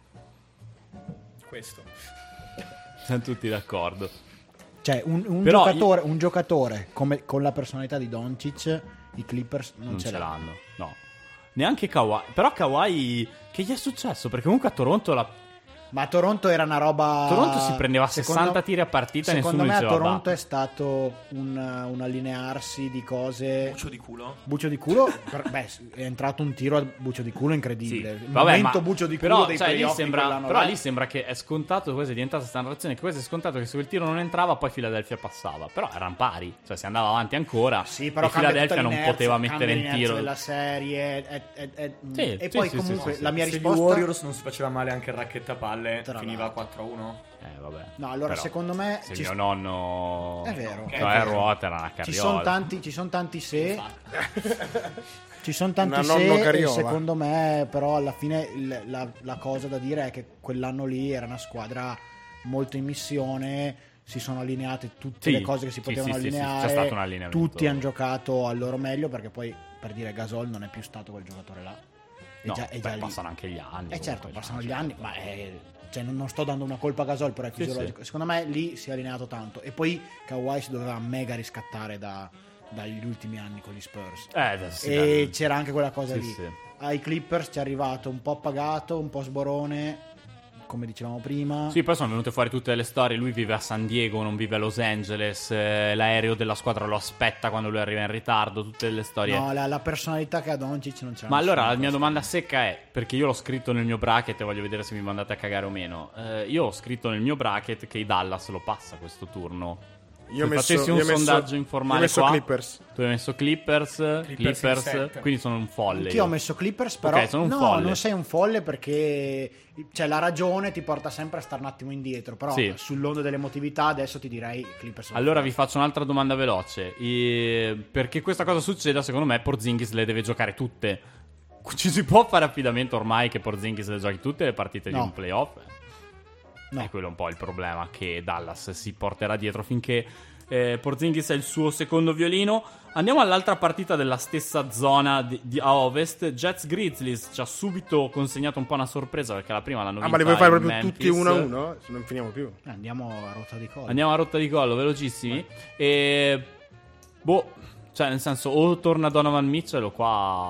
Speaker 6: Questo.
Speaker 3: Siamo tutti d'accordo.
Speaker 5: Cioè, un, un
Speaker 3: Però
Speaker 5: giocatore, un giocatore come, con la personalità di Doncic, i Clippers non,
Speaker 3: Non
Speaker 5: ce,
Speaker 3: ce
Speaker 5: l'hanno.
Speaker 3: l'hanno, no. Neanche Kawhi. Però Kawhi, che gli è successo? Perché comunque a Toronto la...
Speaker 5: Ma a Toronto era una roba.
Speaker 3: Toronto si prendeva
Speaker 5: secondo-
Speaker 3: sessanta tiri a partita e
Speaker 5: Secondo
Speaker 3: nessuno
Speaker 5: me a
Speaker 3: diceva
Speaker 5: Toronto
Speaker 3: "Bah".
Speaker 5: è stato un, un allinearsi di cose.
Speaker 7: Buccio di culo.
Speaker 5: Buccio di culo. per- beh, è entrato un tiro a buccio di culo
Speaker 3: Sì.
Speaker 5: incredibile. Il
Speaker 3: Vabbè,
Speaker 5: momento
Speaker 3: ma
Speaker 5: buccio di culo
Speaker 3: però,
Speaker 5: dei
Speaker 3: cioè, lì
Speaker 5: playoff di
Speaker 3: sembra,
Speaker 5: quell'anno
Speaker 3: però
Speaker 5: là.
Speaker 3: lì sembra che è scontato, questa è diventata questa narrazione, che questo è scontato che se quel tiro non entrava poi Philadelphia passava. Però erano pari, cioè si andava avanti ancora
Speaker 5: Sì, però
Speaker 3: e
Speaker 5: cambia
Speaker 3: Philadelphia
Speaker 5: tutta
Speaker 3: non
Speaker 5: l'inerzia,
Speaker 3: poteva
Speaker 5: cambia
Speaker 3: mettere in
Speaker 5: l'inerzia
Speaker 3: tiro.
Speaker 5: della serie è- è- è-
Speaker 3: Sì,
Speaker 5: e
Speaker 3: sì,
Speaker 5: poi
Speaker 3: sì,
Speaker 5: comunque
Speaker 3: sì, sì,
Speaker 5: la
Speaker 3: sì.
Speaker 5: mia
Speaker 6: Se gli
Speaker 5: risposta
Speaker 6: Warriors non si faceva male anche il racchettapalle,
Speaker 5: Tra
Speaker 6: finiva
Speaker 5: l'altro.
Speaker 6: quattro a uno.
Speaker 3: Eh, vabbè.
Speaker 5: No, allora,
Speaker 3: Però,
Speaker 5: secondo me
Speaker 3: se
Speaker 5: ci
Speaker 3: mio
Speaker 5: st-
Speaker 3: nonno
Speaker 5: È vero,
Speaker 3: non
Speaker 5: è
Speaker 3: è a
Speaker 5: vero.
Speaker 3: ruota, era una carriola.
Speaker 5: ci sono tanti ci sono tanti se ci sono tanti
Speaker 4: Una
Speaker 5: se
Speaker 4: nonno
Speaker 5: e
Speaker 4: carriola.
Speaker 5: secondo me però alla fine il- la, la cosa da dire è che quell'anno lì era una squadra molto in missione, si sono allineate tutte
Speaker 3: Sì,
Speaker 5: le cose che si
Speaker 3: sì,
Speaker 5: potevano
Speaker 3: sì, sì, sì,
Speaker 5: allineare,
Speaker 3: c'è stato un allineamento.
Speaker 5: tutti hanno giocato al loro meglio perché poi per dire Gasol non è più stato quel giocatore là. È
Speaker 3: No,
Speaker 5: già, è
Speaker 3: beh,
Speaker 5: già lì.
Speaker 3: passano anche gli anni.
Speaker 5: Eh certo,
Speaker 3: comunque,
Speaker 5: passano
Speaker 3: cioè,
Speaker 5: gli anni, ma è- cioè, non, non sto dando una colpa a Gasol, però è
Speaker 3: Sì,
Speaker 5: fisiologico.
Speaker 3: sì.
Speaker 5: Secondo me lì si è allineato tanto. E poi Kawhi si doveva mega riscattare da- dagli ultimi anni con gli Spurs.
Speaker 3: Eh, adesso sì,
Speaker 5: e
Speaker 3: dai.
Speaker 5: c'era anche quella cosa
Speaker 3: Sì,
Speaker 5: lì.
Speaker 3: sì.
Speaker 5: Ai Clippers ci è arrivato un po' pagato, un po' sborone, come dicevamo prima.
Speaker 3: Sì, poi sono venute fuori tutte le storie. Lui vive a San Diego, non vive a Los Angeles. eh, l'aereo della squadra lo aspetta quando lui arriva in ritardo. Tutte le storie.
Speaker 5: No, la, la personalità che ha Doncic non c'è.
Speaker 3: Ma allora la mia domanda secca è: perché io l'ho scritto nel mio bracket e voglio vedere se mi mandate a cagare o meno. Eh, io ho scritto nel mio bracket che i Dallas lo passa questo turno.
Speaker 4: Io ho
Speaker 3: Se
Speaker 4: messo,
Speaker 3: facessi un
Speaker 4: io ho messo-
Speaker 3: sondaggio
Speaker 4: io
Speaker 3: informale
Speaker 4: ho messo
Speaker 3: qua,
Speaker 4: Clippers.
Speaker 3: tu hai messo Clippers, Clippers,
Speaker 6: in sette.
Speaker 3: quindi sono un folle.
Speaker 5: Anch'io ho
Speaker 3: io.
Speaker 5: messo Clippers, però
Speaker 3: Ok, sono un
Speaker 5: no,
Speaker 3: folle.
Speaker 5: non sei un folle perché cioè, la ragione ti porta sempre a stare un attimo indietro, però
Speaker 3: Sì.
Speaker 5: sull'onda dell'emotività adesso ti direi Clippers.
Speaker 3: Allora vi faccio un'altra domanda veloce. E perché questa cosa succeda, secondo me Porzingis le deve giocare tutte. Ci si può fare affidamento ormai che Porzingis le giochi tutte le partite di
Speaker 5: No.
Speaker 3: un playoff?
Speaker 5: No.
Speaker 3: È quello un po' il problema che Dallas si porterà dietro finché eh, Porzingis è il suo secondo violino. Andiamo all'altra partita della stessa zona di, di- a ovest. Jets Grizzlies ci ha subito consegnato un po' una sorpresa perché la prima l'hanno
Speaker 4: Ah,
Speaker 3: vinta
Speaker 4: ma li vuoi fare
Speaker 3: in
Speaker 4: proprio
Speaker 3: Memphis.
Speaker 4: tutti uno a uno? Se non finiamo più.
Speaker 5: Eh, Andiamo a rotta di collo.
Speaker 3: Andiamo a rotta di collo, velocissimi. E boh, cioè nel senso o torna Donovan Mitchell o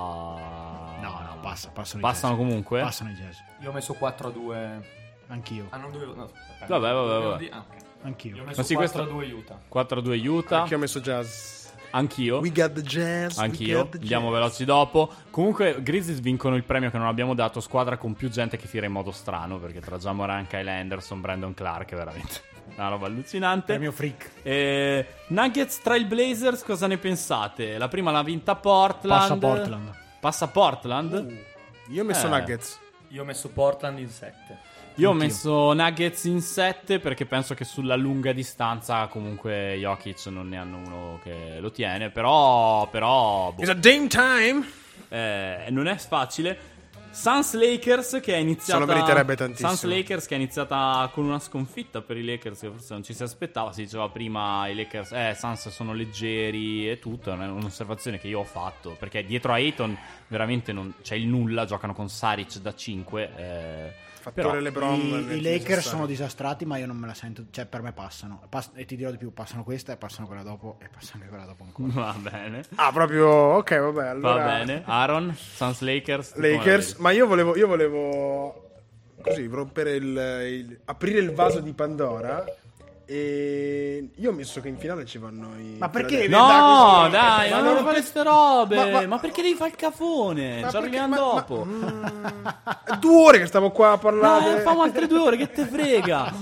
Speaker 3: qua
Speaker 5: No, no, passa, passano,
Speaker 3: Passano
Speaker 5: i Jazz.
Speaker 3: comunque?
Speaker 5: Passano i Jazz.
Speaker 6: Io ho messo quattro a due.
Speaker 5: Anch'io.
Speaker 6: Ah, non dovevo. No, aspetta.
Speaker 3: Vabbè, vabbè,
Speaker 6: Dovevo
Speaker 3: vabbè.
Speaker 6: di- ah, ok.
Speaker 5: Anch'io.
Speaker 6: Io ho
Speaker 3: Ma
Speaker 6: messo
Speaker 3: sì,
Speaker 6: quattro a
Speaker 3: questo-
Speaker 6: due Utah.
Speaker 3: quattro a due Utah.
Speaker 4: Anche io ho messo jazz.
Speaker 3: Anch'io.
Speaker 4: We got the jazz. we
Speaker 3: Anch'io,
Speaker 4: got the
Speaker 3: andiamo
Speaker 4: jazz.
Speaker 3: veloci dopo. Comunque, Grizzlies vincono il premio che non abbiamo dato. Squadra con più gente che tira in modo strano. Perché tra Ja Morant, Kyle Anderson, Brandon Clark è veramente una roba allucinante.
Speaker 5: Premio freak.
Speaker 3: Eh, Nuggets Trailblazers, cosa ne pensate? La prima l'ha vinta Portland.
Speaker 5: Passa Portland.
Speaker 3: Passa Portland?
Speaker 4: Io ho messo
Speaker 3: Eh.
Speaker 4: Nuggets.
Speaker 6: Io ho messo Portland in sette.
Speaker 3: Io ho
Speaker 5: Anch'io.
Speaker 3: messo Nuggets in sette perché penso che sulla lunga distanza comunque Jokic non ne hanno uno che lo tiene. Però, però boh,
Speaker 4: It's a Dame time.
Speaker 3: eh, non è facile. Suns Lakers che è iniziata
Speaker 4: Se lo meriterebbe tantissimo.
Speaker 3: Suns Lakers che è iniziata con una sconfitta per i Lakers che forse non ci si aspettava. Si diceva prima i Lakers eh Suns sono leggeri e tutto. È un'osservazione che io ho fatto perché dietro a Ayton veramente non c'è il nulla. Giocano con Saric da cinque. eh,
Speaker 4: Fattore
Speaker 3: però-
Speaker 4: LeBron.
Speaker 5: I,
Speaker 4: nel
Speaker 5: i Lakers
Speaker 4: necessario.
Speaker 5: sono disastrati, ma io non me la sento. Cioè, per me passano. Pass- e ti dirò di più: passano questa e passano quella dopo. E passano anche quella dopo ancora.
Speaker 3: Va bene.
Speaker 4: Ah, proprio. Ok, vabbè. Allora.
Speaker 3: Va bene. Aaron, Suns Lakers. tu come la
Speaker 4: Lakers.
Speaker 3: vedi?
Speaker 4: Ma io volevo. Io volevo. Così rompere il, il- aprire il vaso di Pandora. E io ho messo che in finale ci vanno i...
Speaker 5: Ma perché?
Speaker 3: No,
Speaker 5: Così.
Speaker 3: dai,
Speaker 4: Ma
Speaker 3: ma
Speaker 4: non
Speaker 3: non fare queste robe. Ma,
Speaker 4: ma- ma-
Speaker 3: perché devi fare il cafone?
Speaker 4: Ma
Speaker 3: Ci
Speaker 4: perché-
Speaker 3: arriviamo
Speaker 4: ma-
Speaker 3: dopo.
Speaker 4: ma- mm, due ore che stavo qua a parlare.
Speaker 3: Dai, famo altre due ore, che te frega.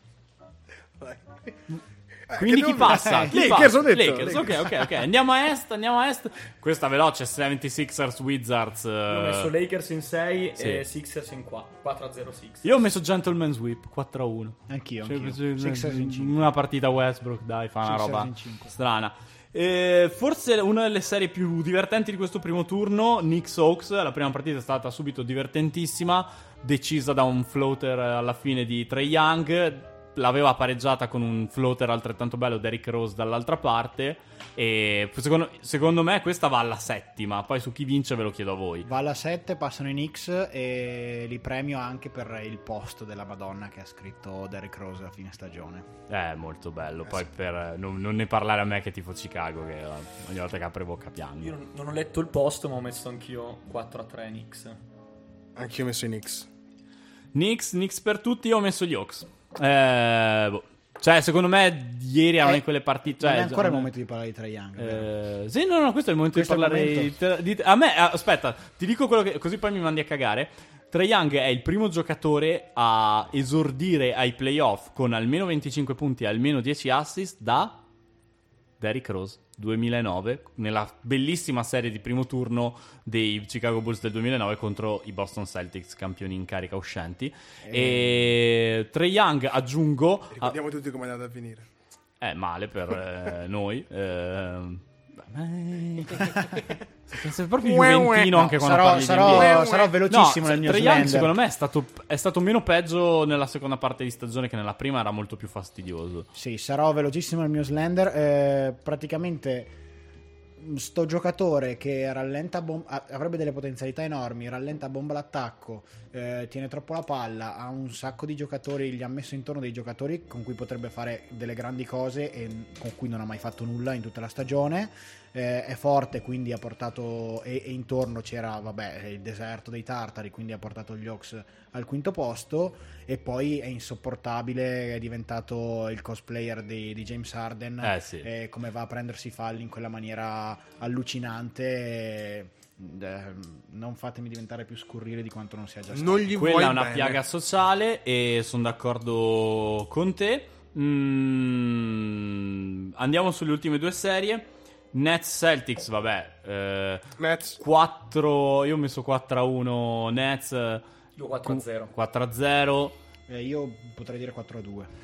Speaker 3: Quindi
Speaker 4: che
Speaker 3: chi
Speaker 4: devo-
Speaker 3: passa?
Speaker 4: Eh,
Speaker 3: Chi
Speaker 4: Lakers,
Speaker 3: passa?
Speaker 4: ho detto,
Speaker 3: Lakers, ok, ok, ok. Andiamo a est, andiamo a est. Questa veloce, settantasei ers Wizards.
Speaker 6: Io ho messo Lakers in sei
Speaker 3: sì.
Speaker 6: e Sixers in quattro a zero Sixers.
Speaker 3: Io ho messo Gentleman Sweep quattro a uno.
Speaker 5: Anch'io,
Speaker 3: Cioè,
Speaker 5: anch'io.
Speaker 3: cioè,
Speaker 5: Sixers in cinque.
Speaker 3: una partita Westbrook, dai, fa una
Speaker 5: Sixers
Speaker 3: roba
Speaker 5: in cinque.
Speaker 3: strana. Eh, forse una delle serie più divertenti di questo primo turno, Knicks Hawks. La prima partita è stata subito divertentissima, decisa da un floater alla fine di Trae Young. L'aveva pareggiata con un floater altrettanto bello, Derrick Rose dall'altra parte. E secondo, secondo me questa va alla settima. Poi su chi vince ve lo chiedo a voi.
Speaker 5: Va alla sette, passano i Knicks e li premio anche per il post della Madonna che ha scritto Derrick Rose a fine stagione.
Speaker 3: È molto bello. Poi per non, non ne parlare a me che tifo Chicago, che ogni volta che apre bocca piango.
Speaker 6: Io non, non ho letto il post, ma ho messo anch'io quattro a tre Knicks.
Speaker 4: Anch'io ho messo i Knicks.
Speaker 3: Knicks, Knicks per tutti. Io ho messo gli Hawks. Eh, boh. Cioè, secondo me, ieri erano
Speaker 5: Eh,
Speaker 3: in quelle partite.
Speaker 5: Non
Speaker 3: Cioè,
Speaker 5: è ancora il
Speaker 3: già-
Speaker 5: momento di parlare di Trae Young. vero?
Speaker 3: Eh, sì, no, no, questo è il momento
Speaker 5: Questo è
Speaker 3: di
Speaker 5: il
Speaker 3: parlare
Speaker 5: momento.
Speaker 3: di, di- A me, ah, aspetta, ti dico quello che. Così poi mi mandi a cagare. Trae Young è il primo giocatore a esordire ai playoff con almeno venticinque punti e almeno dieci assist da Derrick Rose duemilanove, nella bellissima serie di primo turno dei Chicago Bulls del duemilanove contro i Boston Celtics, campioni in carica uscenti. E Trae Young, aggiungo, ah,
Speaker 4: Ricordiamo tutti come è andata a finire.
Speaker 3: è male per eh, noi. Eh, sei proprio juventino anche quando
Speaker 5: sarò,
Speaker 3: parli
Speaker 5: sarò,
Speaker 3: di N B A.
Speaker 5: sarò velocissimo
Speaker 3: No,
Speaker 5: nel mio
Speaker 3: Trae Young
Speaker 5: slender.
Speaker 3: secondo me è stato, è stato meno peggio nella seconda parte di stagione che nella prima, era molto più fastidioso.
Speaker 5: Sì, sarò velocissimo nel mio slender. Eh, praticamente sto giocatore che rallenta bom- a- avrebbe delle potenzialità enormi, rallenta bomba l'attacco, eh, tiene troppo la palla, ha un sacco di giocatori, gli ha messo intorno dei giocatori con cui potrebbe fare delle grandi cose e con cui non ha mai fatto nulla in tutta la stagione. Eh, è forte, quindi ha portato e, e intorno c'era vabbè il deserto dei tartari, quindi ha portato gli Hawks al quinto posto. E poi è insopportabile, è diventato il cosplayer di, di James Harden,
Speaker 3: Eh, sì.
Speaker 5: e come va a prendersi i falli in quella maniera allucinante. e, eh, non fatemi diventare più scurrile di quanto non sia già stato.
Speaker 4: Non gli
Speaker 3: Quella
Speaker 4: vuoi
Speaker 3: è una
Speaker 4: bene.
Speaker 3: piaga sociale e sono d'accordo con te. Mm, andiamo sulle ultime due serie. Nets Celtics, vabbè, eh,
Speaker 4: Nets.
Speaker 3: quattro, io ho messo quattro a uno Nets,
Speaker 6: Io quattro a zero.
Speaker 3: quattro a zero.
Speaker 5: Eh, io potrei dire quattro a due.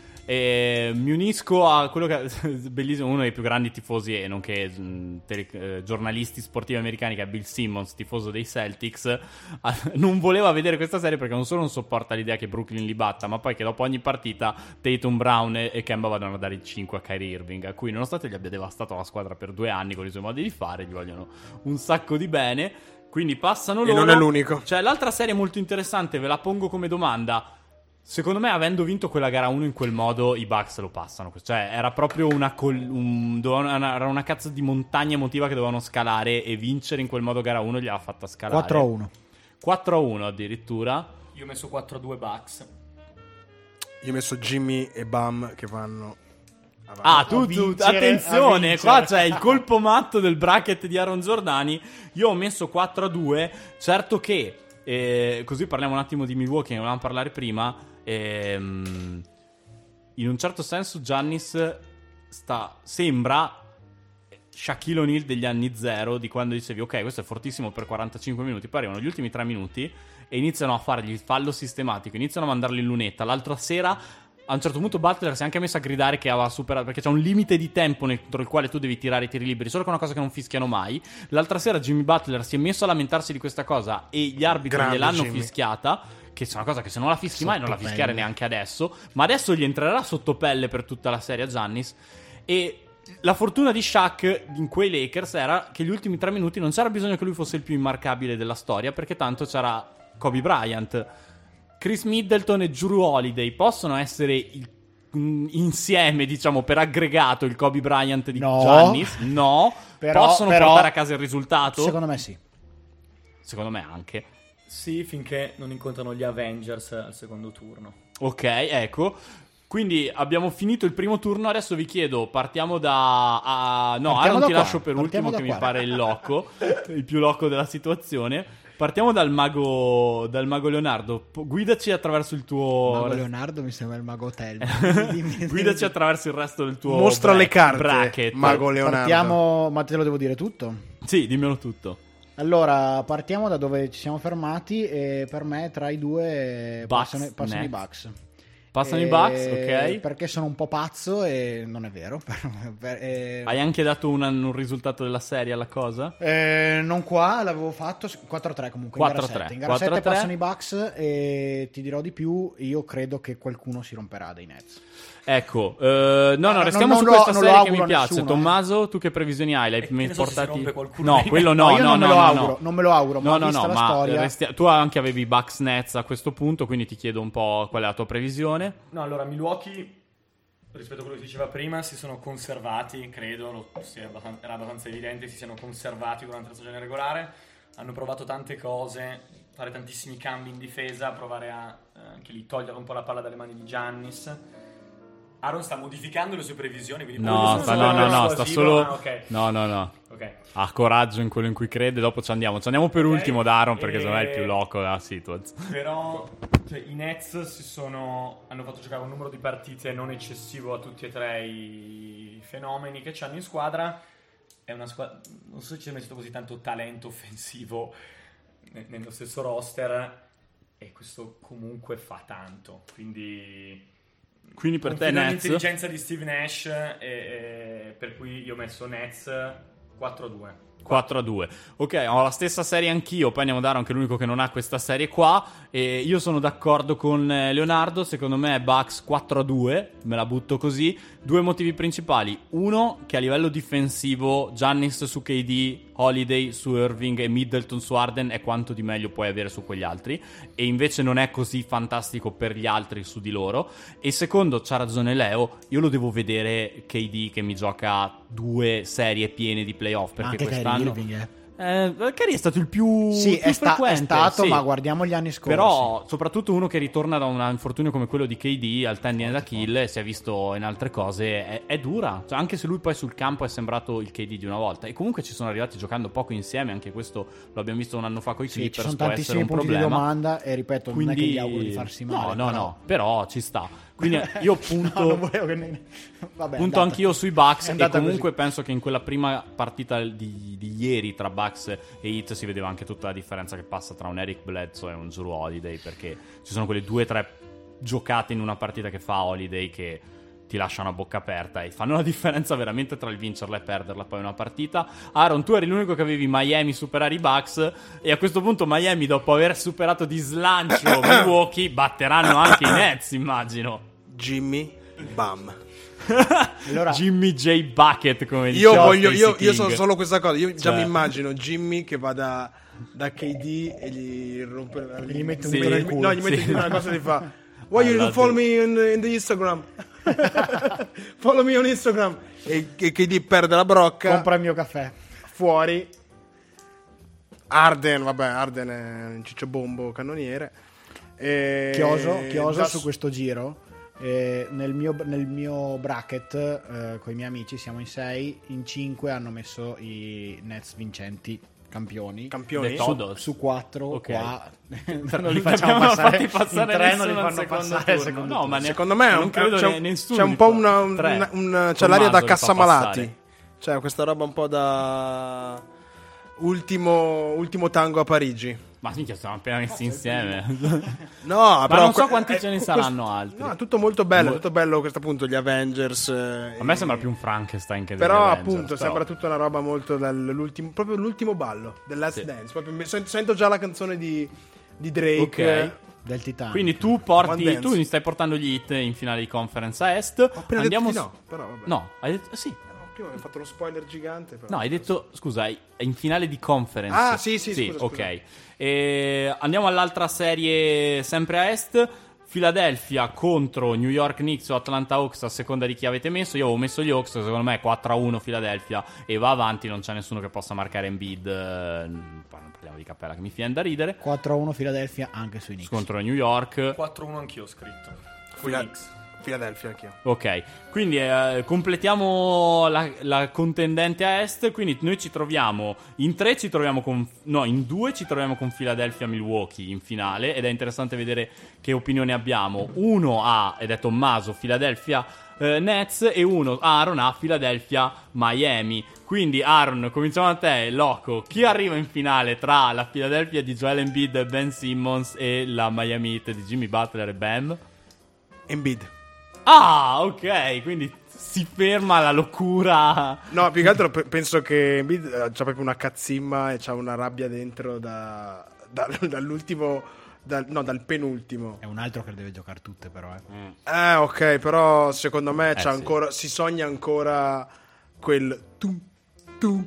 Speaker 3: E mi unisco a quello che è bellissimo, uno dei più grandi tifosi e nonché mh, tele- eh, giornalisti sportivi americani, che è Bill Simmons, tifoso dei Celtics. Ah, non voleva vedere questa serie perché non solo non sopporta l'idea che Brooklyn li batta, ma poi che dopo ogni partita Tatum, Brown e, e Kemba vadano a dare il cinque a Kyrie Irving, a cui nonostante gli abbia devastato la squadra per due anni con i suoi modi di fare, gli vogliono un sacco di bene. Quindi passano
Speaker 4: E
Speaker 3: loro.
Speaker 4: non è l'unico.
Speaker 3: Cioè, l'altra serie molto interessante, ve la pongo come domanda. Secondo me, avendo vinto quella gara uno in quel modo, i Bucks lo passano. Cioè, era proprio una, col- un, dovevano- era una cazzo di montagna emotiva che dovevano scalare, e vincere in quel modo gara uno gliel'ha fatta scalare.
Speaker 5: quattro a uno.
Speaker 3: quattro a uno addirittura.
Speaker 6: Io ho messo quattro a due Bucks.
Speaker 4: Io ho messo Jimmy e Bam che vanno avanti.
Speaker 3: Ah, tu,
Speaker 5: A
Speaker 3: tu
Speaker 5: vincere,
Speaker 3: attenzione,
Speaker 5: a vincere.
Speaker 3: qua c'è il colpo matto del bracket di Aaron Giordani. Io ho messo quattro a due. Certo che, eh, così parliamo un attimo di Milwaukee, ne volevamo parlare prima. Ehm, in un certo senso Giannis sta, sembra Shaquille O'Neal degli anni zero, di quando dicevi ok, questo è fortissimo per quarantacinque minuti, poi arrivano gli ultimi tre minuti e iniziano a fargli il fallo sistematico, iniziano a mandarli in lunetta. L'altra sera a un certo punto Butler si è anche messo a gridare che aveva superato, perché c'è un limite di tempo entro il quale tu devi tirare i tiri liberi, solo che è una cosa che non fischiano mai. L'altra sera Jimmy Butler si è messo a lamentarsi di questa cosa e gli arbitri
Speaker 4: Grande
Speaker 3: gliel'hanno
Speaker 4: Jimmy.
Speaker 3: fischiata, che è una cosa che se non la fischi mai non la
Speaker 5: Sottopelle.
Speaker 3: fischiare neanche adesso, ma adesso gli entrerà sotto pelle per tutta la serie a Giannis. E la fortuna di Shaq in quei Lakers era che gli ultimi tre minuti non c'era bisogno che lui fosse il più immarcabile della storia, perché tanto c'era Kobe Bryant. Chris Middleton e Jrue Holiday possono essere il, mh, insieme, diciamo, per aggregato il Kobe Bryant di
Speaker 5: No.
Speaker 3: Giannis? No.
Speaker 5: Però-
Speaker 3: possono
Speaker 5: però-
Speaker 3: portare a casa il risultato?
Speaker 5: Secondo me sì.
Speaker 3: Secondo me anche.
Speaker 6: Sì, finché non incontrano gli Avengers al secondo turno.
Speaker 3: Ok, ecco. Quindi abbiamo finito il primo turno, adesso vi chiedo, partiamo da... A, no,
Speaker 5: Partiamo
Speaker 3: Aaron
Speaker 5: da
Speaker 3: ti
Speaker 5: qua,
Speaker 3: lascio per
Speaker 5: partiamo
Speaker 3: ultimo
Speaker 5: da
Speaker 3: che
Speaker 5: qua.
Speaker 3: mi pare il loco, il più loco della situazione. Partiamo dal mago, dal mago Leonardo, Po- guidaci attraverso il tuo...
Speaker 5: Mago Leonardo mi sembra il mago Hotel.
Speaker 3: Guidaci attraverso il resto del tuo
Speaker 4: Mostra
Speaker 3: bra-
Speaker 4: le carte,
Speaker 3: bracket.
Speaker 4: mago Leonardo.
Speaker 5: Partiamo, ma te lo devo dire tutto?
Speaker 3: Sì, dimmelo tutto.
Speaker 5: Allora, partiamo da dove ci siamo fermati e per me tra i due
Speaker 3: Bucks,
Speaker 5: passano, passano i
Speaker 3: Nets.
Speaker 5: Bucks.
Speaker 3: Passano i
Speaker 5: Eh,
Speaker 3: Bucks, ok.
Speaker 5: Perché sono un po' pazzo e non è vero. Per- eh,
Speaker 3: Hai anche dato un, un risultato della serie alla cosa?
Speaker 5: eh, non qua, l'avevo fatto quattro a tre comunque.
Speaker 3: quattro a
Speaker 5: in
Speaker 3: tre.
Speaker 5: gara sette. In gara
Speaker 3: quattro a
Speaker 5: sette
Speaker 3: tre.
Speaker 5: passano i Bucks e ti dirò di più, io credo che qualcuno si romperà dei Nets.
Speaker 3: Ecco, eh, no, no,
Speaker 5: No,
Speaker 3: restiamo
Speaker 5: non
Speaker 3: su
Speaker 5: lo-
Speaker 3: questa
Speaker 5: non lo
Speaker 3: serie che
Speaker 5: auguro
Speaker 3: mi
Speaker 5: a
Speaker 3: piace.
Speaker 5: nessuno, eh.
Speaker 3: Tommaso, tu che previsioni hai? L'hai
Speaker 6: E che ne so se si
Speaker 3: portati?
Speaker 6: rompe qualcuno
Speaker 3: No,
Speaker 6: dei
Speaker 3: quello
Speaker 5: No,
Speaker 3: no,
Speaker 5: io
Speaker 3: no,
Speaker 5: non me
Speaker 3: no,
Speaker 5: lo
Speaker 3: no,
Speaker 5: auguro,
Speaker 3: no.
Speaker 5: non me lo auguro,
Speaker 3: No,
Speaker 5: ma
Speaker 3: no,
Speaker 5: vista
Speaker 3: no,
Speaker 5: la
Speaker 3: ma
Speaker 5: storia...
Speaker 3: restia- tu anche avevi Bucks Nets a questo punto, quindi ti chiedo un po' qual è la tua previsione.
Speaker 6: No, allora Milwaukee, rispetto a quello che si diceva prima, si sono conservati, credo, lo, si è abbastan- era abbastanza evidente, si siano conservati durante la stagione regolare, hanno provato tante cose, fare tantissimi cambi in difesa, provare a eh, anche lì togliere un po' la palla dalle mani di Giannis. Aaron sta modificando le sue previsioni, quindi
Speaker 3: No,
Speaker 6: quello
Speaker 3: sta,
Speaker 6: sono
Speaker 3: no, no, no, sta
Speaker 6: persuasivo.
Speaker 3: solo...
Speaker 6: Ah, ok.
Speaker 3: No, no, no.
Speaker 6: Ok.
Speaker 3: Ha coraggio in quello in cui crede, dopo ci andiamo. Ci andiamo per
Speaker 6: Ok,
Speaker 3: ultimo da Aaron perché
Speaker 6: e-
Speaker 3: secondo me è il più loco della situazione.
Speaker 6: Però cioè, i Nets si sono, hanno fatto giocare un numero di partite non eccessivo a tutti e tre i fenomeni che c'hanno in squadra. È una squadra, non so se ci è messo così tanto talento offensivo ne- nello stesso roster, e questo comunque fa tanto. Quindi
Speaker 3: Quindi per te
Speaker 6: confido
Speaker 3: Nets?
Speaker 6: nell'intelligenza di Steve Nash, e, e per cui io ho messo Nets quattro a due.
Speaker 3: quattro a due. Ok, ho la stessa serie anch'io. Poi andiamo a dare anche l'unico che non ha questa serie qua. E io sono d'accordo con eh, Leonardo. Secondo me Bucks quattro a due. Me la butto così. Due motivi principali. Uno, che a livello difensivo Giannis su K D, Holiday su Irving e Middleton su Harden è quanto di meglio puoi avere su quegli altri. E invece non è così fantastico per gli altri su di loro. E secondo, c'ha ragione Leo, io lo devo vedere K D che mi gioca due serie piene di playoff. Perché
Speaker 5: Anche Kyrie
Speaker 3: quest'anno...
Speaker 5: Irving, eh.
Speaker 3: Eh, Kyrie è stato il più,
Speaker 5: Sì,
Speaker 3: più
Speaker 5: è, sta- è
Speaker 3: frequente,
Speaker 5: stato,
Speaker 3: sì.
Speaker 5: ma guardiamo gli anni scorsi.
Speaker 3: Però soprattutto uno che ritorna da un infortunio come quello di K D al tendine d'Achille, si è visto in altre cose, è, è dura, cioè, anche se lui poi sul campo è sembrato il K D di una volta. E comunque ci sono arrivati giocando poco insieme, anche questo lo abbiamo visto un anno fa con i
Speaker 5: Sì, ci
Speaker 3: Clippers,
Speaker 5: sono
Speaker 3: può essere
Speaker 5: tantissimi
Speaker 3: un
Speaker 5: punti di
Speaker 3: problema.
Speaker 5: domanda e ripeto, non è che gli auguro di farsi male.
Speaker 3: No, no,
Speaker 5: però-
Speaker 3: no, però ci sta. Quindi io punto...
Speaker 5: No, non volevo che ne- Vabbè,
Speaker 3: Punto
Speaker 5: andata.
Speaker 3: anch'io sui Bucks
Speaker 5: È
Speaker 3: e
Speaker 5: andata
Speaker 3: comunque
Speaker 5: così.
Speaker 3: penso che in quella prima partita di, di ieri tra Bucks e Heat si vedeva anche tutta la differenza che passa tra un Eric Bledsoe e un Jrue Holiday, perché ci sono quelle due o tre giocate in una partita che fa Holiday che ti lasciano a bocca aperta e fanno la differenza veramente tra il vincerla e perderla poi una partita. Aaron, tu eri l'unico che avevi Miami superare i Bucks e a questo punto Miami, dopo aver superato di slancio Milwaukee, batteranno anche i Nets, immagino.
Speaker 4: Jimmy Bam.
Speaker 5: Allora,
Speaker 3: Jimmy J. Bucket, come
Speaker 4: Io
Speaker 3: diceva
Speaker 4: voglio,
Speaker 3: Stacey
Speaker 4: io, io
Speaker 3: King.
Speaker 4: so solo questa cosa. Io già
Speaker 3: Cioè.
Speaker 4: mi immagino Jimmy che va da, da K D e gli rompe
Speaker 5: gli mette un
Speaker 3: Sì.
Speaker 5: dito nel culo.
Speaker 4: No, gli mette
Speaker 3: Sì.
Speaker 4: una cosa e gli fa Why you
Speaker 3: Allora,
Speaker 4: don't follow me in, in the Instagram? Follow me on Instagram. E, e K D perde la brocca.
Speaker 5: compra il mio caffè.
Speaker 4: Fuori. Arden, vabbè, Arden è un cicciobombo cannoniere. E...
Speaker 5: Chioso, chioso
Speaker 4: già
Speaker 5: su questo giro. Eh, nel, mio, nel mio bracket eh, con i miei amici siamo in sei, in cinque hanno messo i Nets vincenti campioni.
Speaker 4: campioni.
Speaker 3: The
Speaker 5: Su,
Speaker 3: Todos.
Speaker 5: su quattro
Speaker 3: Ok.
Speaker 5: qua
Speaker 3: Non
Speaker 5: non
Speaker 3: li
Speaker 5: li facciamo
Speaker 3: abbiamo
Speaker 5: passare,
Speaker 3: fatti passare
Speaker 5: in tre non li
Speaker 3: nessuno al
Speaker 5: fanno
Speaker 3: secondo
Speaker 5: passare al
Speaker 3: turno.
Speaker 5: secondo
Speaker 3: No,
Speaker 5: turno.
Speaker 3: ma ne-
Speaker 4: Secondo me è
Speaker 3: non
Speaker 4: un,
Speaker 3: credo
Speaker 4: c'è,
Speaker 3: ne- nessuno
Speaker 4: c'è un
Speaker 3: li
Speaker 4: po'
Speaker 3: fa-
Speaker 4: una, un-
Speaker 3: tre.
Speaker 4: una- un- c'è
Speaker 3: Tommaso
Speaker 4: l'aria da
Speaker 3: li fa
Speaker 4: Cassamalati.
Speaker 3: passare.
Speaker 4: Cioè, questa roba un po' da ultimo, ultimo tango a Parigi.
Speaker 3: Ma minchia, siamo appena messi insieme.
Speaker 4: No,
Speaker 3: Ma
Speaker 4: però
Speaker 3: non so
Speaker 4: que-
Speaker 3: quanti
Speaker 4: eh,
Speaker 3: ce ne
Speaker 4: questo-
Speaker 3: saranno altri.
Speaker 4: No, è tutto molto bello, tutto bello questo appunto gli Avengers. eh,
Speaker 3: A me
Speaker 4: e-
Speaker 3: sembra più un Frankenstein che degli
Speaker 4: Però
Speaker 3: Avengers,
Speaker 4: appunto
Speaker 3: però.
Speaker 4: sembra tutta una roba molto dall'ultimo, proprio l'ultimo ballo del Last
Speaker 3: Sì.
Speaker 4: Dance. Proprio mi- sen- sento già la canzone di, di Drake.
Speaker 3: Ok.
Speaker 5: del Titanic.
Speaker 3: Quindi tu
Speaker 4: One
Speaker 3: porti,
Speaker 4: Dance.
Speaker 3: tu mi stai portando gli hit in finale di conference a Est.
Speaker 4: Ho appena
Speaker 3: Andiamo
Speaker 4: detto
Speaker 3: su-
Speaker 4: di no, però vabbè.
Speaker 3: No, hai detto sì.
Speaker 4: No, prima mi hai fatto uno spoiler gigante. Però.
Speaker 3: No, hai detto, scusa, hai- è in finale di conference.
Speaker 4: Ah, sì, sì, scusa, scusa.
Speaker 3: ok. E andiamo all'altra serie sempre a Est. Philadelphia contro New York Knicks o Atlanta Hawks, a seconda di chi avete messo. Io avevo messo gli Hawks, secondo me è quattro a uno Philadelphia e va avanti, non c'è nessuno che possa marcare Embiid. eh, Poi non parliamo di Cappella che mi viene da ridere.
Speaker 5: quattro a uno Philadelphia anche sui Knicks.
Speaker 3: Contro New York.
Speaker 6: quattro a uno anch'io ho scritto. Phoenix.
Speaker 4: Philadelphia anch'io.
Speaker 3: Ok, quindi eh, completiamo la, la contendente a est. Quindi noi ci troviamo in tre, ci troviamo con no, in due ci troviamo con Philadelphia Milwaukee in finale. Ed è interessante vedere che opinioni abbiamo. Uno ha, ed è Tommaso, Philadelphia eh, Nets, e uno, Aaron, ha Philadelphia Miami. Quindi Aaron, cominciamo da te, Loco. Chi arriva in finale tra la Philadelphia di Joel Embiid e Ben Simmons e la Miami Heat di Jimmy Butler e Bam?
Speaker 4: Embiid.
Speaker 3: Ah, ok, quindi si ferma la locura.
Speaker 4: No, più che altro pe- penso che Embiid ha proprio una cazzimma e c'ha una rabbia dentro da, da- dall'ultimo, dal, no, dal penultimo.
Speaker 5: È un altro che deve giocare tutte, però. Eh.
Speaker 4: Eh, ok, però secondo me
Speaker 3: Eh,
Speaker 4: c'ha
Speaker 3: sì.
Speaker 4: ancora, si sogna ancora quel tum, tum,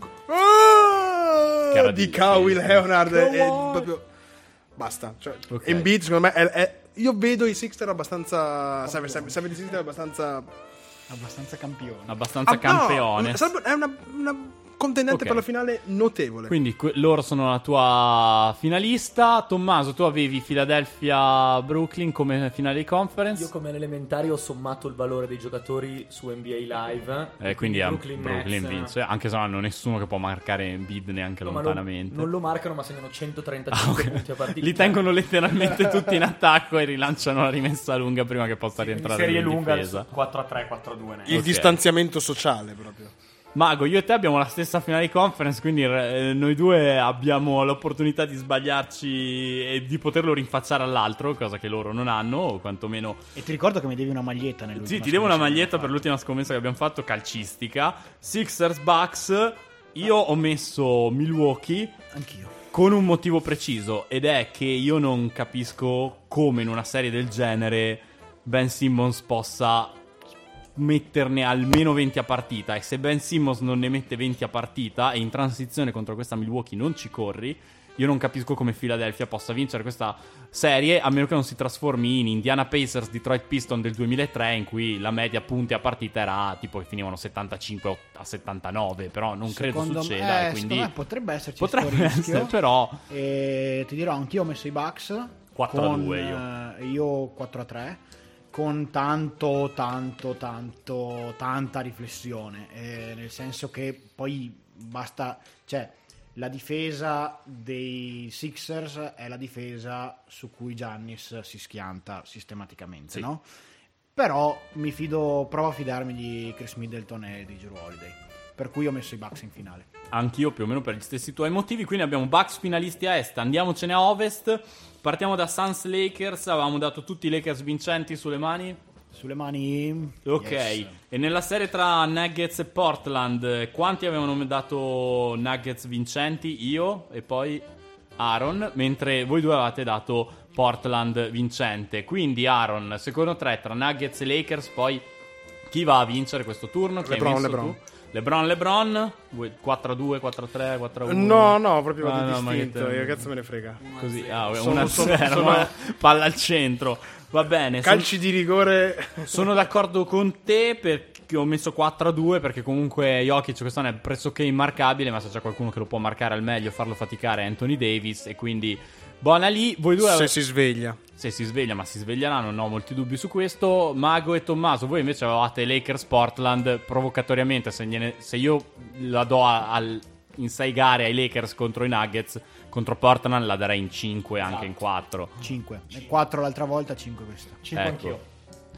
Speaker 4: ah,
Speaker 3: Che era
Speaker 4: di
Speaker 3: di-
Speaker 4: Kawhi
Speaker 3: sì, sì.
Speaker 4: Leonard. È, è proprio... Basta. Cioè,
Speaker 3: Ok.
Speaker 4: Embiid, secondo me, è, è- io vedo i Sixers abbastanza. Serve, serve, serve di Sixers abbastanza.
Speaker 5: Abbastanza campione.
Speaker 3: Abbastanza
Speaker 4: Ah, no,
Speaker 3: campione.
Speaker 4: sarebbe- è una, una contendente
Speaker 3: Ok.
Speaker 4: per la finale notevole.
Speaker 3: Quindi que- loro sono la tua finalista. Tommaso, tu avevi Philadelphia Brooklyn come finale di conference.
Speaker 6: Io come elementari ho sommato il valore dei giocatori su N B A Live.
Speaker 3: Eh, quindi è
Speaker 6: Brooklyn,
Speaker 3: Brooklyn,
Speaker 6: Nets,
Speaker 3: vince. Anche se non hanno nessuno che può marcare Embiid neanche
Speaker 6: no, ma lo-
Speaker 3: lontanamente.
Speaker 6: non lo marcano, ma segnano centotrentacinque
Speaker 3: Ah, ok.
Speaker 6: punti a partita.
Speaker 3: Li tengono letteralmente tutti in attacco e rilanciano la rimessa lunga prima che possa
Speaker 6: in
Speaker 3: rientrare
Speaker 6: serie
Speaker 3: in
Speaker 6: lunga
Speaker 3: difesa.
Speaker 6: quattro a tre, quattro a due.
Speaker 4: Il
Speaker 3: Ok.
Speaker 4: distanziamento sociale proprio.
Speaker 3: Mago, io e te abbiamo la stessa finale di conference, quindi eh, noi due abbiamo l'opportunità di sbagliarci e di poterlo rinfacciare all'altro, cosa che loro non hanno, o quantomeno...
Speaker 5: E ti ricordo che mi devi una maglietta nell'ultima
Speaker 3: Sì, ti devo una
Speaker 5: scommessa che
Speaker 3: maglietta per
Speaker 5: abbiamo
Speaker 3: l'ultima scommessa che abbiamo fatto, calcistica. Sixers Bucks, io ho messo Milwaukee
Speaker 5: fatto. Anch'io.
Speaker 3: con un motivo preciso, ed è che io non capisco come in una serie del genere Ben Simmons possa metterne almeno venti a partita, e se Ben Simmons non ne mette venti a partita e in transizione contro questa Milwaukee non ci corri, io non capisco come Philadelphia possa vincere questa serie, a meno che non si trasformi in Indiana Pacers Detroit Pistons del duemilatré, in cui la media punti a partita era tipo che finivano settantacinque a settantanove, però non credo
Speaker 5: Secondo me-
Speaker 3: succeda,
Speaker 5: eh,
Speaker 3: e quindi
Speaker 5: secondo me potrebbe esserci
Speaker 3: potrebbe
Speaker 5: sto rischio.
Speaker 3: essere, però
Speaker 5: E ti dirò, anch'io ho messo i Bucks
Speaker 3: quattro a
Speaker 5: con,
Speaker 3: due io.
Speaker 5: eh, io quattro a tre con tanto tanto tanto tanta riflessione, eh, nel senso che poi basta, cioè la difesa dei Sixers è la difesa su cui Giannis si schianta sistematicamente,
Speaker 3: Sì.
Speaker 5: no? Però mi fido, provo a fidarmi di Chris Middleton e di Jrue Holiday, per cui ho messo i Bucks in finale.
Speaker 3: Anch'io più o meno per gli stessi tuoi motivi. Quindi abbiamo Bucks finalisti a est, andiamocene a ovest. Partiamo da Suns Lakers. Avevamo dato tutti i Lakers vincenti sulle mani.
Speaker 5: Sulle mani.
Speaker 3: Ok,
Speaker 5: Yes.
Speaker 3: e nella serie tra Nuggets e Portland, quanti avevano dato Nuggets vincenti? Io e poi Aaron, mentre voi due avevate dato Portland vincente. Quindi Aaron, secondo te tra Nuggets e Lakers poi chi va a vincere questo turno? Chi hai
Speaker 4: LeBron,
Speaker 3: messo
Speaker 4: LeBron.
Speaker 3: tu? LeBron, LeBron, quattro a due, quattro a tre, quattro a uno.
Speaker 4: No, no, proprio
Speaker 3: Ah,
Speaker 4: di
Speaker 3: no, ma
Speaker 4: distinto.
Speaker 3: che te-
Speaker 4: Che cazzo me ne frega.
Speaker 3: Così, ah,
Speaker 4: Sono-
Speaker 3: una
Speaker 4: sono-
Speaker 3: zero,
Speaker 4: sono-
Speaker 3: ma palla al centro. Va bene, son-
Speaker 4: Calci di rigore.
Speaker 3: sono d'accordo con te perché ho messo quattro a due, perché comunque Jokic quest'anno è pressoché immarcabile, ma se c'è qualcuno che lo può marcare al meglio, farlo faticare è Anthony Davis, e quindi buona lì. Voi due
Speaker 4: Se
Speaker 3: avete-
Speaker 4: si sveglia.
Speaker 3: se si sveglia, ma si sveglierà, non ho molti dubbi su questo. Mago e Tommaso, voi invece avevate Lakers Portland provocatoriamente, se, gliene- se io la do a- al- in sei gare ai Lakers contro i Nuggets, contro Portland la darei in cinque, anche in quattro.
Speaker 5: cinque. quattro l'altra volta, cinque questa.
Speaker 6: cinque
Speaker 3: Ecco.
Speaker 6: anch'io.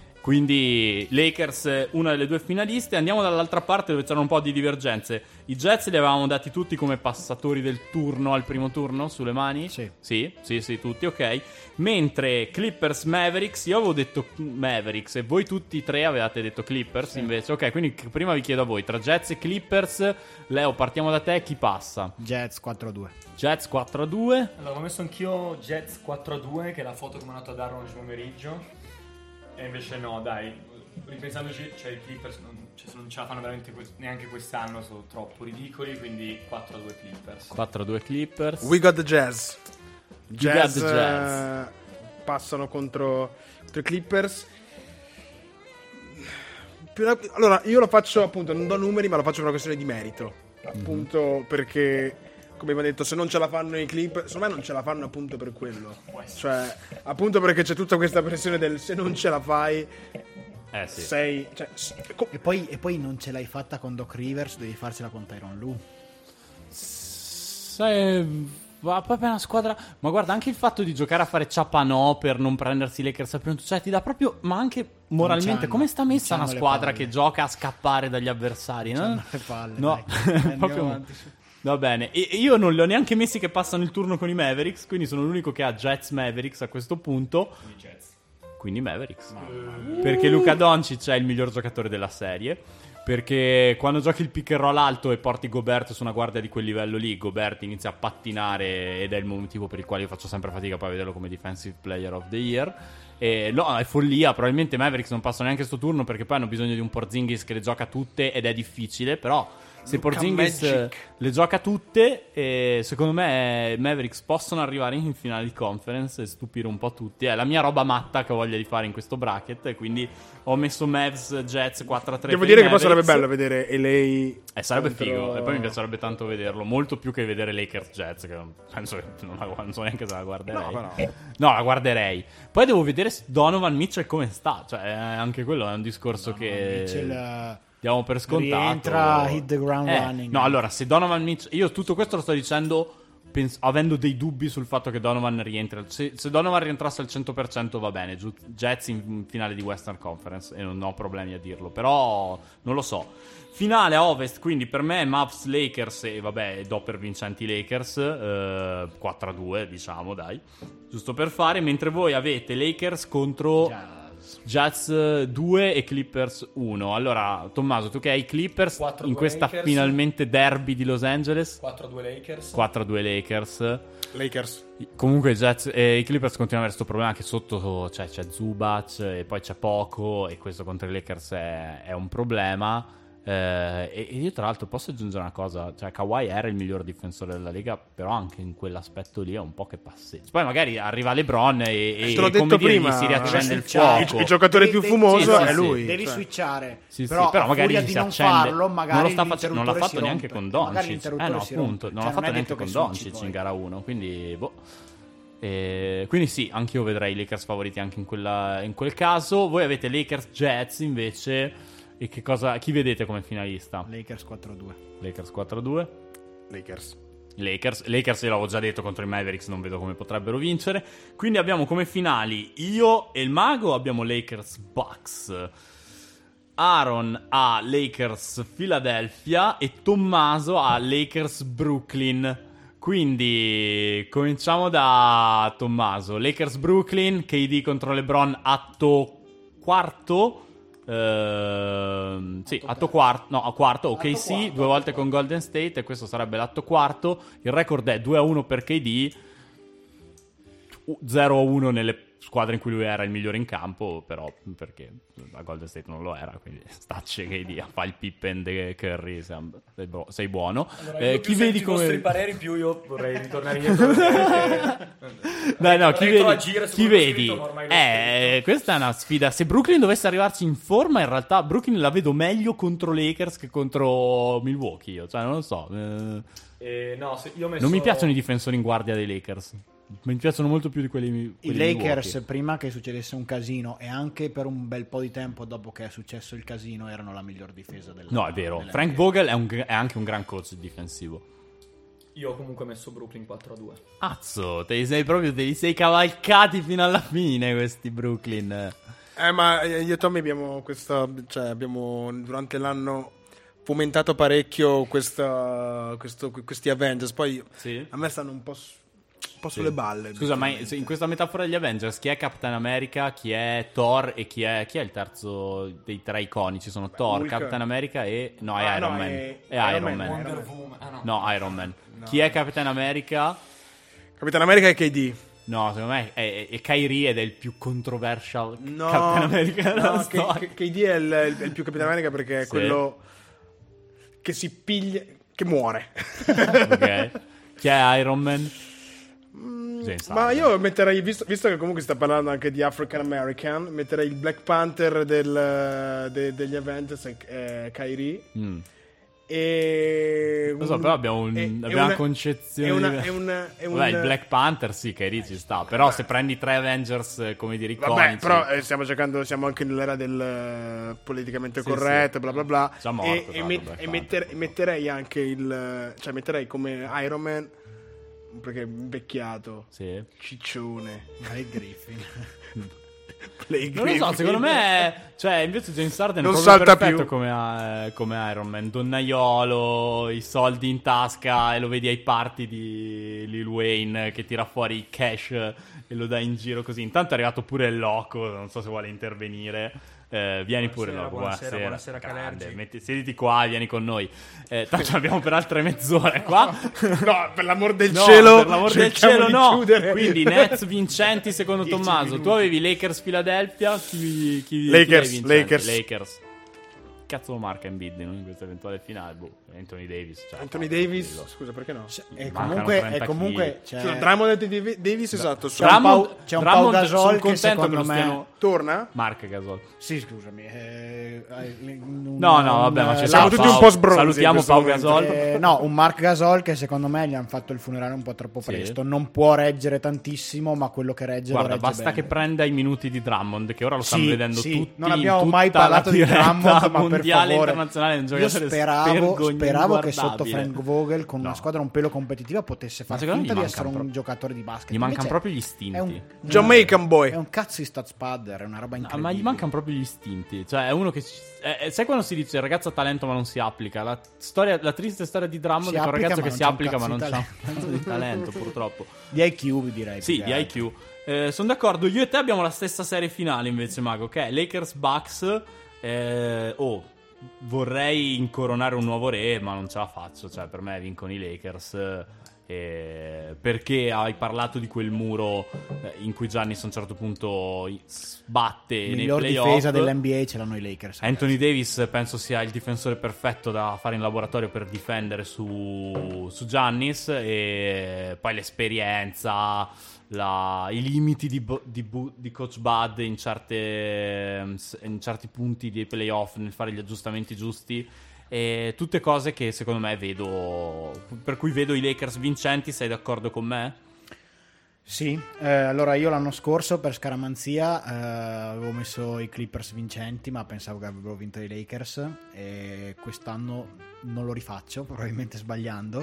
Speaker 3: Quindi Lakers, una delle due finaliste. Andiamo dall'altra parte dove c'erano un po' di divergenze. I Jets li avevamo dati tutti come passatori del turno al primo turno sulle mani?
Speaker 5: Sì.
Speaker 3: Sì, sì, sì, tutti, ok. Mentre Clippers Mavericks, io avevo detto Mavericks e voi tutti e tre avevate detto Clippers invece. Ok, quindi prima vi chiedo a voi, tra Jets e Clippers, Leo, partiamo da te, chi passa?
Speaker 5: Jets quattro a due.
Speaker 3: Jets quattro a due.
Speaker 6: Allora, ho messo anch'io Jets quattro a due, che è la foto che mi ha dato a dare oggi pomeriggio. E invece no, dai, ripensandoci, cioè i Clippers non, cioè, se non ce la fanno veramente que- neanche quest'anno, sono troppo ridicoli, quindi quattro a due Clippers.
Speaker 3: quattro a due Clippers.
Speaker 4: We got the Jazz. Jazz,
Speaker 3: got the Jazz.
Speaker 4: eh, passano contro, contro i Clippers. Più- Allora, io lo faccio appunto, non do numeri, ma lo faccio per una questione di merito. Appunto perché come abbiamo detto, se non ce la fanno i Clippers, secondo me non ce la fanno appunto per quello. Cioè, appunto perché c'è tutta questa pressione del se non ce la fai,
Speaker 3: Eh sì.
Speaker 4: sei... Cioè, s- co-
Speaker 5: E poi, e poi non ce l'hai fatta con Doc Rivers, devi farcela con Tyronn Lue.
Speaker 3: Sai, ma poi per una squadra. Ma guarda, anche il fatto di giocare a fare ciapanò per non prendersi i Lakers al primo, cioè ti dà proprio. Ma anche moralmente,
Speaker 5: c'hanno-
Speaker 3: come sta messa
Speaker 5: non
Speaker 3: una
Speaker 5: c'hanno le
Speaker 3: squadra
Speaker 5: palle.
Speaker 3: che gioca a scappare dagli avversari? No,
Speaker 5: C'hanno le palle,
Speaker 3: no.
Speaker 5: dai. Andiamo
Speaker 3: Proprio-
Speaker 5: avanti, su.
Speaker 3: Va bene, e e io non li ho neanche messi che passano il turno con i Mavericks, quindi sono l'unico che ha Jets Mavericks a questo punto. Quindi Mavericks. Perché Luka Doncic è il miglior giocatore della serie. Perché quando giochi il pick and roll alto e porti Gobert su una guardia di quel livello lì, Gobert inizia a pattinare ed è il motivo per il quale io faccio sempre fatica poi a vederlo come Defensive Player of the Year. E no, è follia, probabilmente i Mavericks non passano neanche sto turno perché poi hanno bisogno di un Porzingis che le gioca tutte ed è difficile, però se
Speaker 4: Luka
Speaker 3: Porzingis
Speaker 4: Magic.
Speaker 3: le gioca tutte, e secondo me i Mavericks possono arrivare in finale di conference e stupire un po' tutti. È la mia roba matta che ho voglia di fare in questo bracket, e quindi ho messo Mavs Jets quattro a tre.
Speaker 4: Devo
Speaker 3: per i
Speaker 4: dire che poi sarebbe
Speaker 3: Mavericks.
Speaker 4: bello vedere L A.
Speaker 3: Eh, sarebbe
Speaker 4: contro-
Speaker 3: figo. E poi mi piacerebbe tanto vederlo. Molto più che vedere Lakers Jets, che non- penso che non, la, non so neanche se la guarderei.
Speaker 4: No, però.
Speaker 3: No, la guarderei. Poi devo vedere Donovan Mitchell come sta. Cioè, eh, anche quello è un discorso che
Speaker 5: Mitchell, eh,
Speaker 3: diamo per scontato.
Speaker 5: rientra, hit the ground
Speaker 3: Eh,
Speaker 5: running.
Speaker 3: No, allora, se Donovan Mitchell... Io tutto questo lo sto dicendo pens- avendo dei dubbi sul fatto che Donovan rientri. Se, se Donovan rientrasse al cento per cento va bene. Giu- Jets in, in finale di Western Conference, e non ho problemi a dirlo. Però non lo so. Finale a Ovest, quindi per me Mavs Lakers, e vabbè, do per vincenti Lakers, eh, quattro a due, diciamo, dai, giusto per fare, mentre voi avete Lakers contro Jazz due e Clippers uno. Allora, Tommaso, tu che hai i Clippers
Speaker 6: quattro a
Speaker 3: in
Speaker 6: due
Speaker 3: questa
Speaker 6: Lakers.
Speaker 3: finalmente derby di Los Angeles,
Speaker 6: quattro a due Lakers.
Speaker 3: quattro a due Lakers.
Speaker 4: Lakers.
Speaker 3: Comunque i Jazz e i Clippers continuano ad avere questo problema che sotto cioè, c'è Zubac e poi c'è poco, e questo contro i Lakers è, è un problema. Eh, e, e io tra l'altro posso aggiungere una cosa, cioè Kawhi era il miglior difensore della Lega, però anche in quell'aspetto lì è un po' che passeggia. Poi magari arriva LeBron e, e
Speaker 4: Te l'ho
Speaker 3: come
Speaker 4: detto
Speaker 3: dire,
Speaker 4: prima,
Speaker 3: gli si riaccende il
Speaker 5: cioè,
Speaker 3: fuoco.
Speaker 4: Il giocatore
Speaker 5: Devi-
Speaker 4: più
Speaker 5: devi-
Speaker 4: fumoso
Speaker 3: sì,
Speaker 4: è
Speaker 3: sì,
Speaker 4: lui.
Speaker 5: Devi
Speaker 4: cioè.
Speaker 5: switchare.
Speaker 3: Sì, sì,
Speaker 5: però,
Speaker 3: però
Speaker 5: a
Speaker 3: magari
Speaker 5: furia
Speaker 3: gli
Speaker 5: di
Speaker 3: si
Speaker 5: non
Speaker 3: accende.
Speaker 5: farlo, magari
Speaker 3: non lo sta facendo, non l'ha
Speaker 5: l'interruttore
Speaker 3: fatto
Speaker 5: si
Speaker 3: neanche
Speaker 5: rompe.
Speaker 3: con
Speaker 5: Magari
Speaker 3: Doncic. Eh
Speaker 5: l'interruttore
Speaker 3: no,
Speaker 5: si
Speaker 3: appunto,
Speaker 5: rompe.
Speaker 3: non
Speaker 5: Cioè,
Speaker 3: l'ha fatto
Speaker 5: è
Speaker 3: neanche
Speaker 5: detto
Speaker 3: con
Speaker 5: che
Speaker 3: Doncic
Speaker 5: switchi
Speaker 3: in
Speaker 5: poi.
Speaker 3: gara uno, quindi boh. E quindi sì, anche io vedrei i Lakers favoriti anche in, quella, in quel caso. Voi avete Lakers Jets invece. E che cosa, chi vedete come finalista?
Speaker 5: Lakers quattro a due.
Speaker 3: Lakers quattro a due.
Speaker 4: Lakers.
Speaker 3: Lakers, Lakers io l'avevo già detto contro i Mavericks, non vedo come potrebbero vincere. Quindi abbiamo come finali io e il Mago, abbiamo Lakers Bucks. Aaron ha Lakers Philadelphia e Tommaso ha Lakers Brooklyn. Quindi cominciamo da Tommaso. Lakers Brooklyn, K D contro LeBron, atto quarto. Ehm, sì, atto quarto, no, a quarto, O K C, due volte con Golden State, e questo sarebbe l'atto quarto. Il record è due a uno per K D, zero a uno nelle squadre in cui lui era il migliore in campo, però perché a Golden State non lo era, quindi stacce K D, fa il Pippen de Curry, sei, bu- sei buono.
Speaker 6: Allora,
Speaker 3: Eh,
Speaker 6: io
Speaker 3: chi
Speaker 6: più
Speaker 3: vedi
Speaker 6: sento i vostri
Speaker 3: come...
Speaker 6: pareri, più io vorrei ritornare indietro. perché-
Speaker 3: Dai, no, chi vedi,
Speaker 6: retroagire su
Speaker 3: chi
Speaker 6: quello che ho
Speaker 3: vedi?
Speaker 6: scritto, ma ormai l'ho
Speaker 3: Eh, questa è una sfida. Se Brooklyn dovesse arrivarci in forma, in realtà Brooklyn la vedo meglio contro Lakers che contro Milwaukee. Io, cioè, non lo so. eh,
Speaker 6: Eh, no, se io ho messo...
Speaker 3: Non mi piacciono i difensori in guardia dei Lakers. Mi piacciono molto più di quelli,
Speaker 5: I
Speaker 3: quelli di
Speaker 5: Lakers,
Speaker 3: Milwaukee.
Speaker 5: prima che succedesse un casino, e anche per un bel po' di tempo dopo che è successo il casino, erano la miglior difesa della
Speaker 3: No, è vero.
Speaker 5: della
Speaker 3: Frank
Speaker 5: N B A.
Speaker 3: Vogel è, un- è anche un gran coach difensivo.
Speaker 6: Io ho comunque messo Brooklyn quattro a due.
Speaker 3: Azzo, te li sei proprio, te li sei cavalcati fino alla fine questi Brooklyn.
Speaker 4: Eh, ma io e Tommy abbiamo questa. Cioè, abbiamo durante l'anno fomentato parecchio questa, questo, questi Avengers. Poi
Speaker 3: Sì.
Speaker 4: a me stanno un po', su- un po' sulle balle.
Speaker 3: Scusa, ma in in questa metafora degli Avengers, chi è Captain America, chi è Thor e chi è, chi è il terzo dei tre iconici? Sono Thor,
Speaker 4: Hulk.
Speaker 3: Captain America e... No, è
Speaker 4: Ah,
Speaker 3: Iron
Speaker 4: no,
Speaker 3: Man.
Speaker 4: è-
Speaker 3: È
Speaker 4: Iron
Speaker 3: Iron
Speaker 4: Man,
Speaker 3: Man.
Speaker 6: Wonder Woman. Ah, no.
Speaker 3: No, Iron Man. Chi è Captain America?
Speaker 4: Capitan America e K D.
Speaker 3: No, secondo me è, è Kyrie ed è il più controversial
Speaker 4: No,
Speaker 3: Captain America della
Speaker 4: no,
Speaker 3: storia.
Speaker 4: K- K- K D è il, è il più Capitan America perché è
Speaker 3: Sì.
Speaker 4: quello che si piglia, che muore.
Speaker 3: Ok. Chi è Iron Man? James
Speaker 4: Ma
Speaker 3: Harden.
Speaker 4: io metterei, visto, visto che comunque si sta parlando anche di African American, metterei il Black Panther del, de- degli Avengers, eh, Kyrie,
Speaker 3: Mm.
Speaker 4: E
Speaker 3: Non so, però abbiamo, un,
Speaker 4: è- è
Speaker 3: abbiamo
Speaker 4: una-
Speaker 3: una concezione
Speaker 4: è una-
Speaker 3: di-
Speaker 4: è un- è un-
Speaker 3: Vabbè, il Black Panther sì, che lì ci sta. Però se prendi tre Avengers, eh, come dire, iconici,
Speaker 4: Vabbè, però eh, stiamo cercando, siamo anche nell'era del eh, politicamente
Speaker 3: Sì,
Speaker 4: corretto,
Speaker 3: sì.
Speaker 4: bla bla bla.
Speaker 3: Già morto,
Speaker 4: e,
Speaker 3: tra
Speaker 4: e,
Speaker 3: l'altro,
Speaker 4: met-
Speaker 3: Black
Speaker 4: e
Speaker 3: Panther.
Speaker 4: metter- e metterei anche il, cioè metterei come Iron Man, perché è invecchiato,
Speaker 3: sì.
Speaker 4: ciccione.
Speaker 5: Dai Griffin.
Speaker 4: Blake
Speaker 3: Non lo so,
Speaker 4: Griffin.
Speaker 3: secondo me, cioè, invece James Harden
Speaker 4: Non
Speaker 3: è proprio
Speaker 4: salta
Speaker 3: perfetto
Speaker 4: più.
Speaker 3: come, eh, come Iron Man, donnaiolo, i soldi in tasca e lo vedi ai party di Lil Wayne che tira fuori il cash e lo dà in giro così. Intanto è arrivato pure il Loco, non so se vuole intervenire. Eh, vieni pure,
Speaker 7: Buonasera,
Speaker 3: Loco.
Speaker 7: buonasera,
Speaker 3: Buonasera,
Speaker 7: buonasera,
Speaker 3: grande.
Speaker 7: Calergi.
Speaker 3: Metti, sediti qua, vieni con noi. Eh, tanto abbiamo per altre mezz'ore qua.
Speaker 4: No, per l'amor del
Speaker 3: No,
Speaker 4: cielo,
Speaker 3: per l'amor del
Speaker 4: cerchiamo
Speaker 3: cielo
Speaker 4: di
Speaker 3: no.
Speaker 4: chiudere.
Speaker 3: Quindi Nets vincenti secondo
Speaker 4: Dieci
Speaker 3: Tommaso.
Speaker 4: minuti.
Speaker 3: Tu avevi Lakers Philadelphia, chi, chi, chi
Speaker 4: Lakers,
Speaker 3: dai vincenti?
Speaker 4: Lakers.
Speaker 3: Lakers. Cazzo lo marca Embiid in questa eventuale finale? Boh, Anthony Davis. Cioè,
Speaker 4: Anthony
Speaker 3: fa-
Speaker 4: Davis,
Speaker 3: quello.
Speaker 4: scusa, perché no?
Speaker 5: E
Speaker 3: Mancano
Speaker 5: comunque,
Speaker 3: trenta
Speaker 5: e comunque
Speaker 3: chili.
Speaker 5: c'è,
Speaker 4: Scusa, Drummond e Davis, esatto.
Speaker 5: c'è un
Speaker 3: Drummond-
Speaker 5: Pau, c'è un
Speaker 3: Drummond,
Speaker 5: Pau Gasol
Speaker 3: sono
Speaker 5: che
Speaker 3: contento
Speaker 5: secondo
Speaker 3: che lo
Speaker 5: me
Speaker 3: stiano-
Speaker 4: Torna?
Speaker 3: Marca Gasol.
Speaker 5: Sì, scusami. eh, un-
Speaker 3: No, no, vabbè, ma ci
Speaker 5: un-
Speaker 4: siamo
Speaker 3: siamo
Speaker 4: tutti
Speaker 3: Pau-
Speaker 4: un po' sbronzi in
Speaker 3: Salutiamo
Speaker 4: questo
Speaker 3: Pau
Speaker 4: momento.
Speaker 3: Gasol.
Speaker 5: Eh, no, un Mark Gasol che secondo me gli hanno fatto il funerale un po' troppo
Speaker 3: Sì.
Speaker 5: presto. Non può reggere tantissimo, ma quello che regge
Speaker 3: Guarda,
Speaker 5: lo regge
Speaker 3: basta
Speaker 5: bene.
Speaker 3: che prenda i minuti di Drummond, che ora lo stanno
Speaker 5: Sì,
Speaker 3: vedendo
Speaker 5: sì.
Speaker 3: tutti.
Speaker 5: Non
Speaker 3: in
Speaker 5: abbiamo
Speaker 3: tutta
Speaker 5: mai
Speaker 3: la
Speaker 5: parlato di
Speaker 3: diretta
Speaker 5: Drummond, ma per
Speaker 3: mondiale
Speaker 5: favore.
Speaker 3: internazionale. È un
Speaker 5: Io
Speaker 3: giocatore
Speaker 5: speravo,
Speaker 3: spergogno-
Speaker 5: speravo che sotto
Speaker 3: inguardabile.
Speaker 5: Frank Vogel, con una
Speaker 3: No.
Speaker 5: squadra un pelo competitiva, potesse far
Speaker 3: secondo me
Speaker 5: finta
Speaker 3: gli
Speaker 5: di essere
Speaker 3: mancano
Speaker 5: un
Speaker 3: pro-
Speaker 5: giocatore di basket.
Speaker 3: Gli mancano
Speaker 5: Invece
Speaker 3: proprio gli istinti.
Speaker 5: È un,
Speaker 4: Jamaican boy.
Speaker 5: È un cazzo di stats padder, è una roba
Speaker 3: Ah,
Speaker 5: incredibile.
Speaker 3: ma gli mancano proprio gli istinti. Cioè, è uno che. ci- eh, eh, sai quando si dice il ragazzo ha talento ma non si applica? La, storia, la triste storia di Drummond
Speaker 5: Si
Speaker 3: è che è un
Speaker 5: applica,
Speaker 3: ragazzo
Speaker 5: ma
Speaker 3: che
Speaker 5: non
Speaker 3: si
Speaker 5: c'ha un
Speaker 3: applica ma
Speaker 5: cazzo
Speaker 3: non
Speaker 5: di
Speaker 3: c'ha
Speaker 5: talento.
Speaker 3: un cazzo di talento, purtroppo.
Speaker 5: Di I Q direi.
Speaker 3: Sì,
Speaker 5: più
Speaker 3: di
Speaker 5: che
Speaker 3: I
Speaker 5: altro.
Speaker 3: Q. Eh, sono d'accordo. Io e te abbiamo la stessa serie finale invece, Mago. Che è Lakers Bucks. Eh, oh, vorrei incoronare un nuovo re, ma non ce la faccio. Cioè, per me vincono i Lakers. Eh, perché hai parlato di quel muro eh, in cui Giannis a un certo punto i- sbatte
Speaker 5: Il
Speaker 3: nei
Speaker 5: miglior
Speaker 3: playoff.
Speaker 5: difesa dell'N B A ce l'hanno i Lakers.
Speaker 3: Anthony Davis penso sia il difensore perfetto da fare in laboratorio per difendere su, su Giannis, e poi l'esperienza, la- i limiti di, Bo- di, Bu- di Coach Bud in, certe, in certi punti dei playoff nel fare gli aggiustamenti giusti, e tutte cose che secondo me vedo, per cui vedo i Lakers vincenti. Sei d'accordo con me?
Speaker 5: Sì, eh, allora io l'anno scorso per scaramanzia eh, avevo messo i Clippers vincenti, ma pensavo che avrebbero vinto i Lakers, e quest'anno non lo rifaccio, probabilmente sbagliando,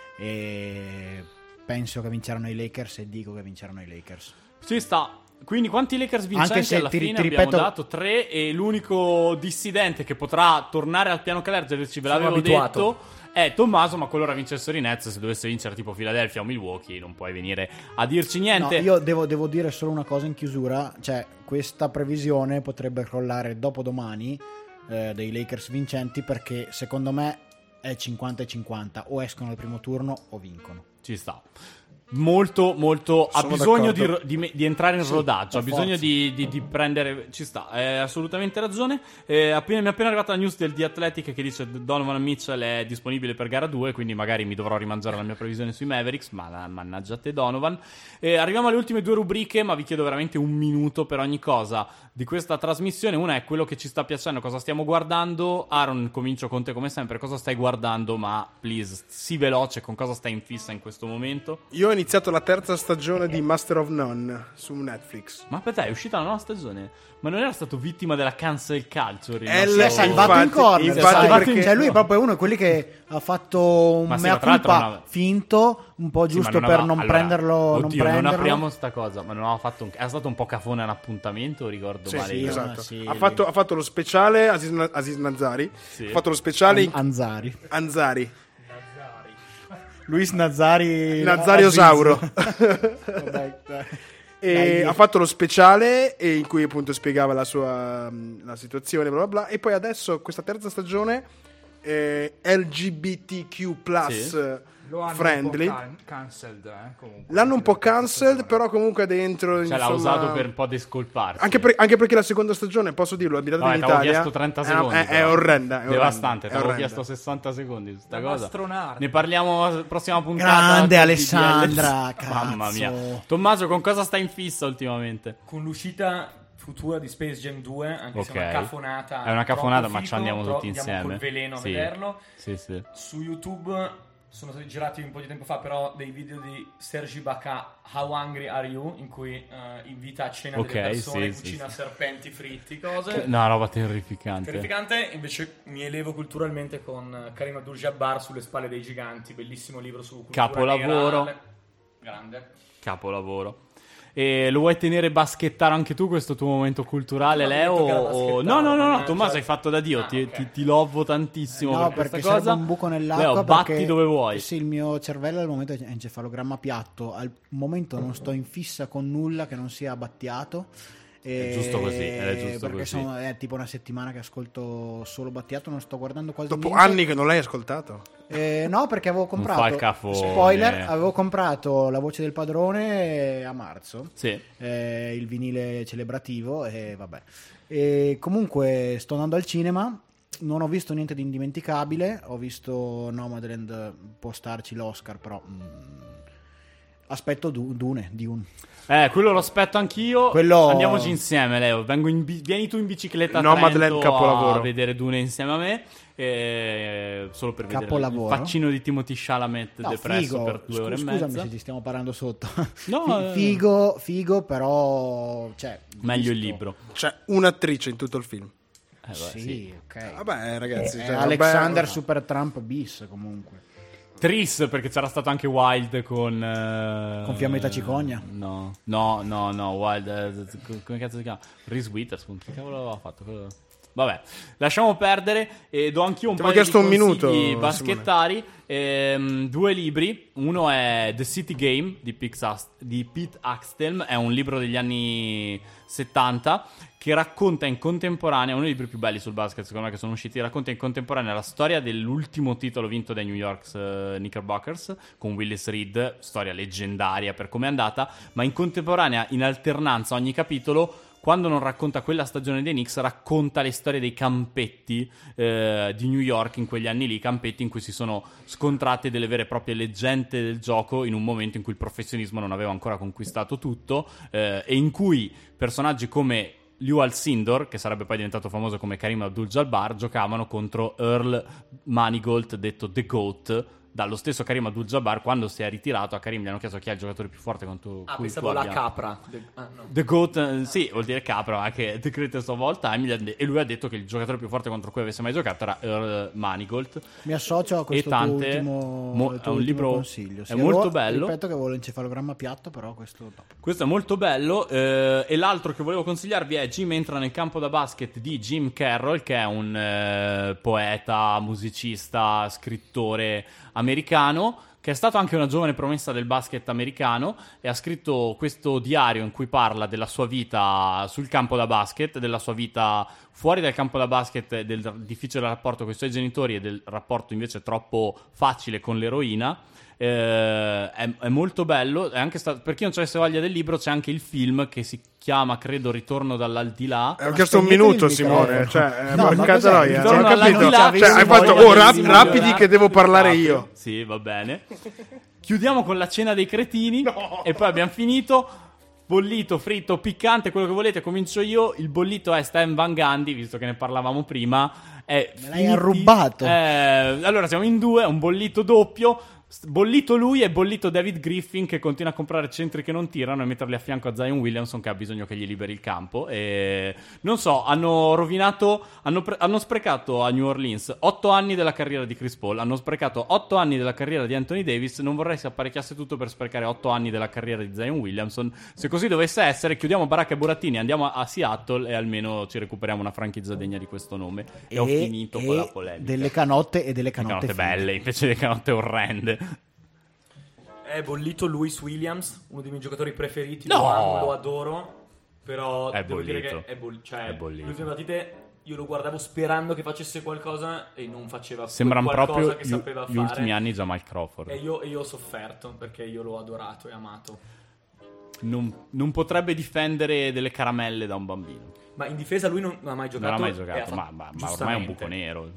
Speaker 5: e penso che vinceranno i Lakers e dico che vinceranno i Lakers.
Speaker 3: Ci sta. Quindi quanti Lakers vincenti
Speaker 5: Anche se
Speaker 3: alla
Speaker 5: ti-
Speaker 3: fine
Speaker 5: ti
Speaker 3: abbiamo
Speaker 5: ripeto-
Speaker 3: dato? Tre, e l'unico dissidente che potrà tornare al piano Calergi, ve
Speaker 7: Sono
Speaker 3: l'avevo
Speaker 7: abituato.
Speaker 3: detto, è Tommaso, ma qualora vincessero i Nets, se dovesse vincere tipo Philadelphia o Milwaukee, non puoi venire a dirci
Speaker 5: No,
Speaker 3: niente.
Speaker 5: io devo, devo dire solo una cosa in chiusura, cioè questa previsione potrebbe crollare dopodomani eh, dei Lakers vincenti, perché secondo me è cinquanta e cinquanta, o escono al primo turno o vincono.
Speaker 3: Ci sta. Molto, molto. Ha
Speaker 4: Sono
Speaker 3: bisogno di,
Speaker 4: d'accordo.
Speaker 3: ro- di me- di entrare in
Speaker 5: Sì,
Speaker 3: rodaggio. Ha
Speaker 5: per
Speaker 3: bisogno
Speaker 5: forza.
Speaker 3: di, di- di prendere. Ci sta, hai assolutamente ragione. Eh, appena, mi è appena arrivata la news del The Athletic che dice Donovan Mitchell è disponibile per gara due. Quindi magari mi dovrò rimangiare la mia previsione sui Mavericks. Ma la- mannaggia a te, Donovan. Eh, arriviamo alle ultime due rubriche, ma vi chiedo veramente un minuto per ogni cosa di questa trasmissione. Una è quello che ci sta piacendo, cosa stiamo guardando. Aaron, comincio con te come sempre. Cosa stai guardando? Ma please, sii veloce, con cosa stai in fissa in questo momento?
Speaker 4: Io ho iniziato la terza stagione di Master of None su Netflix.
Speaker 3: Ma per te è uscita la nuova stagione? Ma non era stato vittima della cancel culture? il
Speaker 4: È
Speaker 3: nostro-
Speaker 5: Si è salvato in
Speaker 4: infatti-
Speaker 5: corner,
Speaker 4: infatti
Speaker 5: sai?
Speaker 4: perché-
Speaker 5: Cioè lui è proprio uno di quelli che ha fatto un
Speaker 3: Ma sì,
Speaker 5: mea
Speaker 3: ma tra l'altro
Speaker 5: culpa
Speaker 3: non-
Speaker 5: finto, un po'
Speaker 3: Sì,
Speaker 5: giusto
Speaker 3: ma
Speaker 5: per
Speaker 3: aveva-
Speaker 5: non
Speaker 3: allora,
Speaker 5: prenderlo, non
Speaker 3: oddio,
Speaker 5: prenderlo.
Speaker 3: non apriamo sta cosa, ma non aveva fatto un... Era stato un po' cafone un appuntamento, ricordo
Speaker 4: Sì,
Speaker 3: male.
Speaker 4: sì,
Speaker 3: io.
Speaker 4: esatto.
Speaker 5: sì,
Speaker 4: ha,
Speaker 5: lì.
Speaker 4: fatto, ha fatto lo speciale Aziz, Na- Aziz Nazari.
Speaker 3: Sì.
Speaker 4: Ha fatto lo speciale in
Speaker 5: Anzari.
Speaker 4: Anzari.
Speaker 5: Luis Nazari.
Speaker 4: Nazariosauro.
Speaker 5: Vabbè, dai.
Speaker 4: E
Speaker 5: Dai.
Speaker 4: ha fatto lo speciale e in cui appunto spiegava la sua mh, la situazione, bla bla bla. E poi adesso questa terza stagione eh, L G B T Q plus
Speaker 3: Sì.
Speaker 7: Lo hanno
Speaker 4: friendly.
Speaker 7: un po' can- cancelled, eh, comunque.
Speaker 4: L'hanno un po'
Speaker 7: Anche la terza
Speaker 4: cancelled,
Speaker 7: stagione.
Speaker 4: però comunque dentro.
Speaker 3: Cioè l'ha
Speaker 4: insomma,
Speaker 3: usato per un po' discolparsi.
Speaker 4: Anche, per- anche perché la seconda stagione, posso dirlo, abitata
Speaker 3: Vabbè,
Speaker 4: in
Speaker 3: t'avevo
Speaker 4: Italia.
Speaker 3: chiesto trenta
Speaker 4: è-
Speaker 3: secondi.
Speaker 4: È, è
Speaker 3: però.
Speaker 4: orrenda. È
Speaker 3: Devastante,
Speaker 4: orrenda,
Speaker 3: ti
Speaker 4: è
Speaker 3: avevo
Speaker 4: orrenda.
Speaker 3: chiesto sessanta secondi su sta
Speaker 7: Da
Speaker 3: cosa.
Speaker 7: mastronardi.
Speaker 3: Ne parliamo la prossima puntata.
Speaker 5: Grande
Speaker 3: del
Speaker 5: Alessandra,
Speaker 3: D D L. Mamma
Speaker 5: cazzo.
Speaker 3: mia. Tommaso, con cosa stai in fissa ultimamente?
Speaker 6: Con l'uscita futura di Space Jam due, anche se è una
Speaker 3: Ok.
Speaker 6: cafonata.
Speaker 3: È una cafonata,
Speaker 6: troppo
Speaker 3: ma ci
Speaker 6: figo,
Speaker 3: andiamo
Speaker 6: però
Speaker 3: tutti
Speaker 6: andiamo
Speaker 3: insieme.
Speaker 6: col veleno
Speaker 3: Sì.
Speaker 6: a vederlo.
Speaker 3: Sì, sì.
Speaker 6: Su YouTube sono stati girati un po' di tempo fa, però dei video di Sergi Bacca, How Hungry Are You, in cui eh, invita a cena
Speaker 3: Ok,
Speaker 6: delle persone,
Speaker 3: sì,
Speaker 6: cucina
Speaker 3: sì, sì.
Speaker 6: serpenti fritti, cose.
Speaker 3: No, roba terrificante.
Speaker 6: Terrificante. Invece mi elevo culturalmente con Karim Abdul-Jabbar, Sulle spalle dei giganti, bellissimo libro su cultura
Speaker 3: Capolavoro.
Speaker 6: nera. Grande.
Speaker 3: Capolavoro. E lo vuoi tenere baschettaro anche tu questo tuo momento culturale,
Speaker 6: No,
Speaker 3: Leo?
Speaker 6: ho detto che era
Speaker 3: O...
Speaker 6: baschettaro,
Speaker 3: No, no, no, no,
Speaker 6: mannaggia.
Speaker 3: Tommaso hai fatto da Dio,
Speaker 6: Ah,
Speaker 3: ti,
Speaker 6: ok.
Speaker 3: ti, ti lovo tantissimo
Speaker 5: No,
Speaker 3: per
Speaker 5: perché
Speaker 3: questa
Speaker 5: sarebbe
Speaker 3: cosa.
Speaker 5: un buco nell'acqua.
Speaker 3: Leo, batti
Speaker 5: perché-
Speaker 3: dove vuoi.
Speaker 5: Sì, il mio cervello al momento è encefalogramma piatto. Al momento non sto in fissa con nulla che non sia Battiato. E-
Speaker 3: È giusto così, è giusto
Speaker 5: perché
Speaker 3: così.
Speaker 5: sono, è tipo una settimana che ascolto solo Battiato, non sto guardando quasi
Speaker 4: Dopo
Speaker 5: niente.
Speaker 4: anni che non l'hai ascoltato.
Speaker 5: Eh, no, perché avevo
Speaker 3: fa il
Speaker 5: comprato
Speaker 3: cafone.
Speaker 5: spoiler, avevo comprato La voce del padrone a marzo.
Speaker 3: Sì.
Speaker 5: eh, il vinile celebrativo e vabbè. E comunque sto andando al cinema, non ho visto niente di indimenticabile, ho visto Nomadland, può starci l'Oscar, però mm, aspetto Du- Dune, Dune.
Speaker 3: Eh, quello lo aspetto anch'io.
Speaker 5: Quello-
Speaker 3: Andiamoci insieme, Leo. Vengo in bi- Vieni tu in bicicletta a
Speaker 4: Nomadland,
Speaker 3: Trento
Speaker 4: capolavoro.
Speaker 3: a vedere Dune insieme a me. eh, solo per vedere il
Speaker 5: Capolavoro.
Speaker 3: faccino di Timothy Chalamet
Speaker 5: No,
Speaker 3: depresso
Speaker 5: figo,
Speaker 3: per due
Speaker 5: scu-
Speaker 3: ore e
Speaker 5: scusami
Speaker 3: mezza.
Speaker 5: se ti stiamo parlando sotto.
Speaker 3: No,
Speaker 5: Fi-
Speaker 3: eh.
Speaker 5: figo, figo, però cioè,
Speaker 3: Meglio il
Speaker 5: visto-
Speaker 3: libro.
Speaker 4: C'è un'attrice in tutto il film.
Speaker 3: Eh, vabbè,
Speaker 5: Sì,
Speaker 3: sì.
Speaker 5: ok.
Speaker 4: Vabbè, ragazzi.
Speaker 5: È
Speaker 4: cioè,
Speaker 5: Alexander
Speaker 4: vabbè,
Speaker 5: Super Trump bis comunque.
Speaker 3: Tris, perché c'era stato anche Wild con... eh,
Speaker 5: Con Fiammetta Cicogna?
Speaker 3: No, no, no, no, Wild... eh, co- come cazzo si chiama? Reese Witherspoon, che cavolo aveva fatto? Quello- Vabbè, lasciamo perdere e do anch'io un
Speaker 4: Ti
Speaker 3: po'
Speaker 4: avevo
Speaker 3: di
Speaker 4: chiesto un
Speaker 3: consigli
Speaker 4: minuto,
Speaker 3: baschettari. Ehm, due libri, uno è The City Game di, Pix- di Pete Axthelm, è un libro degli anni settanta che racconta in contemporanea, uno dei libri più belli sul basket secondo me che sono usciti, racconta in contemporanea la storia dell'ultimo titolo vinto dai New York uh, Knickerbockers con Willis Reed, storia leggendaria per come è andata, ma in contemporanea, in alternanza ogni capitolo, quando non racconta quella stagione dei Knicks, racconta le storie dei campetti eh, di New York in quegli anni lì, campetti in cui si sono scontrate delle vere e proprie leggende del gioco in un momento in cui il professionismo non aveva ancora conquistato tutto eh, e in cui personaggi come Lew Alcindor, che sarebbe poi diventato famoso come Karim Abdul-Jabbar, giocavano contro Earl Manigault, detto The Goat, dallo stesso Karim Abdul-Jabbar. Quando si è ritirato a Karim gli hanno chiesto chi è il giocatore più forte contro
Speaker 6: Ah,
Speaker 3: cui
Speaker 6: pensavo
Speaker 3: tu
Speaker 6: la
Speaker 3: abbia...
Speaker 6: capra. De- ah, no.
Speaker 3: The Goat, eh, sì, vuol dire capra, ma anche The Greatest of All Time, gli ha de- e lui ha detto che il giocatore più forte contro cui avesse mai giocato era Earl Manigault.
Speaker 5: Mi associo a questo
Speaker 3: E tante-
Speaker 5: tuo ultimo,
Speaker 3: mo-
Speaker 5: tuo
Speaker 3: è un
Speaker 5: ultimo
Speaker 3: libro-
Speaker 5: consiglio.
Speaker 3: è
Speaker 5: Sì,
Speaker 3: molto
Speaker 5: avevo-
Speaker 3: bello.
Speaker 5: Ripeto che avevo l'encefalogramma piatto, però questo top.
Speaker 3: Questo è molto bello, eh, e l'altro che volevo consigliarvi è Jim entra nel campo da basket di Jim Carroll, che è un eh, poeta, musicista, scrittore americano, che è stato anche una giovane promessa del basket americano, e ha scritto questo diario in cui parla della sua vita sul campo da basket, della sua vita fuori dal campo da basket, del difficile rapporto con i suoi genitori e del rapporto invece troppo facile con l'eroina. Eh, è, è molto bello, è anche stato, per chi non ci avesse voglia del libro, c'è anche il film che si chiama, credo, Ritorno dall'aldilà.
Speaker 4: Ho chiesto un
Speaker 5: spegnete
Speaker 4: minuto,
Speaker 5: il
Speaker 4: Simone.
Speaker 5: microfono.
Speaker 4: Cioè,
Speaker 5: No,
Speaker 4: porca
Speaker 5: ma cos'è?
Speaker 4: troia,
Speaker 3: Ritorno
Speaker 4: non ho capito.
Speaker 3: all'aldilà,
Speaker 4: Cioè, hai
Speaker 3: avessimo
Speaker 4: fatto,
Speaker 3: voglia
Speaker 4: oh,
Speaker 3: di
Speaker 4: rap-
Speaker 3: migliorare
Speaker 4: rapidi che devo parlare io.
Speaker 3: Sì, va bene. Chiudiamo con la cena dei cretini e poi abbiamo finito. Bollito, fritto, piccante, quello che volete, comincio io. Il bollito è Stan Van Gundy, visto che ne parlavamo prima. È
Speaker 5: Me l'hai arrubato.
Speaker 3: Eh, allora siamo in due, è un bollito doppio. Bollito lui e bollito David Griffin, che continua a comprare centri che non tirano e metterli a fianco a Zion Williamson, che ha bisogno che gli liberi il campo. E non so, hanno rovinato, hanno, pre- hanno sprecato a New Orleans otto anni della carriera di Chris Paul, hanno sprecato otto anni della carriera di Anthony Davis. Non vorrei si apparecchiasse tutto per sprecare otto anni della carriera di Zion Williamson. Se così dovesse essere, chiudiamo Baracca e Burattini, andiamo a, a Seattle e almeno ci recuperiamo una franchigia degna di questo nome. E,
Speaker 5: E,
Speaker 3: ho finito
Speaker 5: e
Speaker 3: con la polemica.
Speaker 5: delle canotte e delle
Speaker 3: Le
Speaker 5: canotte,
Speaker 3: canotte
Speaker 5: fighe.
Speaker 3: belle invece delle canotte orrende.
Speaker 6: È bollito Louis Williams, uno dei miei giocatori preferiti.
Speaker 3: No!
Speaker 6: Lo amo, lo adoro. Però
Speaker 3: È
Speaker 6: devo dire
Speaker 3: bollito.
Speaker 6: che è, boll- cioè,
Speaker 3: È bollito.
Speaker 6: le ultime partite io lo guardavo sperando che facesse qualcosa e non faceva
Speaker 3: Sembrano
Speaker 6: quel qualcosa
Speaker 3: proprio
Speaker 6: che
Speaker 3: gli,
Speaker 6: sapeva
Speaker 3: gli
Speaker 6: fare.
Speaker 3: ultimi anni Jamal Crawford.
Speaker 6: E io, e io ho sofferto perché io l'ho adorato e amato.
Speaker 3: Non, non potrebbe difendere delle caramelle da un bambino.
Speaker 6: Ma in difesa lui non, non ha mai
Speaker 3: Non
Speaker 6: giocato.
Speaker 3: ha mai
Speaker 6: e ha
Speaker 3: giocato,
Speaker 6: fatto-
Speaker 3: ma, ma- ma ormai è un
Speaker 6: giustamente.
Speaker 3: buco nero.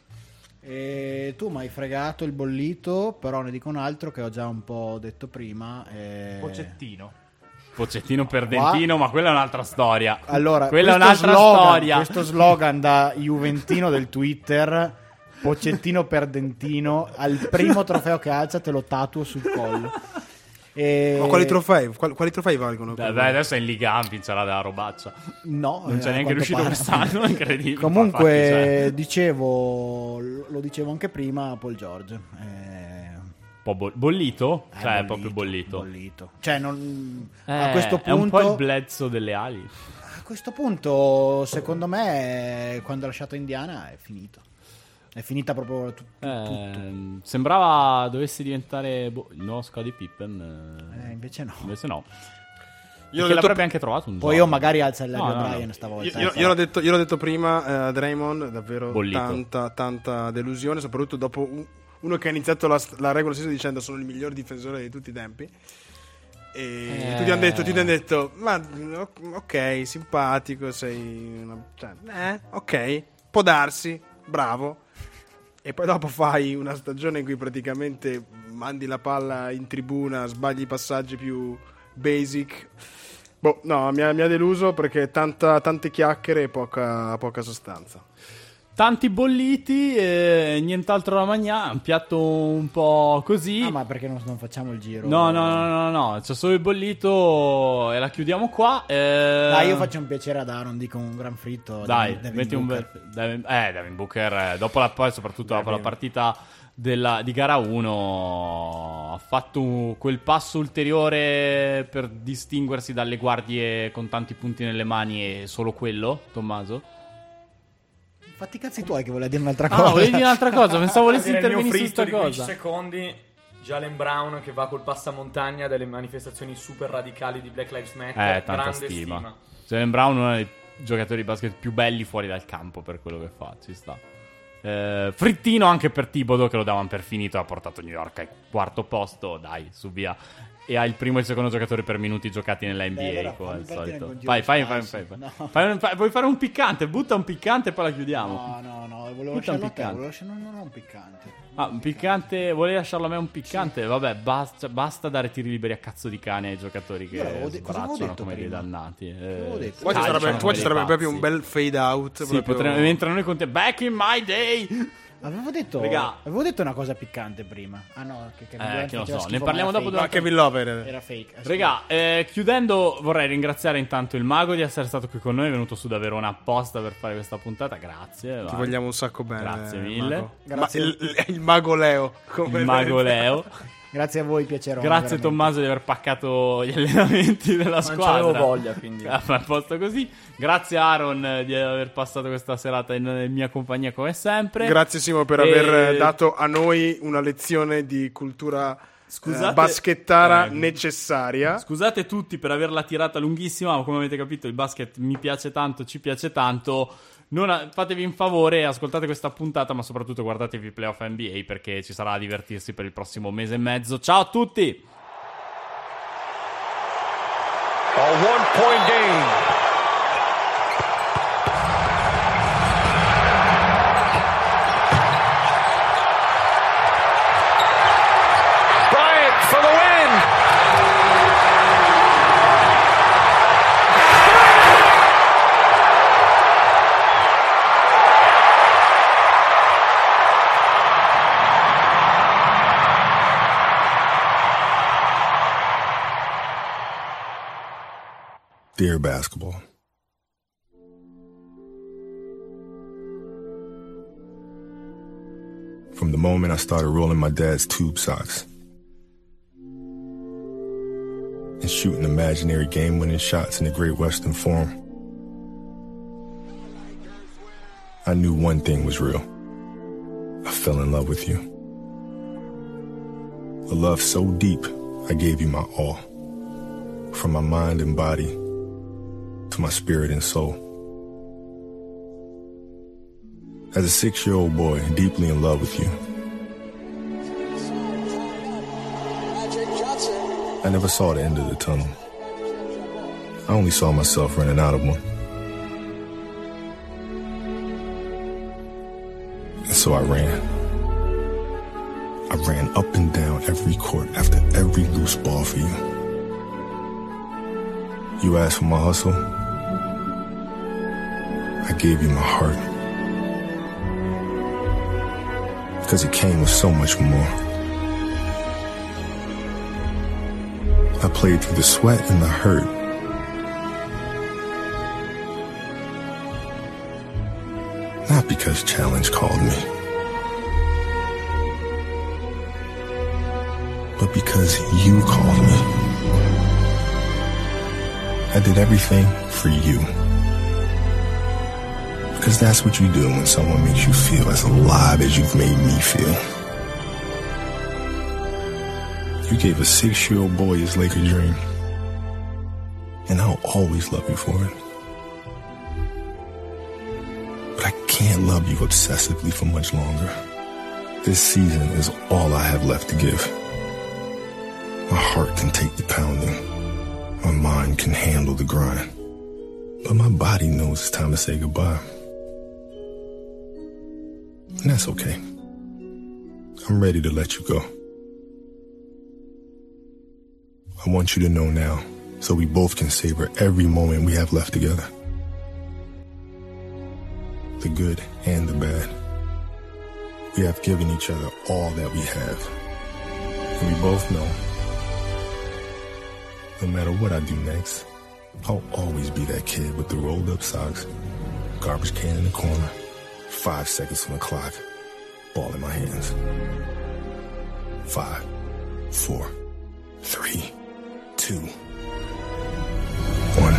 Speaker 5: E tu mi hai fregato il bollito, però ne dico un altro che ho già un po' detto prima. eh,
Speaker 7: Pocettino.
Speaker 3: Pochettino perdentino, ma quella è un'altra storia.
Speaker 5: Allora,
Speaker 3: quella è
Speaker 5: questo
Speaker 3: un'altra
Speaker 5: slogan,
Speaker 3: storia.
Speaker 5: Questo slogan da Juventino del Twitter, Pochettino perdentino, al primo trofeo che alza te lo tatuo sul collo. E...
Speaker 4: Ma quali trofei? Quali, quali trofei valgono?
Speaker 3: Beh, beh, adesso è in Liga, vincerà della robaccia.
Speaker 5: No,
Speaker 3: non c'è
Speaker 5: eh,
Speaker 3: neanche riuscito
Speaker 5: pare.
Speaker 3: quest'anno, è incredibile.
Speaker 5: Comunque,
Speaker 3: Infatti, cioè...
Speaker 5: dicevo, lo dicevo anche prima, Paul George. Eh...
Speaker 3: Un po' bo- bollito?
Speaker 5: Eh,
Speaker 3: cioè,
Speaker 5: bollito,
Speaker 3: proprio bollito.
Speaker 5: bollito. Cioè, non...
Speaker 3: Eh,
Speaker 5: a questo punto...
Speaker 3: È un po' il Bledsoe delle ali.
Speaker 5: A questo punto, secondo me, quando ha lasciato Indiana è finito. È finita proprio tu- tu-
Speaker 3: Eh,
Speaker 5: tutto.
Speaker 3: sembrava dovesse diventare boh, il nuovo Scottie Pippen.
Speaker 5: Eh, invece no.
Speaker 3: Invece no.
Speaker 4: Io
Speaker 3: Perché
Speaker 4: l'ho
Speaker 3: l'avrebbe
Speaker 4: detto...
Speaker 3: anche trovato un
Speaker 5: Poi
Speaker 3: gioco.
Speaker 5: io magari alza il Larry
Speaker 3: No, no, no.
Speaker 5: O'Brien stavolta.
Speaker 4: Io,
Speaker 5: eh,
Speaker 4: io l'ho detto, io l'ho detto prima, eh, a Draymond, davvero
Speaker 3: Bollito.
Speaker 4: tanta, tanta delusione, soprattutto dopo un- uno che ha iniziato la, la regular season dicendo sono il miglior difensore di tutti i tempi. E
Speaker 3: Eh.
Speaker 4: tutti hanno detto, tutti hanno detto, ma ok, simpatico, sei una, cioè, eh, ok, può darsi, bravo. E poi dopo fai una stagione in cui praticamente mandi la palla in tribuna, sbagli i passaggi più basic. Boh, no, mi ha, mi ha deluso perché tanta, tante chiacchiere e poca, poca sostanza.
Speaker 3: Tanti bolliti e nient'altro da mangiare. Un piatto un po' così.
Speaker 5: Ah, ma perché non, non facciamo il giro?
Speaker 3: No, no, no, no, no, c'è solo il bollito e la chiudiamo qua. Eh...
Speaker 5: Dai, io faccio un piacere ad Aaron, dico un gran fritto.
Speaker 3: Dai,
Speaker 5: Devin
Speaker 3: metti un
Speaker 5: Booker.
Speaker 3: bel. Devin, eh, Devin Booker, eh, dopo la, poi soprattutto dopo la partita della, di gara uno, ha fatto un- quel passo ulteriore per distinguersi dalle guardie con tanti punti nelle mani e solo quello, Tommaso.
Speaker 5: Fatti i cazzi tuoi che voleva dire un'altra
Speaker 3: Ah,
Speaker 5: cosa.
Speaker 3: volevi dire un'altra cosa, pensavo volessi
Speaker 6: Dire il mio
Speaker 3: intervenire su
Speaker 6: fritto
Speaker 3: sta
Speaker 6: di quindici
Speaker 3: cosa.
Speaker 6: secondi. Jalen Brown che va col passamontagna delle manifestazioni super radicali di Black Lives Matter.
Speaker 3: Eh, tanta
Speaker 6: grande
Speaker 3: stima.
Speaker 6: stima.
Speaker 3: Jalen Brown è uno dei giocatori di basket più belli fuori dal campo per quello che fa, ci sta. Eh, frittino anche per Thibodeau che lo davano per finito, ha portato New York al quarto posto, dai, su via. E ha il primo e il secondo giocatore per minuti giocati nella N B A,
Speaker 5: Beh, allora
Speaker 3: come al
Speaker 5: fammi partire
Speaker 3: solito.
Speaker 5: con
Speaker 3: Vai, fai,
Speaker 5: Joe
Speaker 3: fai,
Speaker 5: Spice.
Speaker 3: fai, fai.
Speaker 5: No.
Speaker 3: Fai un- fai- vuoi fare un piccante? Butta un piccante e poi la chiudiamo.
Speaker 5: No, no, no, volevo
Speaker 3: Butta un
Speaker 5: lasciarlo a te,
Speaker 3: piccante.
Speaker 5: volevo lasciarlo, no, no, un piccante.
Speaker 3: Ah, un piccante, volevi lasciarlo a me un piccante? Vabbè, basta, basta dare tiri liberi a cazzo di cane ai giocatori che
Speaker 5: Io avevo de- cosa avevo
Speaker 3: sbracciano
Speaker 5: detto
Speaker 3: come dei
Speaker 5: prima?
Speaker 3: dannati. Eh,
Speaker 5: avevo detto?
Speaker 4: Qua ci
Speaker 3: calciano
Speaker 4: sarebbe, qua
Speaker 3: come
Speaker 4: ci
Speaker 3: dei
Speaker 4: sarebbe proprio
Speaker 3: pazzi.
Speaker 4: un bel fade out.
Speaker 3: Sì,
Speaker 4: proprio-
Speaker 3: potremmo, mentre noi contiamo back in my day.
Speaker 5: Avevo detto,
Speaker 3: Regà.
Speaker 5: avevo detto una cosa piccante prima. Ah no, che, che
Speaker 3: Eh, che lo so, ne
Speaker 5: schifo,
Speaker 3: parliamo
Speaker 5: ma
Speaker 3: dopo
Speaker 5: era
Speaker 4: Ma
Speaker 5: fake.
Speaker 4: Kevin Love era-
Speaker 5: Era fake. eh, sì.
Speaker 3: Regà, eh, chiudendo vorrei ringraziare intanto il mago di essere stato qui con noi, è venuto su da Verona apposta per fare questa puntata, grazie.
Speaker 4: Ti
Speaker 3: vai.
Speaker 4: vogliamo un sacco bene.
Speaker 3: Grazie mille.
Speaker 4: Mago.
Speaker 5: Grazie.
Speaker 4: Ma il, il mago Leo. come-
Speaker 3: Il mago Leo.
Speaker 5: Grazie a voi, piacere.
Speaker 3: Grazie Tommaso di aver paccato gli allenamenti della
Speaker 6: Non
Speaker 3: squadra.
Speaker 6: c'avevo voglia, quindi.
Speaker 3: Ah, ma a posto così. Grazie Aaron eh, di aver passato questa serata in, in mia compagnia come sempre.
Speaker 4: Grazie Simo per
Speaker 3: E-
Speaker 4: aver dato a noi una lezione di cultura
Speaker 3: Scusate-
Speaker 4: eh, baschettara
Speaker 3: eh,
Speaker 4: necessaria.
Speaker 3: Scusate tutti per averla tirata lunghissima, ma come avete capito il basket mi piace tanto, ci piace tanto. Non a- fatevi un favore, ascoltate questa puntata, ma soprattutto guardatevi i playoff N B A perché ci sarà a divertirsi per il prossimo mese e mezzo. Ciao a tutti!
Speaker 8: A one-point game. Bryant for the win.
Speaker 9: Dear basketball. From the moment I started rolling my dad's tube socks and shooting imaginary game-winning shots in the Great Western Forum, I knew one thing was real. I fell in love with you. A love so deep, I gave you my all. From my mind and body to my spirit and soul. As a six-year-old boy, deeply in love with you, I never saw the end of the tunnel. I only saw myself running out of one. And so I ran. I ran up and down every court after every loose ball for you. You asked for my hustle. I gave you my heart. Because it came with so much more. I played through the sweat and the hurt. Not because Challenge called me, but because you called me. I did everything for you. Because that's what you do when someone makes you feel as alive as you've made me feel. You gave a six-year-old boy his Laker dream. And I'll always love you for it. But I can't love you obsessively for much longer. This season is all I have left to give. My heart can take the pounding. My mind can handle the grind. But my body knows it's time to say goodbye. And that's okay. I'm ready to let you go. I want you to know now, so we both can savor every moment we have left together. The good and the bad. We have given each other all that we have. And we both know, no matter what I do next, I'll always be that kid with the rolled up socks, garbage can in the corner, five seconds on the clock, ball in my hands. Five, four, three, two, one.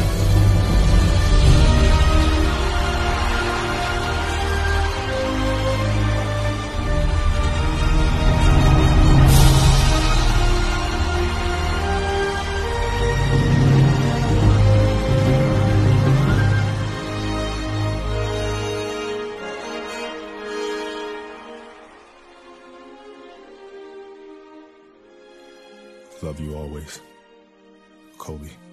Speaker 9: Love you always, Kobe.